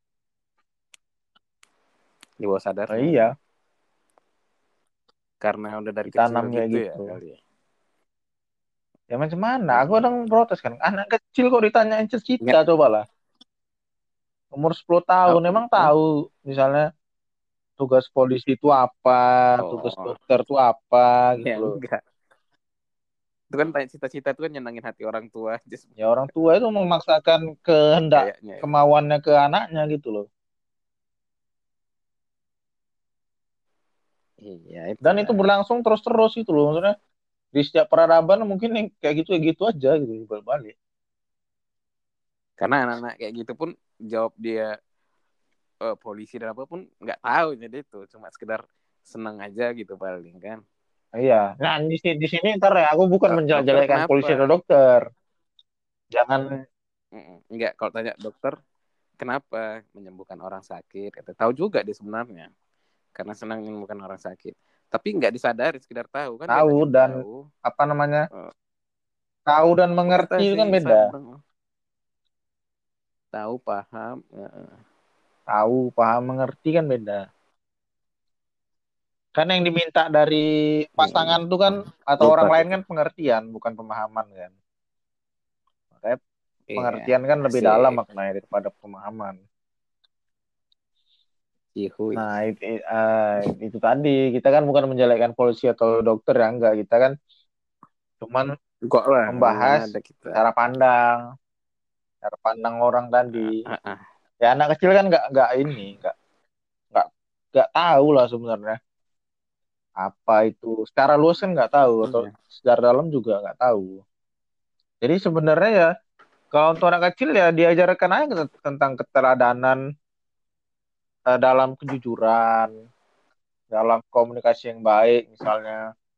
C: Di bawah
A: Nah,
C: sadarnya
A: iya,
C: karena udah dari kecil
A: ditanam kayak
C: gitu ya
A: gitu.
C: kali ya.
A: Ya macam mana? Aku kadang
C: Hmm.
A: protes kan. Anak kecil kok ditanyain cita-cita
C: Nggak,
A: coba lah. Umur sepuluh
C: oh,
A: tahun emang
C: oh,
A: tahu misalnya tugas polisi itu apa, tugas
C: oh,
A: dokter itu apa gitu
C: ya
A: loh.
C: enggak. Itu kan tanya cita-cita itu kan nyenangin hati orang tua aja
A: Ya orang
C: sebenarnya.
A: tua itu memaksakan kehendak
C: Kayaknya ya.
A: kemauannya ke anaknya gitu loh.
C: Iya
A: Dan itu
C: itulah.
A: berlangsung terus-terus itu loh. Maksudnya di setiap peradaban mungkin yang kayak gitu ya gitu aja gitu balik.
C: Karena anak-anak kayak gitu pun jawab dia eh, polisi dan apapun nggak tahu jadi itu cuma sekedar senang aja gitu paling kan.
A: Iya. Nah di sini di sini ntar ya aku bukan
C: Eh, dokter
A: menjelek-jelekan polisi atau
C: kenapa?
A: dokter. Jangan.
C: Mm-mm. Enggak, kalau tanya dokter kenapa menyembuhkan orang sakit? Kata, tahu juga dia sebenarnya karena senang menyembuhkan orang sakit. Tapi nggak disadari sekedar tahu kan
A: Tahu
C: bedanya
A: dan
C: tahu.
A: apa namanya,
C: Eh,
A: tahu dan
C: aku kata
A: mengerti itu
C: sih
A: kan beda.
C: Sabang tahu paham. Eh,
A: Tahu paham mengerti kan beda. Kan yang diminta dari
C: mm-mm.
A: pasangan itu kan atau
C: Lupa
A: orang lain
C: kita.
A: kan pengertian bukan pemahaman kan. Makanya
C: Iya,
A: pengertian kan lebih dalam
C: asik.
A: maknanya daripada pemahaman.
C: Cihuy.
A: Nah itu, itu tadi kita kan bukan menjelekkan polisi atau dokter ya enggak, kita kan cuman
C: Kok lah, mana
A: membahas
C: ada kita.
A: cara pandang, cara pandang orang tadi.
C: Ah, ah, ah.
A: Ya anak kecil kan nggak nggak ini nggak nggak nggak tahu lah sebenarnya apa itu secara luas kan nggak tahu atau
C: Iya.
A: secara dalam juga nggak tahu. Jadi sebenarnya ya kalau untuk anak kecil ya diajarkan aja tentang keteladanan eh, dalam kejujuran, dalam komunikasi yang baik misalnya.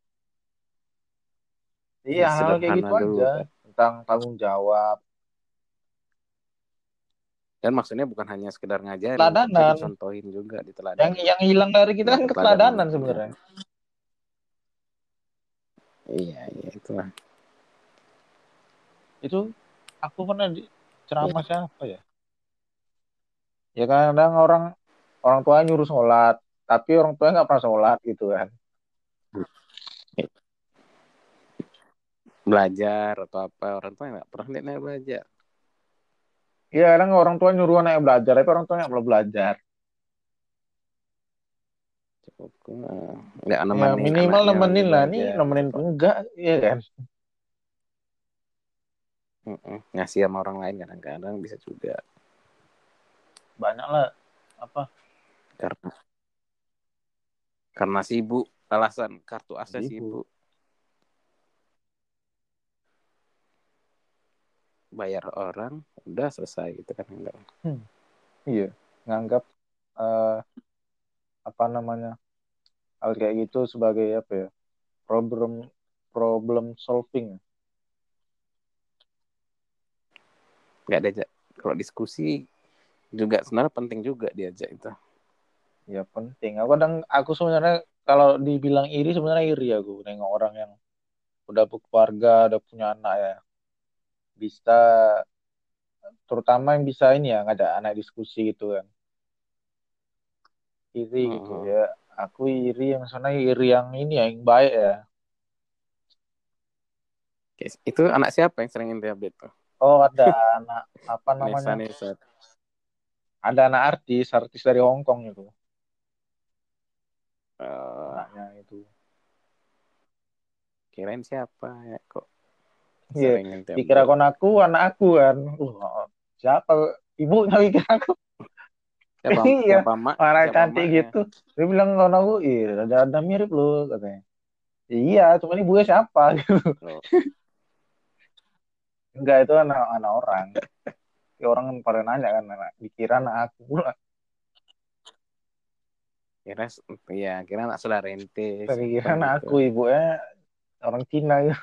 A: Iya
C: Ya,
A: hal kayak
C: sederhana
A: gitu
C: dulu
A: aja
C: kan.
A: tentang tanggung jawab,
C: Dan maksudnya bukan hanya sekedar ngajarin, tapi
A: keteladanan.
C: dicontohin juga,
A: Yang
C: diteladani.
A: yang hilang dari kita
C: Nah,
A: kan keteladanan
C: keteladanan.
A: sebenarnya.
C: Iya, iya itulah.
A: Itu aku pernah di
C: Ya.
A: ceramah siapa ya? Ya kadang orang orang tua nyuruh sholat, tapi orang tua nggak pernah sholat gitu kan.
C: Belajar atau apa orang tua nggak pernah lihat belajar.
A: Iya kadang orang tua nyuruh anaknya belajar, tapi orang tua nggak pernah belajar.
C: Cukup eh, nggak
A: Ya
C: nemenin
A: minimal
C: anaknya lagi
A: nemenin lah, nih
C: belajar gitu
A: nemenin
C: kok.
A: enggak, iya kan?
C: Mm-mm. Ngasih sama orang lain kadang-kadang bisa juga
A: Banyak lah apa
C: karena karena sibuk, alasan kartu asnya
A: ibu.
C: sibuk, bayar orang udah selesai gitu kan enggak.
A: Hmm, iya nganggap eh, apa namanya hal kayak gitu sebagai apa ya, problem problem solving.
C: Nggak diajak kalau diskusi juga sebenarnya penting juga diajak itu.
A: Ya penting. Aku kadang aku sebenarnya kalau dibilang iri sebenarnya iri aku nengok orang yang udah berkeluarga, udah punya anak ya. Bisa terutama yang bisa ini ya ngajak anak diskusi gitu kan. Iri gitu
C: Mm-mm.
A: ya. Aku iri yang sana iri yang ini ya yang baik ya.
C: Oke, itu anak siapa yang sering inti update tuh?
A: Oh ada anak apa namanya?
C: Nesa Nesa
A: ada anak artis artis dari Hong Kong itu
C: Eh,
A: anaknya itu.
C: kirain siapa ya kok
A: Iya,
C: sering nanti
A: dikira
C: update.
A: kon aku anak aku kan. Uh, siapa ibunya pikir aku.
C: Siapa
A: Iya,
C: siapa mak
A: warna
C: siapa
A: cantik
C: maknya?
A: gitu. Dia bilang kon aku, iya ada ada mirip loh katanya. Iya, cuman ibunya siapa gitu.
C: Oh,
A: Enggak itu anak anak orang. Ya, orang kan pada nanya kan anak dikira anak aku pula.
C: kira ya kira anak saudara ente
A: Saya
C: siapa
A: kira anak
C: gitu.
A: aku ibunya orang Cina gitu.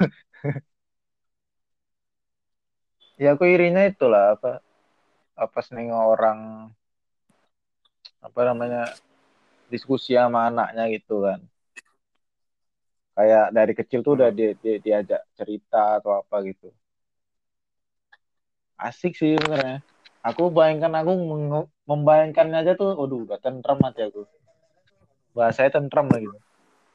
A: Ya aku irinya itulah apa apa seneng orang apa namanya diskusi sama anaknya gitu kan. Kayak dari kecil tuh udah
C: Hmm.
A: di, di- diajak cerita atau apa gitu. Asik sih sebenarnya. Aku bayangkan aku meng- membayangkannya aja tuh, waduh, udah tentrem hati aku. Bahasanya tentrem lah gitu.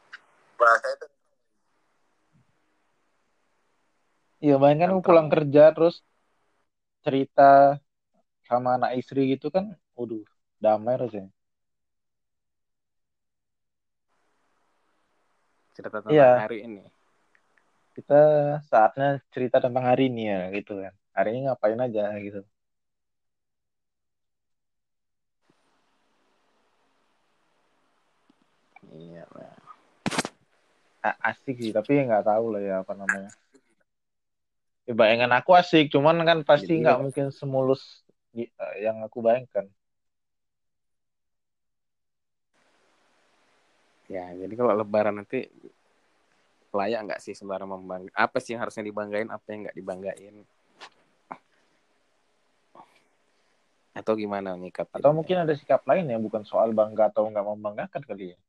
A: Iya, bayangkan aku
C: Tantrum
A: pulang
C: ya.
A: kerja terus cerita sama anak istri gitu kan, waduh, damai rasanya.
C: Cerita tentang
A: Iya,
C: hari ini.
A: kita saatnya cerita tentang hari ini ya gitu kan. Hari ini ngapain aja gitu.
C: Iya lah.
A: A- asik sih, tapi nggak tahu lah ya apa namanya. Ya, bayangan aku asik, cuman kan pasti
C: Jadi
A: nggak mungkin semulus di- eh, yang aku bayangkan.
C: ya jadi kalau Lebaran nanti layak nggak sih sebenarnya membangga apa sih yang harusnya dibanggain apa yang nggak dibanggain atau gimana
A: Atau
C: nyikapinnya.
A: mungkin ada sikap lain ya, bukan soal bangga atau nggak membanggakan kali ya.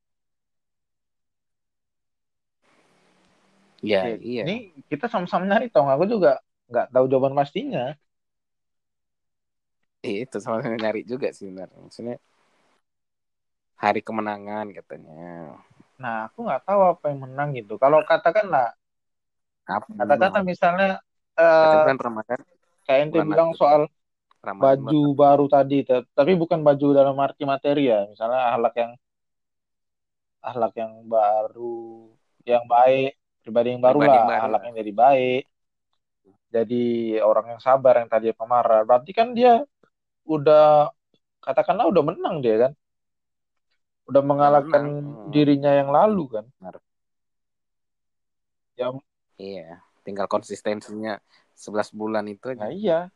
C: Ya
A: Ya, ini
C: iya.
A: kita sama-sama nyari tong. Aku juga nggak tahu jawaban pastinya.
C: Eh, itu sama nyari juga sih sebenarnya maksudnya hari kemenangan katanya
A: Nah, aku nggak tahu apa yang menang gitu. Kalau katakanlah,
C: apa yang
A: katakanlah
C: menang
A: misalnya
C: berarti
A: eh,
C: bulan Ramadan
A: kayak ente
C: bulan
A: bilang soal
C: Ramadan
A: baju
C: bulan
A: baru tadi, te- tapi bukan baju dalam arti materi ya. Misalnya akhlak yang akhlak yang baru, yang baik, pribadi yang baru
C: pribadi
A: lah,
C: yang baru
A: akhlak
C: lah.
A: yang jadi baik, jadi orang yang sabar yang tadi pemarah. Berarti kan dia udah katakanlah udah menang dia kan, udah
C: Udah
A: mengalahkan
C: menang. Hmm,
A: dirinya yang lalu kan.
C: benar.
A: Ya,
C: Iya tinggal konsistensinya sebelas bulan itu aja
A: nah iya.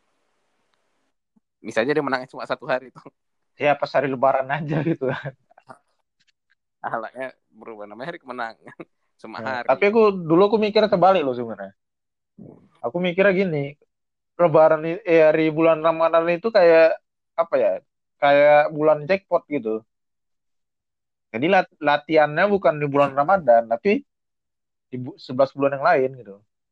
C: bisa aja dia menangnya cuma satu hari itu
A: Ya pas hari Lebaran aja gitu.
C: ahlaknya berubah namanya hari kemenangan cuma
A: Nah, tapi
C: hari.
A: aku dulu aku mikirnya kebalik loh sebenarnya. Aku mikirnya gini, Lebaran i- eh, hari bulan Ramadan itu kayak apa ya? Kayak bulan jackpot gitu. Jadi lat- latihannya bukan di bulan Ramadan, tapi di bu- sebelas bulan yang lain gitu.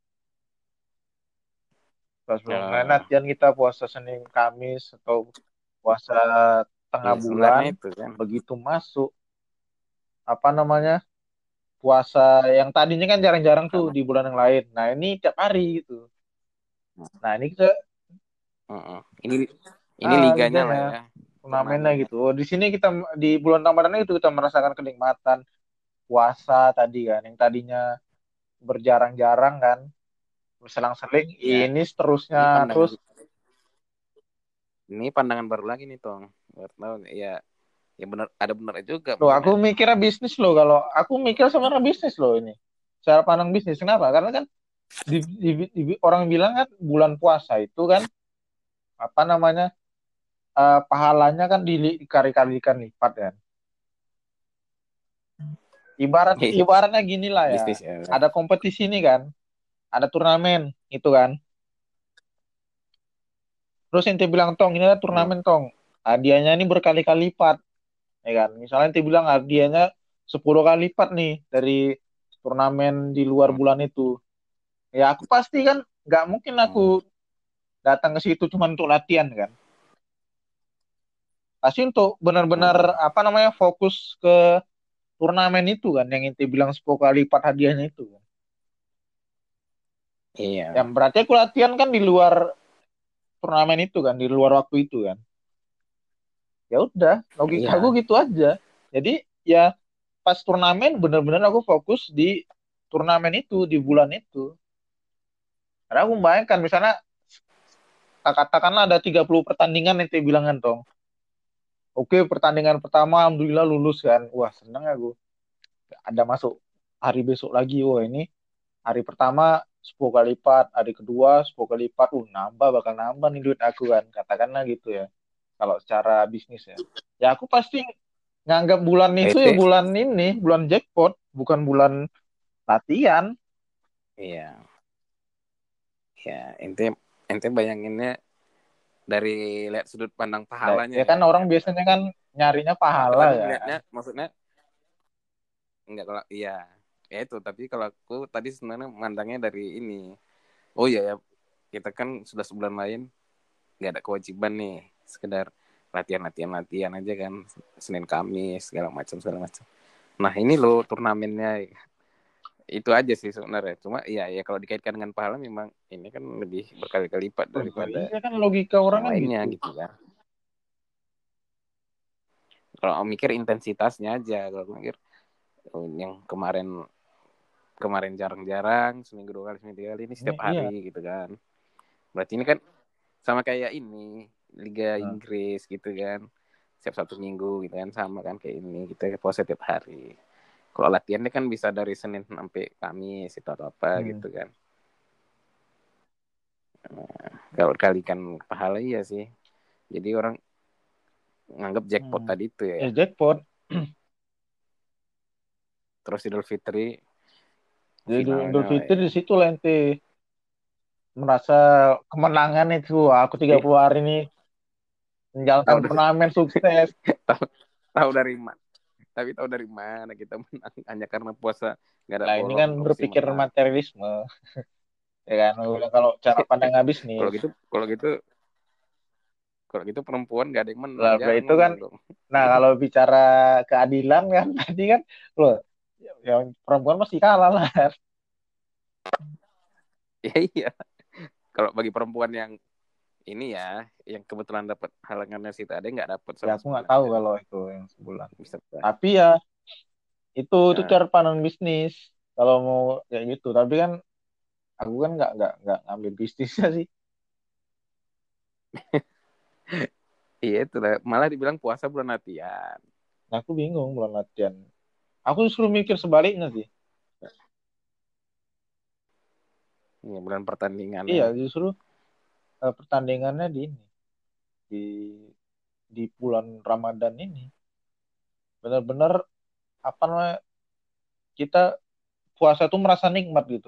A: sebelas bulan yang lain
C: Oh,
A: latihan kita puasa Senin Kamis atau puasa tengah
C: iya
A: bulan,
C: sebenarnya itu kan.
A: begitu masuk apa namanya? Puasa yang tadinya kan jarang-jarang tuh
C: Ramadan.
A: di bulan yang lain. Nah, ini tiap hari gitu. Nah, ini kita
C: Uh-uh. Ini ini
A: ah
C: liganya
A: liganya
C: lah ya,
A: turnamennya
C: turnamennya.
A: gitu. Oh, di sini kita di bulan Ramadan itu kita merasakan kenikmatan puasa tadi kan, yang tadinya berjarang-jarang kan, berselang-seling.
C: Ya,
A: Ini seterusnya
C: ini pandangan
A: terus.
C: ini pandangan baru lagi nih Tong. Baru tahu ya, ya benar ada benar juga
A: Loh, aku
C: maksudnya.
A: mikirnya bisnis loh. Kalau aku mikir sebenarnya bisnis loh ini. Cara pandang bisnis. Kenapa? Karena kan di, di- di- orang bilang kan bulan puasa itu kan apa namanya eh, pahalanya kan dili- dikali-kalikan lipat kan. Ibarat
C: Iya,
A: ibaratnya gini lah ya.
C: bisnis ya.
A: Ada kompetisi nih kan, ada turnamen itu kan. Terus ente bilang tong ini ada
C: Hmm.
A: turnamen tong. Hadiahnya ini berkali-kali lipat, ya kan. Misalnya ente bilang hadiahnya sepuluh kali lipat nih dari turnamen di luar
C: Hmm.
A: bulan itu. Ya aku pasti kan nggak mungkin aku
C: Hmm.
A: datang ke situ cuma untuk latihan kan. Pasti untuk benar-benar
C: Hmm.
A: apa namanya fokus ke turnamen itu kan yang ente bilang sepuluh kali lipat hadiahnya itu kan. Yang
C: Iya.
A: berarti aku latihan kan di luar turnamen itu kan, di luar waktu itu kan. Ya udah, logika
C: Iya.
A: gue gitu aja. Jadi ya pas turnamen bener-bener aku fokus di turnamen itu di bulan itu. Karena aku membayangkan misalnya katakanlah ada tiga puluh pertandingan yang dia bilangan toh. Oke, pertandingan pertama alhamdulillah lulus kan. Wah, seneng aku. Ada masuk hari besok lagi. Wah, ini hari pertama sepuluh kali lipat, hari kedua sepuluh kali lipat. Uh, nambah bakal nambah nih duit aku kan. Katakanlah gitu ya. Kalau secara bisnis ya. Ya aku pasti nganggap bulan itu ya
C: Ente,
A: bulan ini, bulan jackpot, bukan bulan latihan.
C: iya, ya ente ente bayanginnya dari lihat sudut pandang
A: Nah,
C: pahalanya
A: ya
C: ya.
A: kan orang biasanya kan nyarinya
C: Nah, kalau
A: pahala
C: aku
A: kan.
C: ngelihatnya, maksudnya enggak kalau iya, ya itu. Tapi kalau aku tadi sebenarnya mandangnya dari ini. Oh iya ya, kita kan sudah sebulan lain nggak ada kewajiban nih, sekedar latihan latihan latihan aja kan, Senin Kamis segala macam segala macam. Nah ini loh turnamennya, itu aja sih sebenarnya. Cuma iya ya kalau dikaitkan dengan pahala memang ini kan lebih berkali-kali lipat
A: Oh, ya
C: daripada
A: iya kan logika orang
C: yang
A: kan
C: lainnya
A: gitu.
C: gitu kan. Kalau aku mikir intensitasnya aja, kalau aku mikir oh, yang kemarin kemarin jarang-jarang seminggu dua kali seminggu tiga kali ini
A: Ini
C: setiap
A: iya.
C: hari gitu kan. Berarti ini kan sama kayak ini Liga
A: Nah,
C: Inggris gitu kan, setiap satu minggu gitu kan, sama kan kayak ini kita puasa tiap hari. Kalau latihannya kan bisa dari Senin sampai Kamis itu atau apa
A: hmm.
C: gitu kan. Nah, kalau kalikan pahala iya sih. Jadi orang nganggap jackpot
A: Hmm.
C: tadi itu
A: Ya
C: ya.
A: jackpot.
C: Terus Idul Fitri
A: Jadi Idul Idul
C: finalnya
A: Fitri
C: ya.
A: di situ lah ente merasa kemenangan itu. Wah, aku tiga
C: Eh,
A: puluh hari ini menjalankan
C: tahu dari
A: turnamen sukses.
C: tahu, tahu dari mana? Tapi tahu dari mana kita menang hanya karena puasa nggak ada
A: Lah ini
C: bolong
A: kan
C: kok pasti
A: berpikir
C: menang.
A: materialisme, ya kan? Udah kalau cara pandang
C: Kalau
A: bisnis.
C: gitu kalau gitu kalau gitu perempuan nggak ada yang menang,
A: Lah
C: jarang
A: itu kan,
C: menang dong.
A: nah kalau bicara keadilan kan tadi kan, loh, yang perempuan masih kalah lah.
C: Ya iya. Kalau bagi perempuan yang ini ya, yang kebetulan dapat halangannya situ ada nggak dapat
A: Ya
C: sama
A: aku nggak
C: sebulan
A: tahu
C: kan,
A: kalau itu yang sebulan.
C: bisa lah.
A: Tapi ya itu itu
C: Nah,
A: cara pandang bisnis. Kalau mau kayak gitu. Tapi kan aku kan nggak nggak nggak ngambil bisnisnya sih.
C: iya itu lah. Malah dibilang puasa bulan latihan.
A: Nah, aku bingung bulan latihan. Aku justru mikir sebaliknya sih.
C: Ini bulan pertandingannya.
A: Iya, justru eh, pertandingannya di ini di di bulan Ramadan ini benar-benar apa namanya kita puasa tuh merasa nikmat gitu.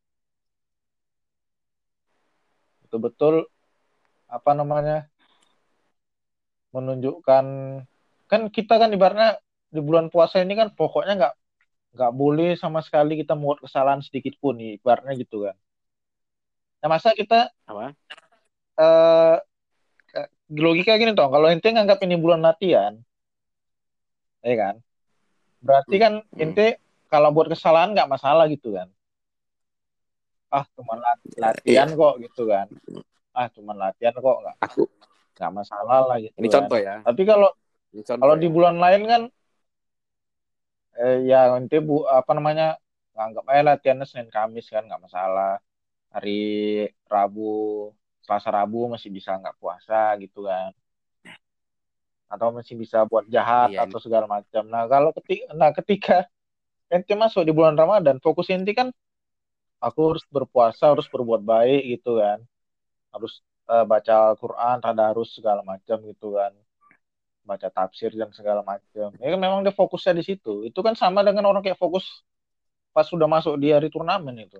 A: Betul-betul apa namanya menunjukkan kan kita kan ibaratnya di bulan puasa ini kan pokoknya nggak nggak boleh sama sekali kita membuat kesalahan sedikit pun nih, ibaratnya gitu kan. Nah, masa kita
C: Apa?
A: eh logika gini toh, kalau ente nganggap ini bulan latihan, ya kan? Berarti
C: Hmm.
A: kan
C: Hmm.
A: ente kalau buat kesalahan nggak masalah gitu kan. Ah, cuma lat-
C: Ya,
A: latihan
C: iya.
A: kok gitu kan. Ah, cuma latihan kok nggak
C: Aku
A: nggak masalah lah gitu
C: ini
A: kan.
C: contoh ya.
A: Tapi kalau
C: Ini
A: kalau
C: contoh
A: di
C: ya.
A: bulan lain kan eh, ya ente bu apa namanya nganggap aja latihannya Senin Kamis kan nggak masalah. Hari Rabu, Selasa Rabu masih bisa nggak puasa gitu kan. Atau masih bisa buat jahat
C: Iya ini.
A: atau segala macam. Nah, kalau ketika nah ketika ente masuk di bulan Ramadan, fokus ente kan aku harus berpuasa, harus berbuat baik gitu kan. Harus eh, baca Al-Quran, tadarus segala macam gitu kan. Baca tafsir dan segala macam. Ya kan memang dia fokusnya di situ. Itu kan sama dengan orang kayak fokus pas sudah masuk di hari turnamen itu.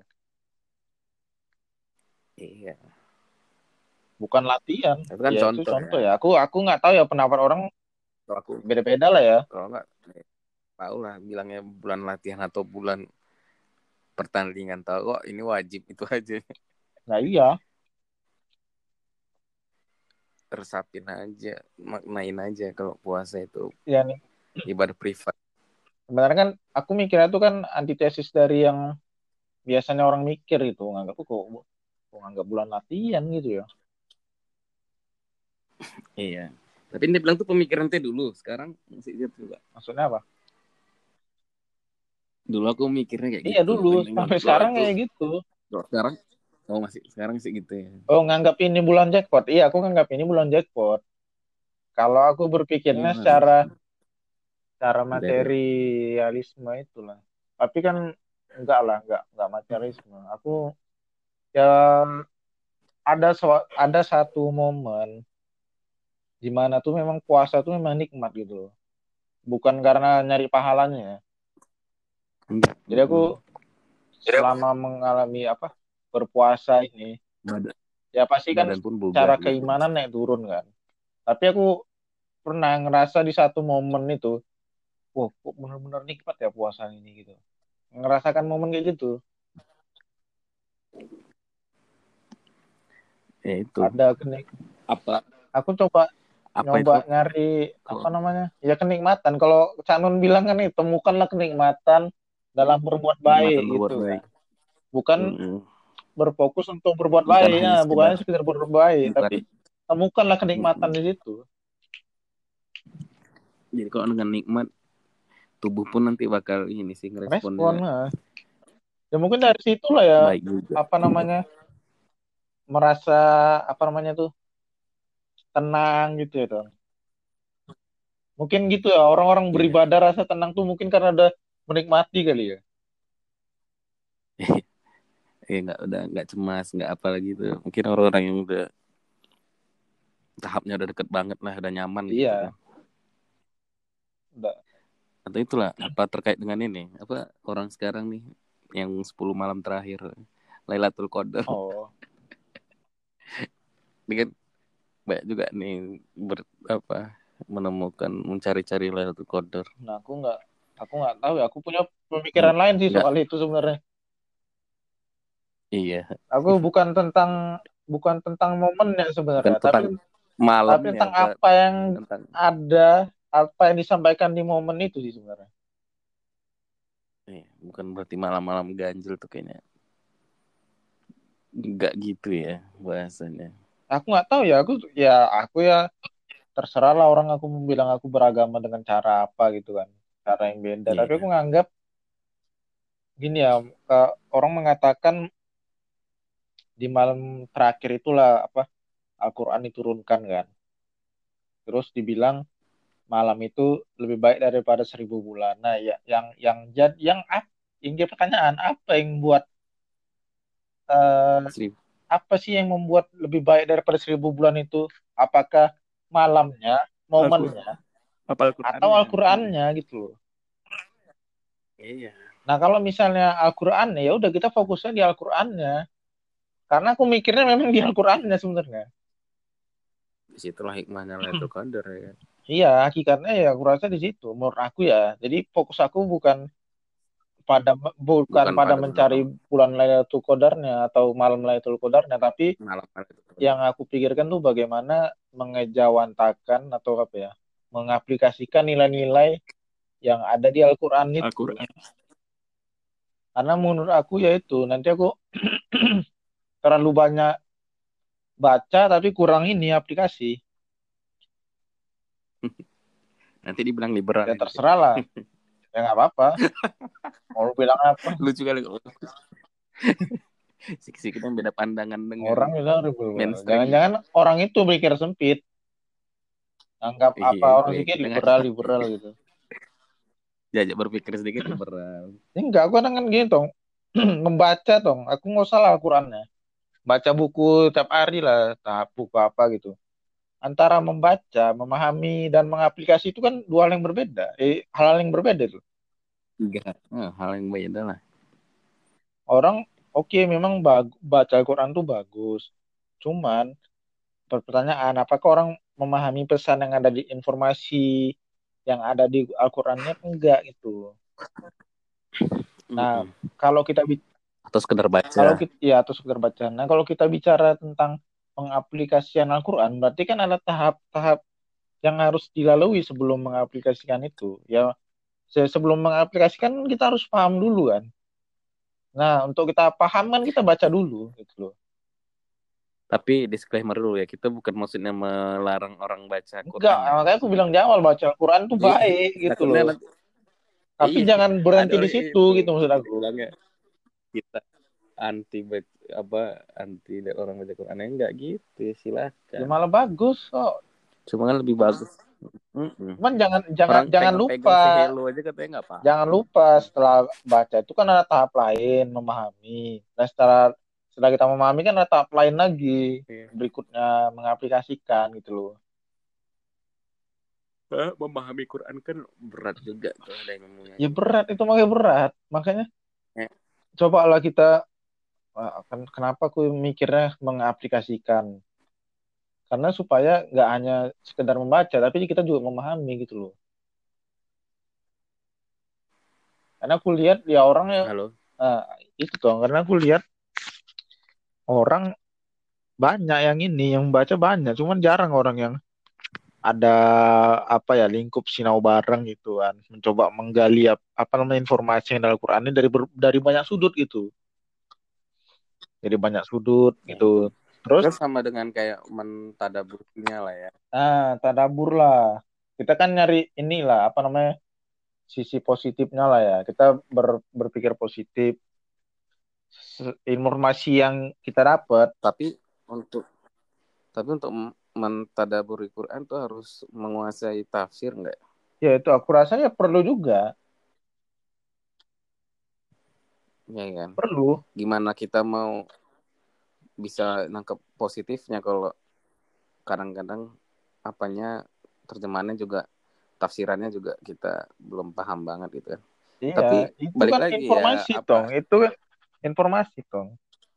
C: Iya.
A: Bukan latihan.
C: Itu kan
A: Ya itu
C: contoh
A: contoh
C: ya.
A: ya. Aku aku nggak tahu ya pendapat orang
C: Kalau aku
A: beda-beda lah ya.
C: kalau nggak tahu lah bilangnya bulan latihan atau bulan pertandingan, tahu kok ini wajib itu aja.
A: Nah iya.
C: Resapin aja, maknain aja kalau puasa itu
A: Ya nih.
C: ibadah privat.
A: Sebenarnya kan aku mikirnya itu kan antitesis dari yang biasanya orang mikir itu. Nganggap kok kok nganggap bulan latihan gitu ya.
C: Iya. Tapi dia bilang tuh pemikiran teh dulu, sekarang masih gitu juga.
A: Maksudnya apa?
C: Dulu aku mikirnya kayak
A: Iya
C: gitu.
A: dulu, sampai sekarang kayak gitu.
C: Kalau sekarang, oh masih sekarang sih gitu ya.
A: Oh, nganggap ini bulan jackpot. Iya, aku nganggap ini bulan jackpot. Kalau aku berpikirnya
C: Iya,
A: secara secara
C: dari
A: materialisme itulah. Tapi kan enggak lah, enggak enggak materialisme. Aku ya ada so- ada satu momen di mana tuh memang puasa tuh memang nikmat gitu loh. Bukan karena nyari pahalanya.
C: enggak.
A: Jadi aku selama mengalami apa berpuasa ini,
C: Badan,
A: ya pasti kan
C: badan pun bugar
A: secara
C: gitu.
A: keimanan naik turun kan. Tapi aku pernah ngerasa di satu momen itu, wah kok bener-bener nikmat ya puasa ini gitu. Ngerasakan momen kayak gitu.
C: Ya itu.
A: Ada kenik.
C: Apa
A: Aku coba
C: apa
A: nyoba
C: itu?
A: nyari apa
C: Kok
A: namanya? Ya kenikmatan. Kalau Cak Nun bilang kan nih, temukanlah kenikmatan dalam berbuat baik
C: nikmatan berbuat
A: gitu
C: baik.
A: kan. Bukan
C: Mm-mm.
A: berfokus untuk berbuat
C: Bukan
A: baik ya,
C: hanya sekedar,
A: bukannya sekedar berbuat baik,
C: bukan.
A: tapi temukanlah kenikmatan
C: Mm-mm.
A: di situ.
C: Jadi kalau dengan nikmat, tubuh pun nanti bakal ini sih
A: Respon,
C: ngeresponnya
A: nah. Ya mungkin dari situlah ya
C: baik juga.
A: apa namanya merasa apa namanya tuh tenang gitu ya dong. Mungkin gitu ya orang-orang
C: Iya.
A: beribadah rasa tenang tuh mungkin karena udah menikmati kali ya.
C: Ya nggak udah nggak cemas nggak apa lagi tuh. Mungkin orang-orang yang udah tahapnya udah deket banget lah, udah nyaman gitu kan.
A: Iya, udah.
C: Atau itulah apa terkait dengan ini apa orang sekarang nih yang sepuluh malam terakhir Lailatul Qadar.
A: Oh,
C: Ini kan banyak juga nih ber, apa menemukan mencari-cari Lailatul Qadar.
A: nah aku nggak aku nggak tahu ya. Aku punya
C: Yang
A: pemikiran lain sih
C: nggak
A: soal itu sebenarnya.
C: iya
A: Aku bukan tentang bukan tentang momennya
C: bukan
A: sebenarnya, tapi
C: tentang
A: tapi
C: malamnya
A: tentang
C: apa
A: apa yang
C: tentang
A: ada, apa yang disampaikan di momen itu sih sebenarnya.
C: eh, bukan berarti malam-malam ganjil tuh kayaknya nggak gitu ya bahasanya.
A: Aku nggak tahu ya. Aku ya aku ya terserah lah orang aku mau bilang aku beragama dengan cara apa gitu kan, cara yang beda. Tapi aku
C: Iya.
A: nganggap gini ya, ke- orang mengatakan di malam terakhir itulah apa Al-Quran diturunkan kan. Terus dibilang malam itu lebih baik daripada seribu bulan. Nah, ya yang yang jad yang ap- yang jadi pertanyaan apa yang buat eh,
C: Seribu.
A: apa sih yang membuat lebih baik daripada seribu bulan itu? Apakah malamnya,
C: Aku
A: momennya,
C: apa
A: atau
C: Al-Qur'annya.
A: Al-Qur'annya gitu loh.
C: Iya.
A: Nah, kalau misalnya Al-Qur'annya ya udah kita fokusnya di Al-Qur'annya. Karena aku mikirnya memang di Al-Qur'annya sebenarnya.
C: Disitulah hikmahnya Lailatul Qadar ya kan.
A: Iya, hakikatnya ya aku rasa di situ. Menurut aku ya. Jadi fokus aku bukan pada bukan
C: Bukan
A: pada
C: pada
A: mencari
C: berapa
A: bulan Lailatul Qadarnya atau malam Lailatul Qadarnya, tapi
C: malam Lailatul
A: yang
C: Qadar.
A: aku pikirkan tuh bagaimana mengejawantakan atau apa ya, mengaplikasikan nilai-nilai yang ada di Al-Qur'an itu.
C: Al-Qur'an.
A: Karena menurut aku ya itu, nanti aku terlalu banyak baca tapi kurang ini aplikasi.
C: Nanti dibilang liberal
A: Ya
C: nanti.
A: terserah lah. Ya nggak apa-apa. Mau lu bilang apa?
C: Lucu kali kok. Siksi kita yang beda pandangan dengan
A: Orang bilang liberal.
C: mainstream.
A: Jangan-jangan orang itu berpikir sempit. Anggap apa
C: Iya itu
A: orang
C: ya
A: pikir
C: kita nggak
A: liberal liberal gitu.
C: jajak berpikir sedikit liberal.
A: Ya enggak, aku kadang kan gini dong, membaca dong. Aku nggak salah Al-Qurannya. Baca buku tiap hari lah, tahap buku apa gitu. Antara membaca, memahami, dan mengaplikasi itu kan dua hal yang berbeda. Eh, hal-hal yang berbeda tuh.
C: Tiga oh, hal yang beda lah.
A: Orang, oke memang bag- baca Al-Quran tuh bagus. Cuman, pertanyaan, apakah orang memahami pesan yang ada di informasi yang ada di Al-Qurannya? Enggak gitu. Nah,
C: Mm-mm.
A: kalau kita
C: Atau sekedar
A: Kalau
C: baca.
A: kita ya atau sekedar bacaan. Nah, kalau kita bicara tentang pengaplikasian Al-Quran, berarti kan ada tahap-tahap yang harus dilalui sebelum mengaplikasikan itu. Ya, se- sebelum mengaplikasikan kita harus paham dulu kan. Nah, untuk kita paham kan kita baca dulu gitu loh.
C: Tapi disclaimer dulu ya, kita bukan maksudnya melarang orang baca Quran.
A: Enggak,
C: Ya.
A: makanya aku bilang di awal baca Al-Quran tuh
C: Iya,
A: baik gitu
C: takutnya
A: loh.
C: nanti
A: Tapi
C: iya,
A: jangan
C: ada
A: berhenti di
C: orang
A: situ
C: itu
A: gitu maksud aku.
C: bilangnya kita anti baca, apa anti orang baca Quran, ya enggak gitu,
A: Ya
C: silakan.
A: malah bagus kok.
C: Cuma kan lebih bagus. Mm-mm.
A: Cuman jangan jangan
C: Orang
A: jangan
C: pegang-pegang
A: lupa,
C: si hello aja katanya nggak apa.
A: jangan lupa setelah baca itu kan ada tahap lain memahami. Dan setelah setelah kita memahami kan ada tahap lain lagi
C: Iya.
A: berikutnya mengaplikasikan gitu loh.
C: Eh, memahami Quran kan berat juga tuh, ada yang ngomongnya.
A: Ya berat itu makanya berat. Makanya
C: Eh,
A: cobalah kita wah, kan kenapa aku mikirnya mengaplikasikan? Karena supaya nggak hanya sekedar membaca, tapi kita juga memahami gitu loh. Karena aku lihat ya orangnya,
C: halo.
A: nah, itu dong. Karena aku lihat orang banyak yang ini, yang membaca banyak, cuman jarang orang yang ada apa ya lingkup sinau bareng gitu kan, mencoba menggali ap- apa namanya informasi yang dalam Al-Qur'an ini dari ber- dari banyak sudut gitu, dari banyak sudut
C: Ya.
A: gitu. Terus,
C: Kan sama dengan kayak mentadaburnya lah ya.
A: nah, tadabur lah. Kita kan nyari inilah apa namanya sisi positifnya lah ya. Kita ber- berpikir positif. Se- Informasi yang kita dapat,
C: Tapi untuk tapi untuk mentadaburi Quran tuh harus menguasai tafsir nggak?
A: ya itu aku rasa ya perlu juga,
C: Ya kan.
A: perlu.
C: Gimana kita mau bisa nangkep positifnya kalau kadang-kadang apanya terjemahannya juga tafsirannya juga kita belum paham banget gitu kan.
A: Iya,
C: Tapi
A: itu
C: balik
A: kan
C: lagi ya
A: informasi tong,
C: apa?
A: itu kan informasi tong.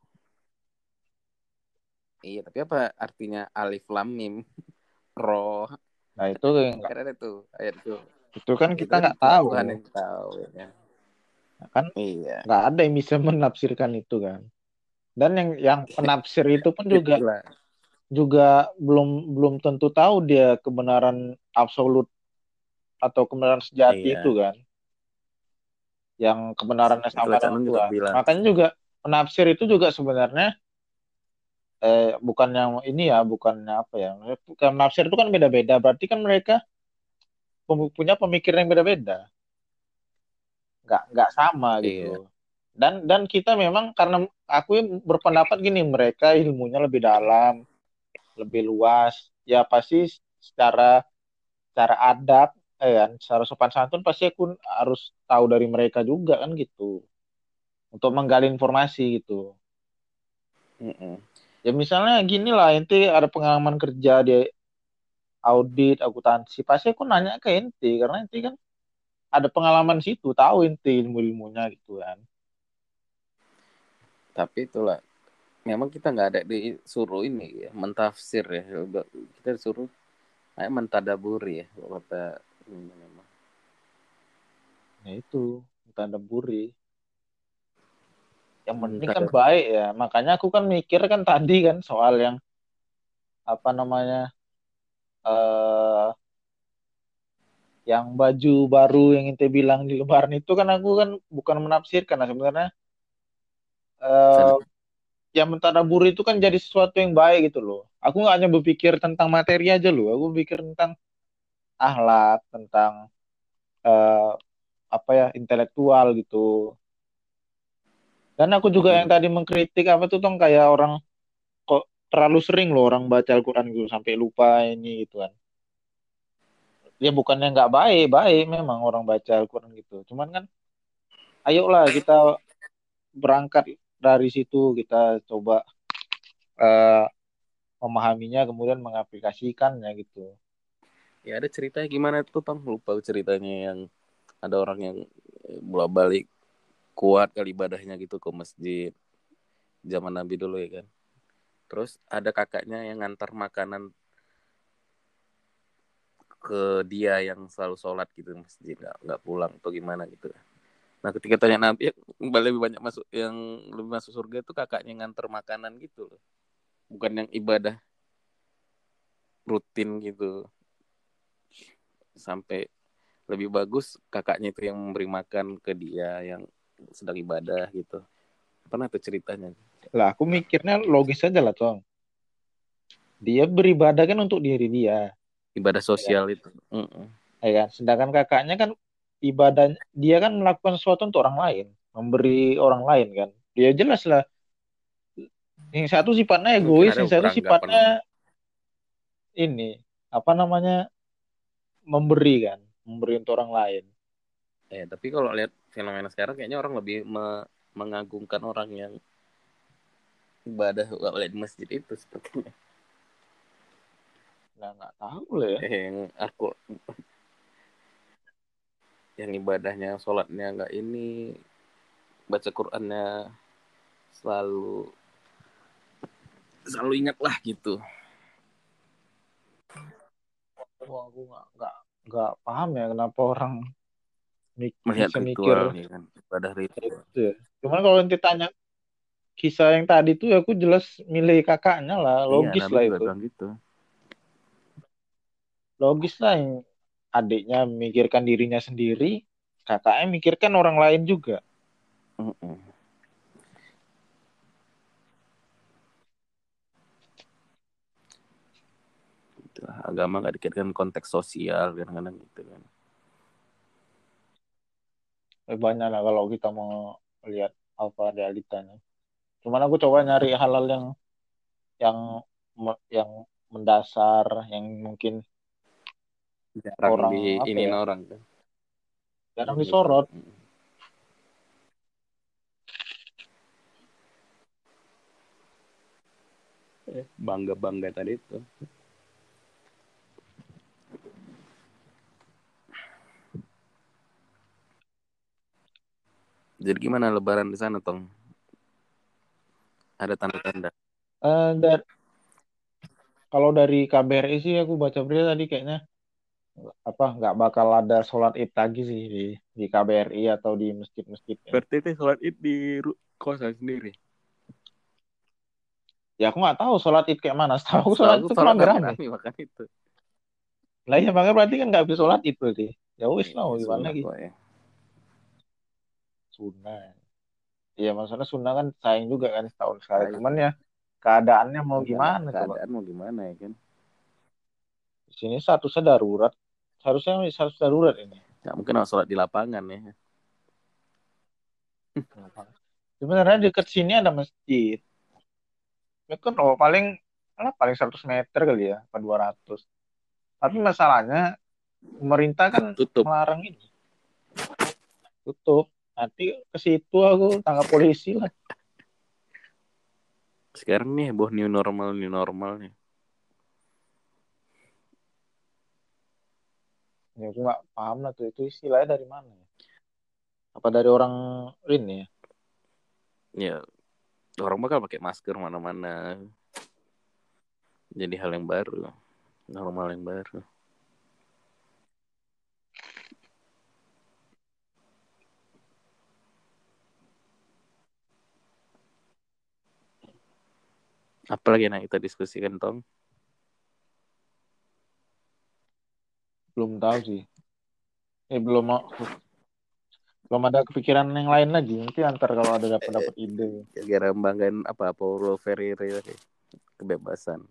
C: Iya, tapi apa artinya alif lam mim roh?
A: Nah itu enggak,
C: Kan ada tuh ayat itu.
A: itu kan
C: Ya,
A: kita
C: itu kan
A: nggak
C: cuma
A: tahu,
C: Tuhan yang tahu ya kan.
A: kan
C: Iya.
A: nggak ada yang bisa menafsirkan itu kan. Dan yang yang penafsir itu pun juga
C: Itulah.
A: juga belum belum tentu tahu dia kebenaran absolut atau kebenaran sejati itu
C: Iya.
A: kan, yang kebenarannya sama
C: Itulah Cak
A: dengan
C: Nun juga
A: Tuhan.
C: bilang.
A: Makanya juga penafsir itu juga sebenarnya eh, bukan yang ini ya, bukannya apa ya? Bukan penafsir itu kan beda-beda. Berarti kan mereka pem- punya pemikiran yang beda-beda, nggak nggak sama gitu
C: Iya.
A: loh. Dan dan kita memang karena aku berpendapat gini, mereka ilmunya lebih dalam, lebih luas. Ya pasti secara secara adab, eh kan, secara sopan santun pasti aku harus tahu dari mereka juga kan gitu. Untuk menggali informasi gitu.
C: Mm-mm.
A: Ya misalnya gini lah, ente ada pengalaman kerja di audit, akuntansi, pasti aku nanya ke ente karena ente kan ada pengalaman situ, tahu ente ilmu-ilmunya gitu kan.
C: Tapi itulah memang kita nggak ada disuruh ini ya mentafsir ya, kita disuruh kayak mentadaburi ya kalau kata ini memang.
A: Nah itu, tanda buri. Yang penting kan
C: Mentadaburi.
A: baik ya. Makanya aku kan mikir kan tadi kan soal yang apa namanya eh yang baju baru yang ente bilang di Lebaran itu kan aku kan bukan menafsirkan nah sebenarnya eh yang mentadaburi itu kan jadi sesuatu yang baik gitu loh. Aku nggak hanya berpikir tentang materi aja loh. Aku berpikir tentang akhlak, tentang eh, apa ya intelektual gitu. Dan aku juga yang tadi mengkritik apa tuh tong kayak orang kok terlalu sering loh orang baca Al-Quran gitu sampai lupa ini gitu kan. Ya bukannya nggak baik, baik memang orang baca Al-Quran gitu. Cuman kan ayolah kita berangkat dari situ, kita coba eh, memahaminya kemudian mengaplikasikannya gitu.
C: Ya ada ceritanya gimana tuh Bang, lupa ceritanya yang ada orang yang bolak balik kuat kali ibadahnya gitu ke masjid zaman Nabi dulu ya kan. Terus ada kakaknya yang ngantar makanan ke dia yang selalu sholat gitu di masjid, nggak nggak pulang atau gimana gitu. Nah ketika tanya Nabi, yang lebih banyak masuk yang lebih masuk surga itu kakaknya yang ngantar makanan gitu loh, bukan yang ibadah rutin gitu. Sampai lebih bagus kakaknya itu yang memberi makan ke dia yang sedang ibadah gitu. Pernah tuh ceritanya.
A: Lah aku mikirnya logis aja lah Tong. dia beribadah kan untuk diri dia,
C: Ibadah
A: ya kan?
C: sosial itu. Mm-mm.
A: Ya kan? Sedangkan kakaknya kan ibadah, dia kan melakukan sesuatu untuk orang lain, memberi orang lain kan. Dia jelas lah. Yang satu sifatnya
C: Mungkin
A: egois,
C: ada
A: yang satu
C: beranggapan.
A: sifatnya ini apa namanya memberi kan, memberi untuk orang lain.
C: Eh, tapi kalau lihat fenomena sekarang kayaknya orang lebih me- mengagungkan orang yang ibadah di masjid itu sepertinya.
A: Nah nggak tahu lah ya.
C: Eh, yang aku yang ibadahnya sholatnya nggak ini, baca Qurannya selalu selalu ingat lah gitu.
A: Wah, aku nggak nggak nggak paham ya kenapa orang mik-
C: Melihat
A: bisa mikir
C: ritual ya kan, ibadah ritual.
A: itu ya. Cuman kalau nanti tanya kisah yang tadi tuh aku jelas milih kakaknya lah,
C: Iya,
A: logis
C: Nabi
A: lah
C: juga
A: itu.
C: bilang gitu.
A: Logis lah yang adiknya memikirkan dirinya sendiri, kakaknya mikirkan orang lain juga.
C: Mm-mm. Gitu lah. Agama nggak dikaitkan konteks sosial kadang-kadang gitu kan.
A: Eh, banyak lah kalau kita mau lihat apa realitanya. Cuman aku coba nyari hal-hal yang yang me- yang mendasar, yang mungkin
C: Jarang
A: orang
C: di
A: apa
C: ini
A: ya,
C: orang kan.
A: jarang
C: Yang disorot.
A: disorot.
C: Bangga bangga tadi itu. Jadi gimana Lebaran di sana Tong? Ada tanda-tanda?
A: Eh, dan kalau dari K B R I sih aku baca berita tadi kayaknya apa nggak bakal ada sholat id lagi sih di di K B R I atau di masjid-masjidnya.
C: Berarti itu sholat id di kosan sendiri.
A: Ya aku nggak tahu sholat id kayak mana. Setahu aku
C: Setahu
A: sholat
C: aku
A: itu kan
C: sholat
A: rame-rame.
C: rame-rame makan itu.
A: Lah ya makanya berarti kan nggak bisa sholat id berarti. Ya wis lah
C: Iya,
A: mau gimana
C: sunnah
A: lagi.
C: kok ya.
A: Sunnah. Iya maksudnya sunnah kan sayang juga kan setahun sekali. Cuman
C: Sayang.
A: ya keadaannya mau
C: Iyalah,
A: gimana coba.
C: keadaan mau gimana ya kan.
A: Di sini statusnya darurat. Seharusnya status darurat ini.
C: Nggak mungkin harus sholat di lapangan ya.
A: Sebenarnya dekat sini ada masjid. Ya kan oh, paling alah, paling seratus meter kali ya, apa dua ratus. Tapi masalahnya pemerintah kan
C: Tutup.
A: melarang ini, tutup. Nanti ke situ aku tangkap polisi lah.
C: Sekarang nih heboh new normal new normal nih.
A: Ya aku nggak paham lah tuh itu istilahnya dari mana ya? Apa dari orang ini ya?
C: Ya orang bakal pakai masker mana-mana. Jadi hal yang baru, normal yang baru. Apalagi yang kita diskusikan Tong?
A: Belum tahu sih. Eh belum mau belum ada kepikiran yang lain lagi. Mungkin antar kalau ada dapat dapat ide.
C: Gara-gara banggain apa Paulo Ferreira kebebasan.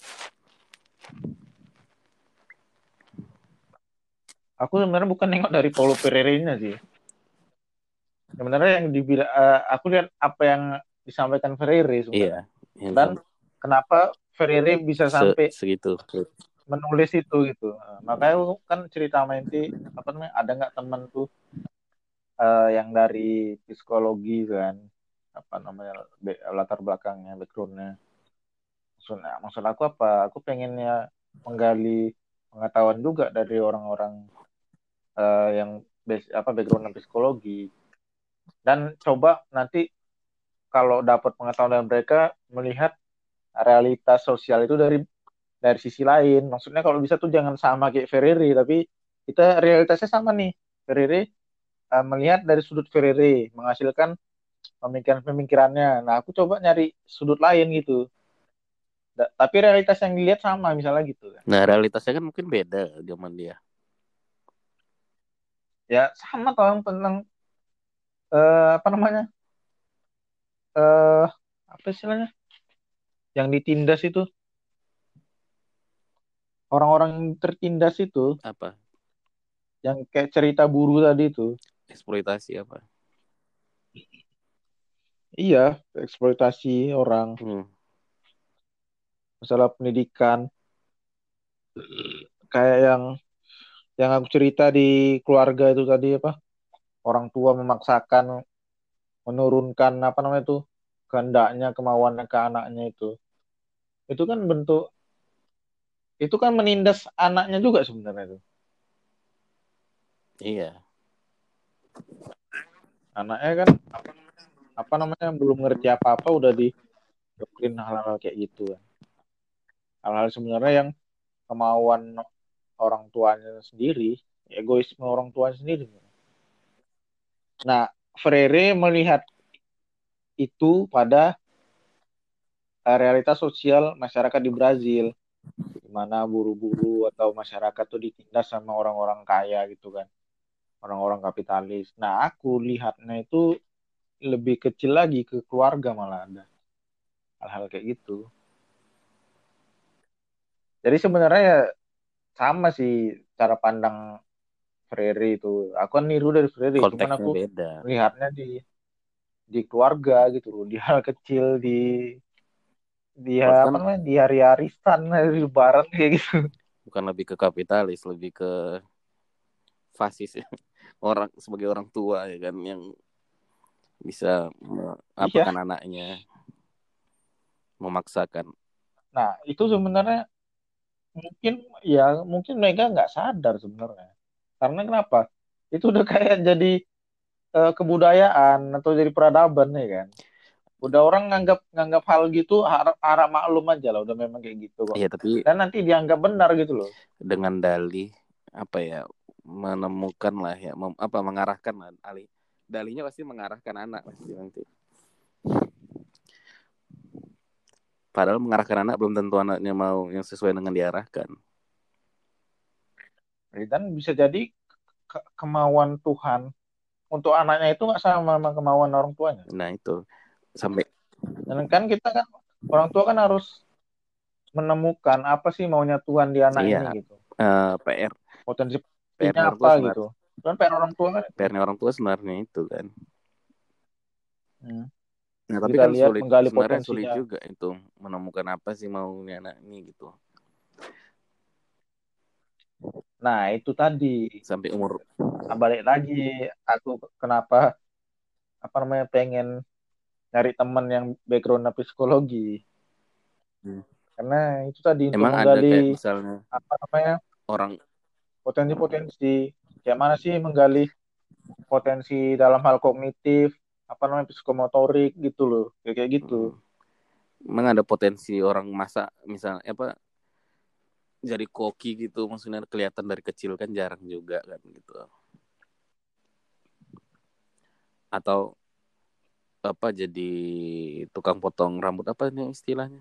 A: Aku sebenarnya bukan nengok dari Paulo Ferreira sih. Sebenarnya yang dibilang uh, aku lihat apa yang disampaikan Ferreira
C: Iya,
A: sebenarnya.
C: yang
A: Dan
C: sampai
A: kenapa Ferreira bisa
C: se
A: sampai
C: segitu.
A: menulis itu gitu. Nah, makanya aku kan cerita sama inti apa namanya ada nggak temen tuh eh, yang dari psikologi kan apa namanya be- latar belakangnya backgroundnya. Maksudnya, maksud aku apa? Aku pengennya menggali pengetahuan juga dari orang-orang eh, yang base, apa background psikologi dan coba nanti kalau dapat pengetahuan dari mereka melihat realitas sosial itu dari dari sisi lain. Maksudnya kalau bisa tuh jangan sama kayak Ferreri, tapi kita realitasnya sama nih. Ferreri uh, melihat dari sudut Ferreri, menghasilkan pemikiran-pemikirannya. Nah, aku coba nyari sudut lain gitu. Da- tapi realitas yang dilihat sama misalnya gitu kan.
C: Nah, realitasnya kan mungkin beda zaman dia.
A: Ya sama tentang tentang uh, apa namanya? Eh uh, apa istilahnya? Yang ditindas itu orang-orang yang tertindas itu,
C: Apa?
A: yang kayak cerita buruh tadi itu,
C: Eksploitasi apa?
A: iya, eksploitasi orang,
C: Hmm.
A: masalah pendidikan, kayak yang yang aku cerita di keluarga itu tadi apa, orang tua memaksakan menurunkan apa namanya itu kehendaknya kemauannya ke anaknya itu, itu kan bentuk, itu kan menindas anaknya juga sebenarnya itu.
C: Iya.
A: Anaknya kan apa namanya belum ngerti apa-apa udah didoktrin hal-hal kayak gitu kan. Hal-hal sebenarnya yang kemauan orang tuanya sendiri, egoisme orang tuanya sendiri. Nah, Freire melihat itu pada uh, realitas sosial masyarakat di Brazil, di mana buru-buru atau masyarakat tuh ditindas sama orang-orang kaya gitu kan, orang-orang kapitalis. Nah, aku lihatnya itu lebih kecil lagi ke keluarga malah ada hal-hal kayak gitu. Jadi sebenarnya ya sama sih cara pandang Freire itu. Aku kan niru dari Freire, cuman
C: Konteksnya
A: aku
C: beda.
A: melihatnya di di keluarga gitu loh, di hal kecil, di di
C: Kalau
A: apa
C: kan
A: namanya di hari arisan, hari lebaran kayak gitu.
C: bukan lebih ke kapitalis, lebih ke fasis ya. Orang sebagai orang tua ya kan yang bisa
A: Iya.
C: apakan anaknya, memaksakan.
A: Nah, itu sebenarnya mungkin ya mungkin mereka nggak sadar sebenarnya. Karena kenapa? Itu udah kayak jadi eh, kebudayaan atau jadi peradaban ya kan. Udah orang nganggap nganggap hal gitu harap harap maklum aja lah, udah memang kayak gitu kok.
C: Iya, tapi
A: Dan nanti dianggap benar gitu loh.
C: dengan dalih apa ya, menemukan lah ya, mem, apa mengarahkan lah, alih dalihnya pasti mengarahkan anak pasti nanti. Padahal mengarahkan anak belum tentu anaknya mau yang sesuai dengan diarahkan.
A: Dan bisa jadi ke- kemauan Tuhan untuk anaknya itu nggak sama sama kemauan orang tuanya.
C: Nah itu sampai
A: Dan kan kita kan orang tua kan harus menemukan apa sih maunya Tuhan di anak
C: iya,
A: ini gitu.
C: uh, P R
A: Potensi
C: P R-nya
A: potensinya
C: orang
A: apa
C: tua
A: gitu.
C: sebenarnya,
A: Dan P R orang tua kan itu.
C: P R-nya orang tua sebenarnya itu kan.
A: Hmm.
C: Nah tapi
A: Kita
C: kan
A: lihat
C: sulit,
A: menggali
C: sebenarnya sulit
A: potensinya.
C: juga itu menemukan apa sih maunya anak ini gitu.
A: Nah, itu tadi.
C: Sampai umur.
A: Nah, balik lagi aku kenapa apa namanya pengen nyari teman yang background psikologi.
C: Hmm.
A: Karena itu tadi untuk
C: Emang ada
A: menggali
C: kayak misalnya
A: apa namanya
C: orang.
A: potensi-potensi. Kayak mana sih menggali potensi dalam hal kognitif, apa namanya psikomotorik gitu loh. Kayak kayak gitu.
C: Hmm, emang ada potensi orang masa misalnya apa jadi koki gitu, maksudnya kelihatan dari kecil kan jarang juga kan gitu. Atau apa jadi tukang potong rambut apa nih istilahnya,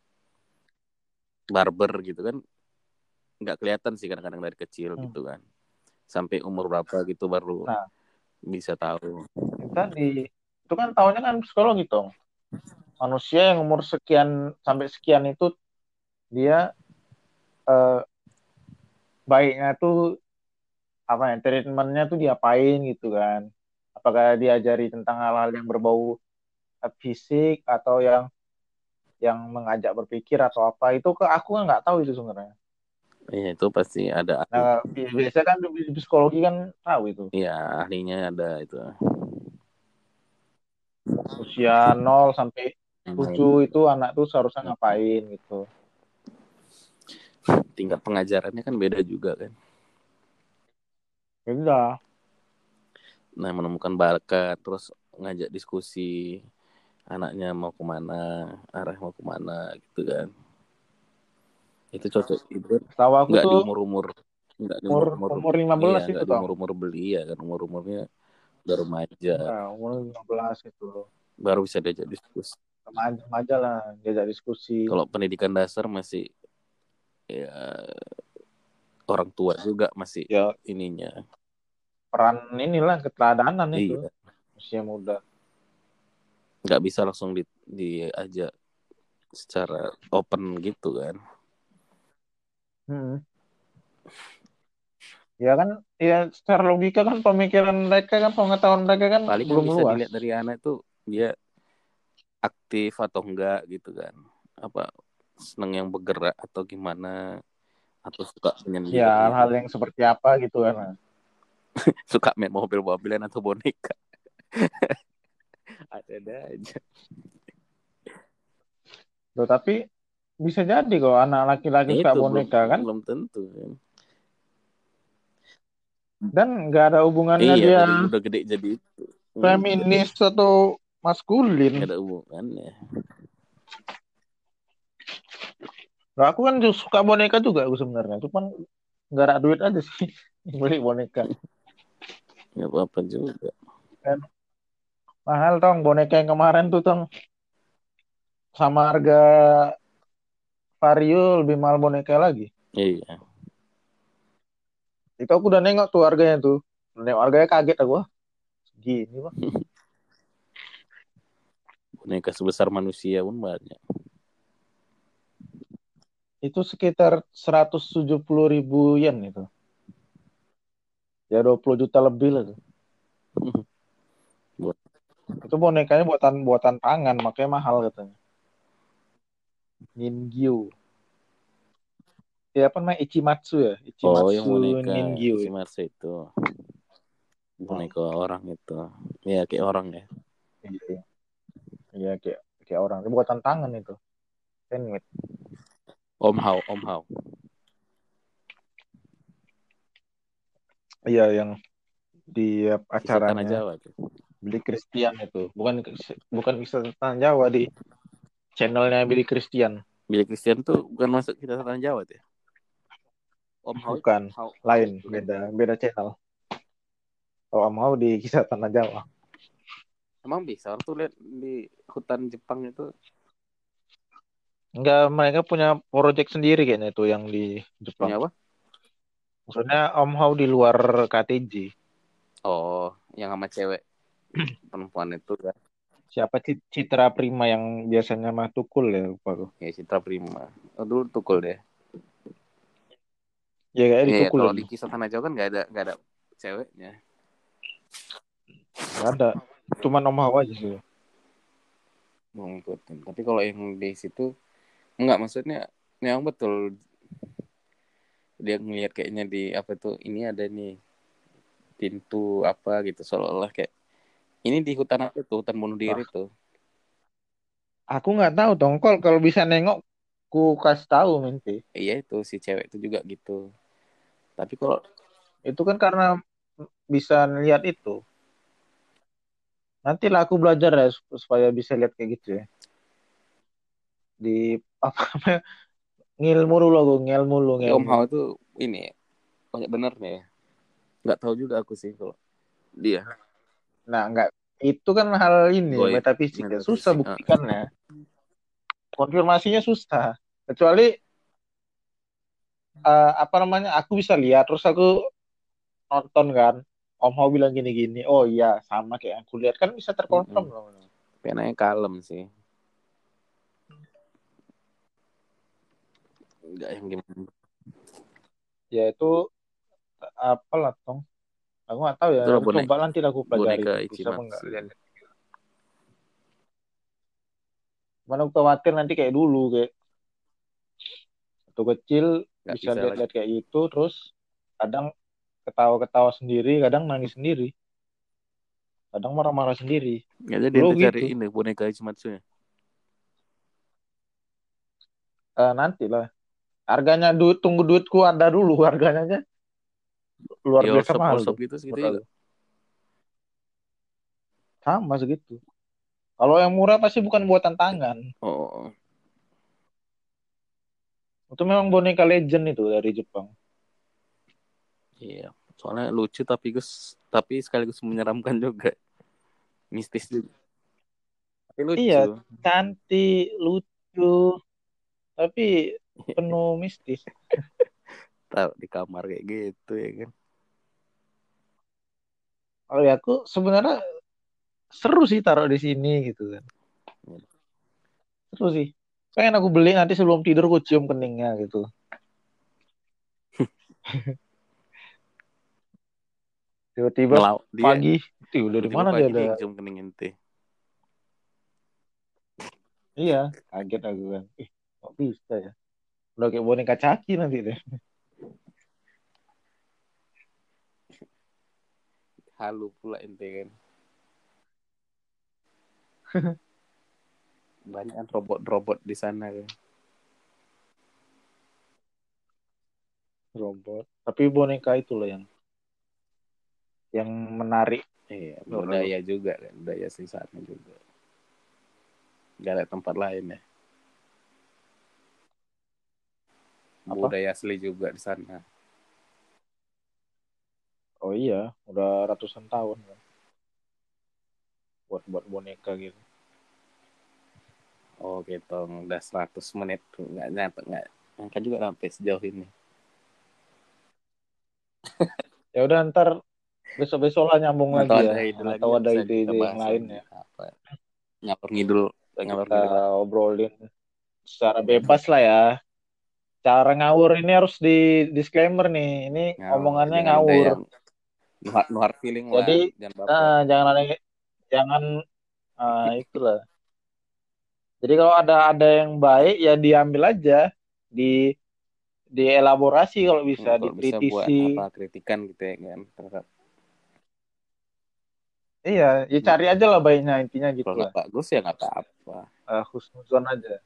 C: barber gitu kan, nggak kelihatan sih kadang-kadang dari kecil
A: Hmm.
C: gitu kan, sampai umur berapa gitu baru
A: Nah,
C: bisa tahu.
A: itu tadi itu kan tahunya kan psikologi toh. Manusia yang umur sekian sampai sekian itu dia eh, baiknya tuh apa ya treatmentnya tuh diapain gitu kan, apakah diajari tentang hal-hal yang berbau eh, fisik atau yang yang mengajak berpikir atau apa itu ke aku kan nggak tahu itu sebenarnya.
C: Iya itu pasti ada ahli.
A: Nah bi- biasanya kan di psikologi kan tahu itu
C: Iya ahlinya ada itu.
A: usia nol sampai tujuh
C: Hmm.
A: itu anak tuh seharusnya ngapain gitu.
C: Tingkat pengajarannya kan beda juga kan.
A: Ya udah.
C: Nah menemukan bakat terus ngajak diskusi anaknya mau kemana, arah mau kemana gitu kan. Itu cocok itu kan,
A: Tahu aku
C: nggak di
A: tuh
C: umur umur nggak di
A: umur
C: umur umur
A: umur
C: iya
A: lima belas itu
C: nggak di
A: tong.
C: umur umur beli ya kan, umur umurnya udah remaja
A: Nah, umur lima belas itu
C: baru bisa diajak diskusi.
A: remaja remaja lah diajak diskusi.
C: Kalau pendidikan dasar masih ya orang tua juga masih
A: Ya
C: ininya.
A: peran inilah keteladanan itu
C: Iya
A: usia muda.
C: nggak bisa langsung di diajak secara open gitu kan.
A: Hmm. Ya kan, ya secara logika kan pemikiran mereka kan, pengetahuan mereka kan
C: Paling kan
A: belum
C: bisa
A: luas.
C: dilihat dari anak tuh dia aktif atau enggak gitu kan, apa seneng yang bergerak atau gimana, atau suka
A: Ya
C: menyendiri,
A: hal-hal yang seperti apa gitu kan.
C: suka main mobil-mobilan atau boneka. Ada-ada aja.
A: Loh, tapi bisa jadi kok anak laki-laki
C: Nah,
A: suka
C: itu belum
A: boneka kan,
C: belum tentu kan.
A: dan nggak ada hubungannya
C: Iya
A: dia
C: dari udah gede jadi itu enggak,
A: feminis atau maskulin.
C: enggak ada hubungannya.
A: Nah, aku kan juga suka boneka juga aku sebenarnya, cuman nggak ada duit aja sih beli boneka.
C: Enggak apa-apa juga.
A: Dan mahal tong boneka yang kemarin tuh tong, sama harga Vario lebih mahal boneka lagi.
C: Iya,
A: Itu aku udah nengok tuh harganya tuh, nengok harganya kaget aku, wah gini bang.
C: boneka sebesar manusia pun banyak.
A: Itu sekitar seratus tujuh puluh ribu yen itu, ya dua puluh juta lebih lah tuh.
C: Buat
A: Itu bonekanya buatan buatan tangan, makanya mahal katanya. Ningyo. Ya apa namanya, Ichimatsu ya?
C: oh yang
A: Ichimatsu
C: boneka
A: Ningyo ya.
C: Ichimatsu itu
A: Oh,
C: boneka orang itu ya kayak orang ya.
A: iya, iya. Iya, kayak kayak orang. Itu buatan tangan itu. Handmade.
C: Om Hao, Om Hao.
A: Iya, yang di
C: Kisah Tanah
A: acaranya
C: Jawa tuh.
A: Billy Christian itu. Bukan bukan kisah tentang Jawa, di channelnya Billy Christian.
C: Billy Christian tuh bukan masuk Kisah Tanah Jawa tuh ya? Om Hao,
A: Bukan,
C: Hao, Hao
A: lain,
C: itu kan.
A: beda beda channel. Oh, mau di kisah tanah Jawa.
C: Emang bisa orang tuh lihat di hutan Jepang itu.
A: Enggak, mereka punya project sendiri kayaknya itu yang di Jepang.
C: Punya apa?
A: Maksudnya Om Hao di luar K T J.
C: Oh, yang sama cewek perempuan itu kan.
A: Siapa Ci- Citra Prima yang biasanya mah Tukul ya, lupa aku.
C: Ya Citra Prima. Oh, dulu tukul deh.
A: Ya kayak
C: Iya,
A: ditukul
C: kalau di
A: dulu.
C: Kisah Tanah Jawa kan nggak ada nggak ada ceweknya.
A: Enggak ada. Cuman Om Hao aja sih.
C: Mau ngikutin. Tapi kalau yang di situ nggak, maksudnya yang betul dia ngelihat kayaknya di apa tuh ini ada nih pintu apa gitu seolah-olah kayak ini di hutan apa tuh, hutan bunuh diri
A: Wah,
C: tuh.
A: aku nggak tahu tongkol, kalau bisa nengok ku kasih tahu nanti.
C: Iya itu si cewek itu juga gitu. Tapi kalau
A: Itu kan karena bisa lihat itu. Nanti lah aku belajar ya sup- supaya bisa lihat kayak gitu ya. Di apa namanya, ngilmu dulu aku, ngilmu lu,
C: tapi Om
A: ngilmu.
C: Hao itu ini banyak bener nih ya. Nggak tahu juga aku sih kalau dia
A: Nah, nggak, itu kan hal ini
C: goib
A: metafisik ya, susah
C: metafisik. Ah.
A: buktikannya. Konfirmasinya susah. Kecuali eh, apa namanya, aku bisa lihat terus aku nonton kan. Om Hao bilang gini-gini. Oh iya, sama kayak yang aku lihat, kan bisa
C: Mm-mm.
A: terkonfirm dong.
C: Tapi anaknya kalem sih, nggak yang gimana.
A: Ya itu apalah tong. Aku nggak tahu ya.
C: Itulah
A: Aku
C: bonek
A: coba nanti lah aku pelajari
C: boneka
A: itu. Bisa apa nggak
C: Ichimatsu.
A: lihat. Mana aku khawatir nanti kayak dulu, kayak waktu kecil
C: Nggak
A: bisa
C: bisa lagi.
A: lihat-lihat kayak gitu, terus kadang ketawa-ketawa sendiri, kadang nangis sendiri, kadang marah-marah sendiri.
C: Nggak jadi
A: Dulu
C: ente cari
A: gitu.
C: ini boneka Ichimatsu ya.
A: Eh, nanti lah. Harganya duit, tunggu duitku ada dulu harganya aja. Luar
C: Di all
A: biasa
C: shop
A: mahal
C: all shop
A: tuh.
C: gitu segitu
A: Menurut
C: juga.
A: aku. Sama segitu. Kalau yang murah pasti bukan buatan tangan.
C: Oh, oh, oh.
A: Itu memang boneka legend itu dari Jepang.
C: Iya. Soalnya lucu tapi gus tapi sekaligus menyeramkan juga. Mistis juga. Tapi
A: Iya,
C: lucu.
A: cantik, lucu, tapi penuh mistis.
C: Taruh di kamar kayak gitu ya kan.
A: Kalau ya aku sebenarnya seru sih taruh di sini gitu kan. Seru sih. Pengen aku beli nanti sebelum tidur aku cium keningnya gitu. Tiba-tiba
C: Ngelau dia
A: pagi, tuh dari
C: tiba-tiba
A: mana dia
C: pagi
A: ada?
C: dia ngium kening ente.
A: Iya, kaget aku kan. Ih, kok bisa ya? Udah kayak boneka caki nanti deh.
C: Halu pula ente kan. Banyak kan robot-robot di sana kan.
A: Robot. Tapi boneka itu loh yang yang menarik.
C: Iya,
A: Loh, loh, loh.
C: budaya juga kan, budaya di sana juga. Gak ada tempat lain ya.
A: Apa?
C: Budaya asli juga di sana.
A: Oh iya, udah ratusan tahun kan. Buat buat boneka gitu.
C: Oh gitu, udah seratus menit tuh. Nggak nyata, nggak angka juga sampai sejauh ini.
A: Ya udah ntar besok-besok lah nyambung
C: Atau
A: lagi ya.
C: ada ide
A: Mana
C: lagi
A: tahu
C: yang
A: ada
C: bisa kita
A: ide-ide yang
C: bahas
A: lain
C: lagi.
A: ya.
C: Apa? Ngalor ngidul,
A: Udah
C: ngalor
A: kita
C: ngidul.
A: obrolin secara bebas lah ya. Cara ngawur ini harus di disclaimer nih. Ini
C: Ngawur,
A: omongannya
C: jangan ada
A: ngawur.
C: yang nuhar, nuhar feeling
A: Jadi
C: lah, jangan baper.
A: eh, jangan ada jangan eh, itulah. Jadi kalau ada ada yang baik ya diambil aja, di dielaborasi kalau bisa,
C: Hmm, kalau bisa buat
A: dikritisi.
C: apa kritikan gitu ya kan. Terhadap,
A: Iya, ya cari
C: hmm,
A: aja lah baiknya intinya
C: kalau
A: gitu
C: nggak
A: lah.
C: bagus ya nggak apa-apa.
A: Eh, husnuzon aja.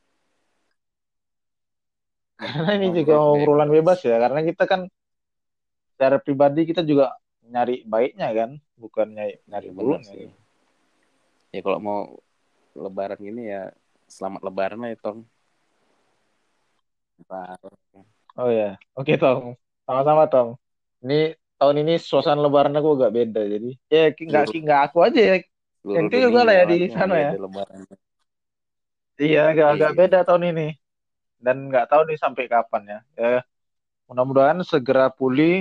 C: Yang
A: Karena
C: penting
A: ini juga
C: ngobrol
A: obrolan
C: bebas.
A: bebas ya, karena kita kan secara pribadi kita juga nyari baiknya kan, bukan nyari, nyari
C: Iya benar
A: buruknya
C: sih.
A: gitu.
C: Ya kalau mau lebaran gini ya selamat lebaran lah ya Tong. Lebaran.
A: Oh ya, oke Tong, sama-sama Tong. Ini tahun ini suasana Lebaran aku agak beda, jadi ya nggak
C: Seluruh,
A: nggak aku aja ya, yang
C: seluruh
A: itu juga lah
C: dunia
A: ya di
C: lah cuma
A: sana ya.
C: beda lebaran.
A: Iya, agak-agak
C: Iya.
A: beda tahun ini dan nggak tahu nih sampai kapan ya. Ya mudah-mudahan segera pulih,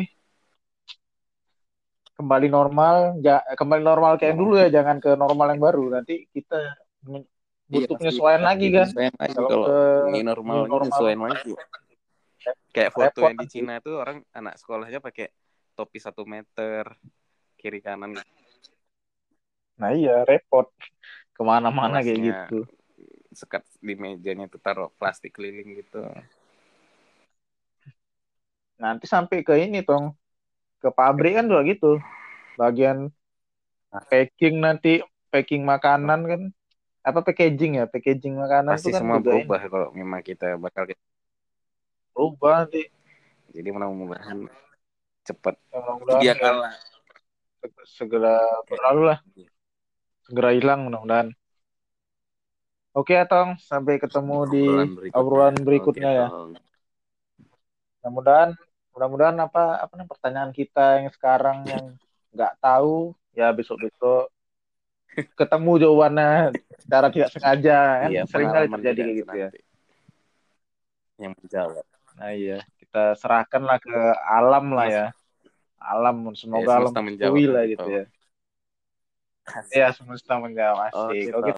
A: kembali normal, nggak kembali normal kayak
C: Nah,
A: dulu ya, jangan ke normal yang baru. Nanti kita men-
C: iya
A: butuh
C: pasti
A: penyesuaian
C: pasti
A: lagi kan.
C: penyesuaian lagi
A: Kalau
C: kalau
A: ke
C: new normal
A: new
C: lagi
A: normal
C: penyesuaian lagi. Kayak foto
A: repot
C: yang di
A: nanti.
C: Cina tuh orang anak sekolahnya pakai topi satu meter kiri kanan
A: Nah iya repot kemana-mana kayak
C: kelasnya
A: gitu.
C: sekat di mejanya tuh taruh plastik keliling gitu.
A: Nanti sampai ke ini tong, ke pabrik kan juga gitu. Bagian
C: Nah,
A: packing nanti, packing makanan kan, apa packaging ya, packaging makanan
C: pasti
A: tuh kan
C: semua
A: juga ini
C: berubah kalau memang kita bakal
A: berubah nanti.
C: jadi mudah-mudahan cepat
A: Ya, mudah-mudahan
C: dia
A: ya
C: kalah.
A: segera berlalu lah, segera hilang mudah-mudahan. Oke ya Tong, sampai ketemu di
C: Obrolan berikutnya.
A: obrolan
C: Oke
A: berikutnya ya.
C: Tong.
A: Mudah-mudahan, mudah-mudahan apa apa nih pertanyaan kita yang sekarang yang nggak tahu ya besok-besok ketemu jawabannya secara tidak sengaja kan,
C: Iya
A: sering kali
C: pengalaman
A: terjadi
C: juga
A: kayak
C: tuh
A: gitu ya.
C: nanti yang menjawab.
A: Nah iya, kita serahkanlah ke alam lah
C: Mas,
A: ya, alam,
C: ya
A: semoga alam
C: semesta
A: merestui
C: menjawab
A: lah
C: nanti
A: gitu
C: Tong.
A: ya. Ya semesta menjawab, asik.
C: Oke
A: Oke.
C: Tong.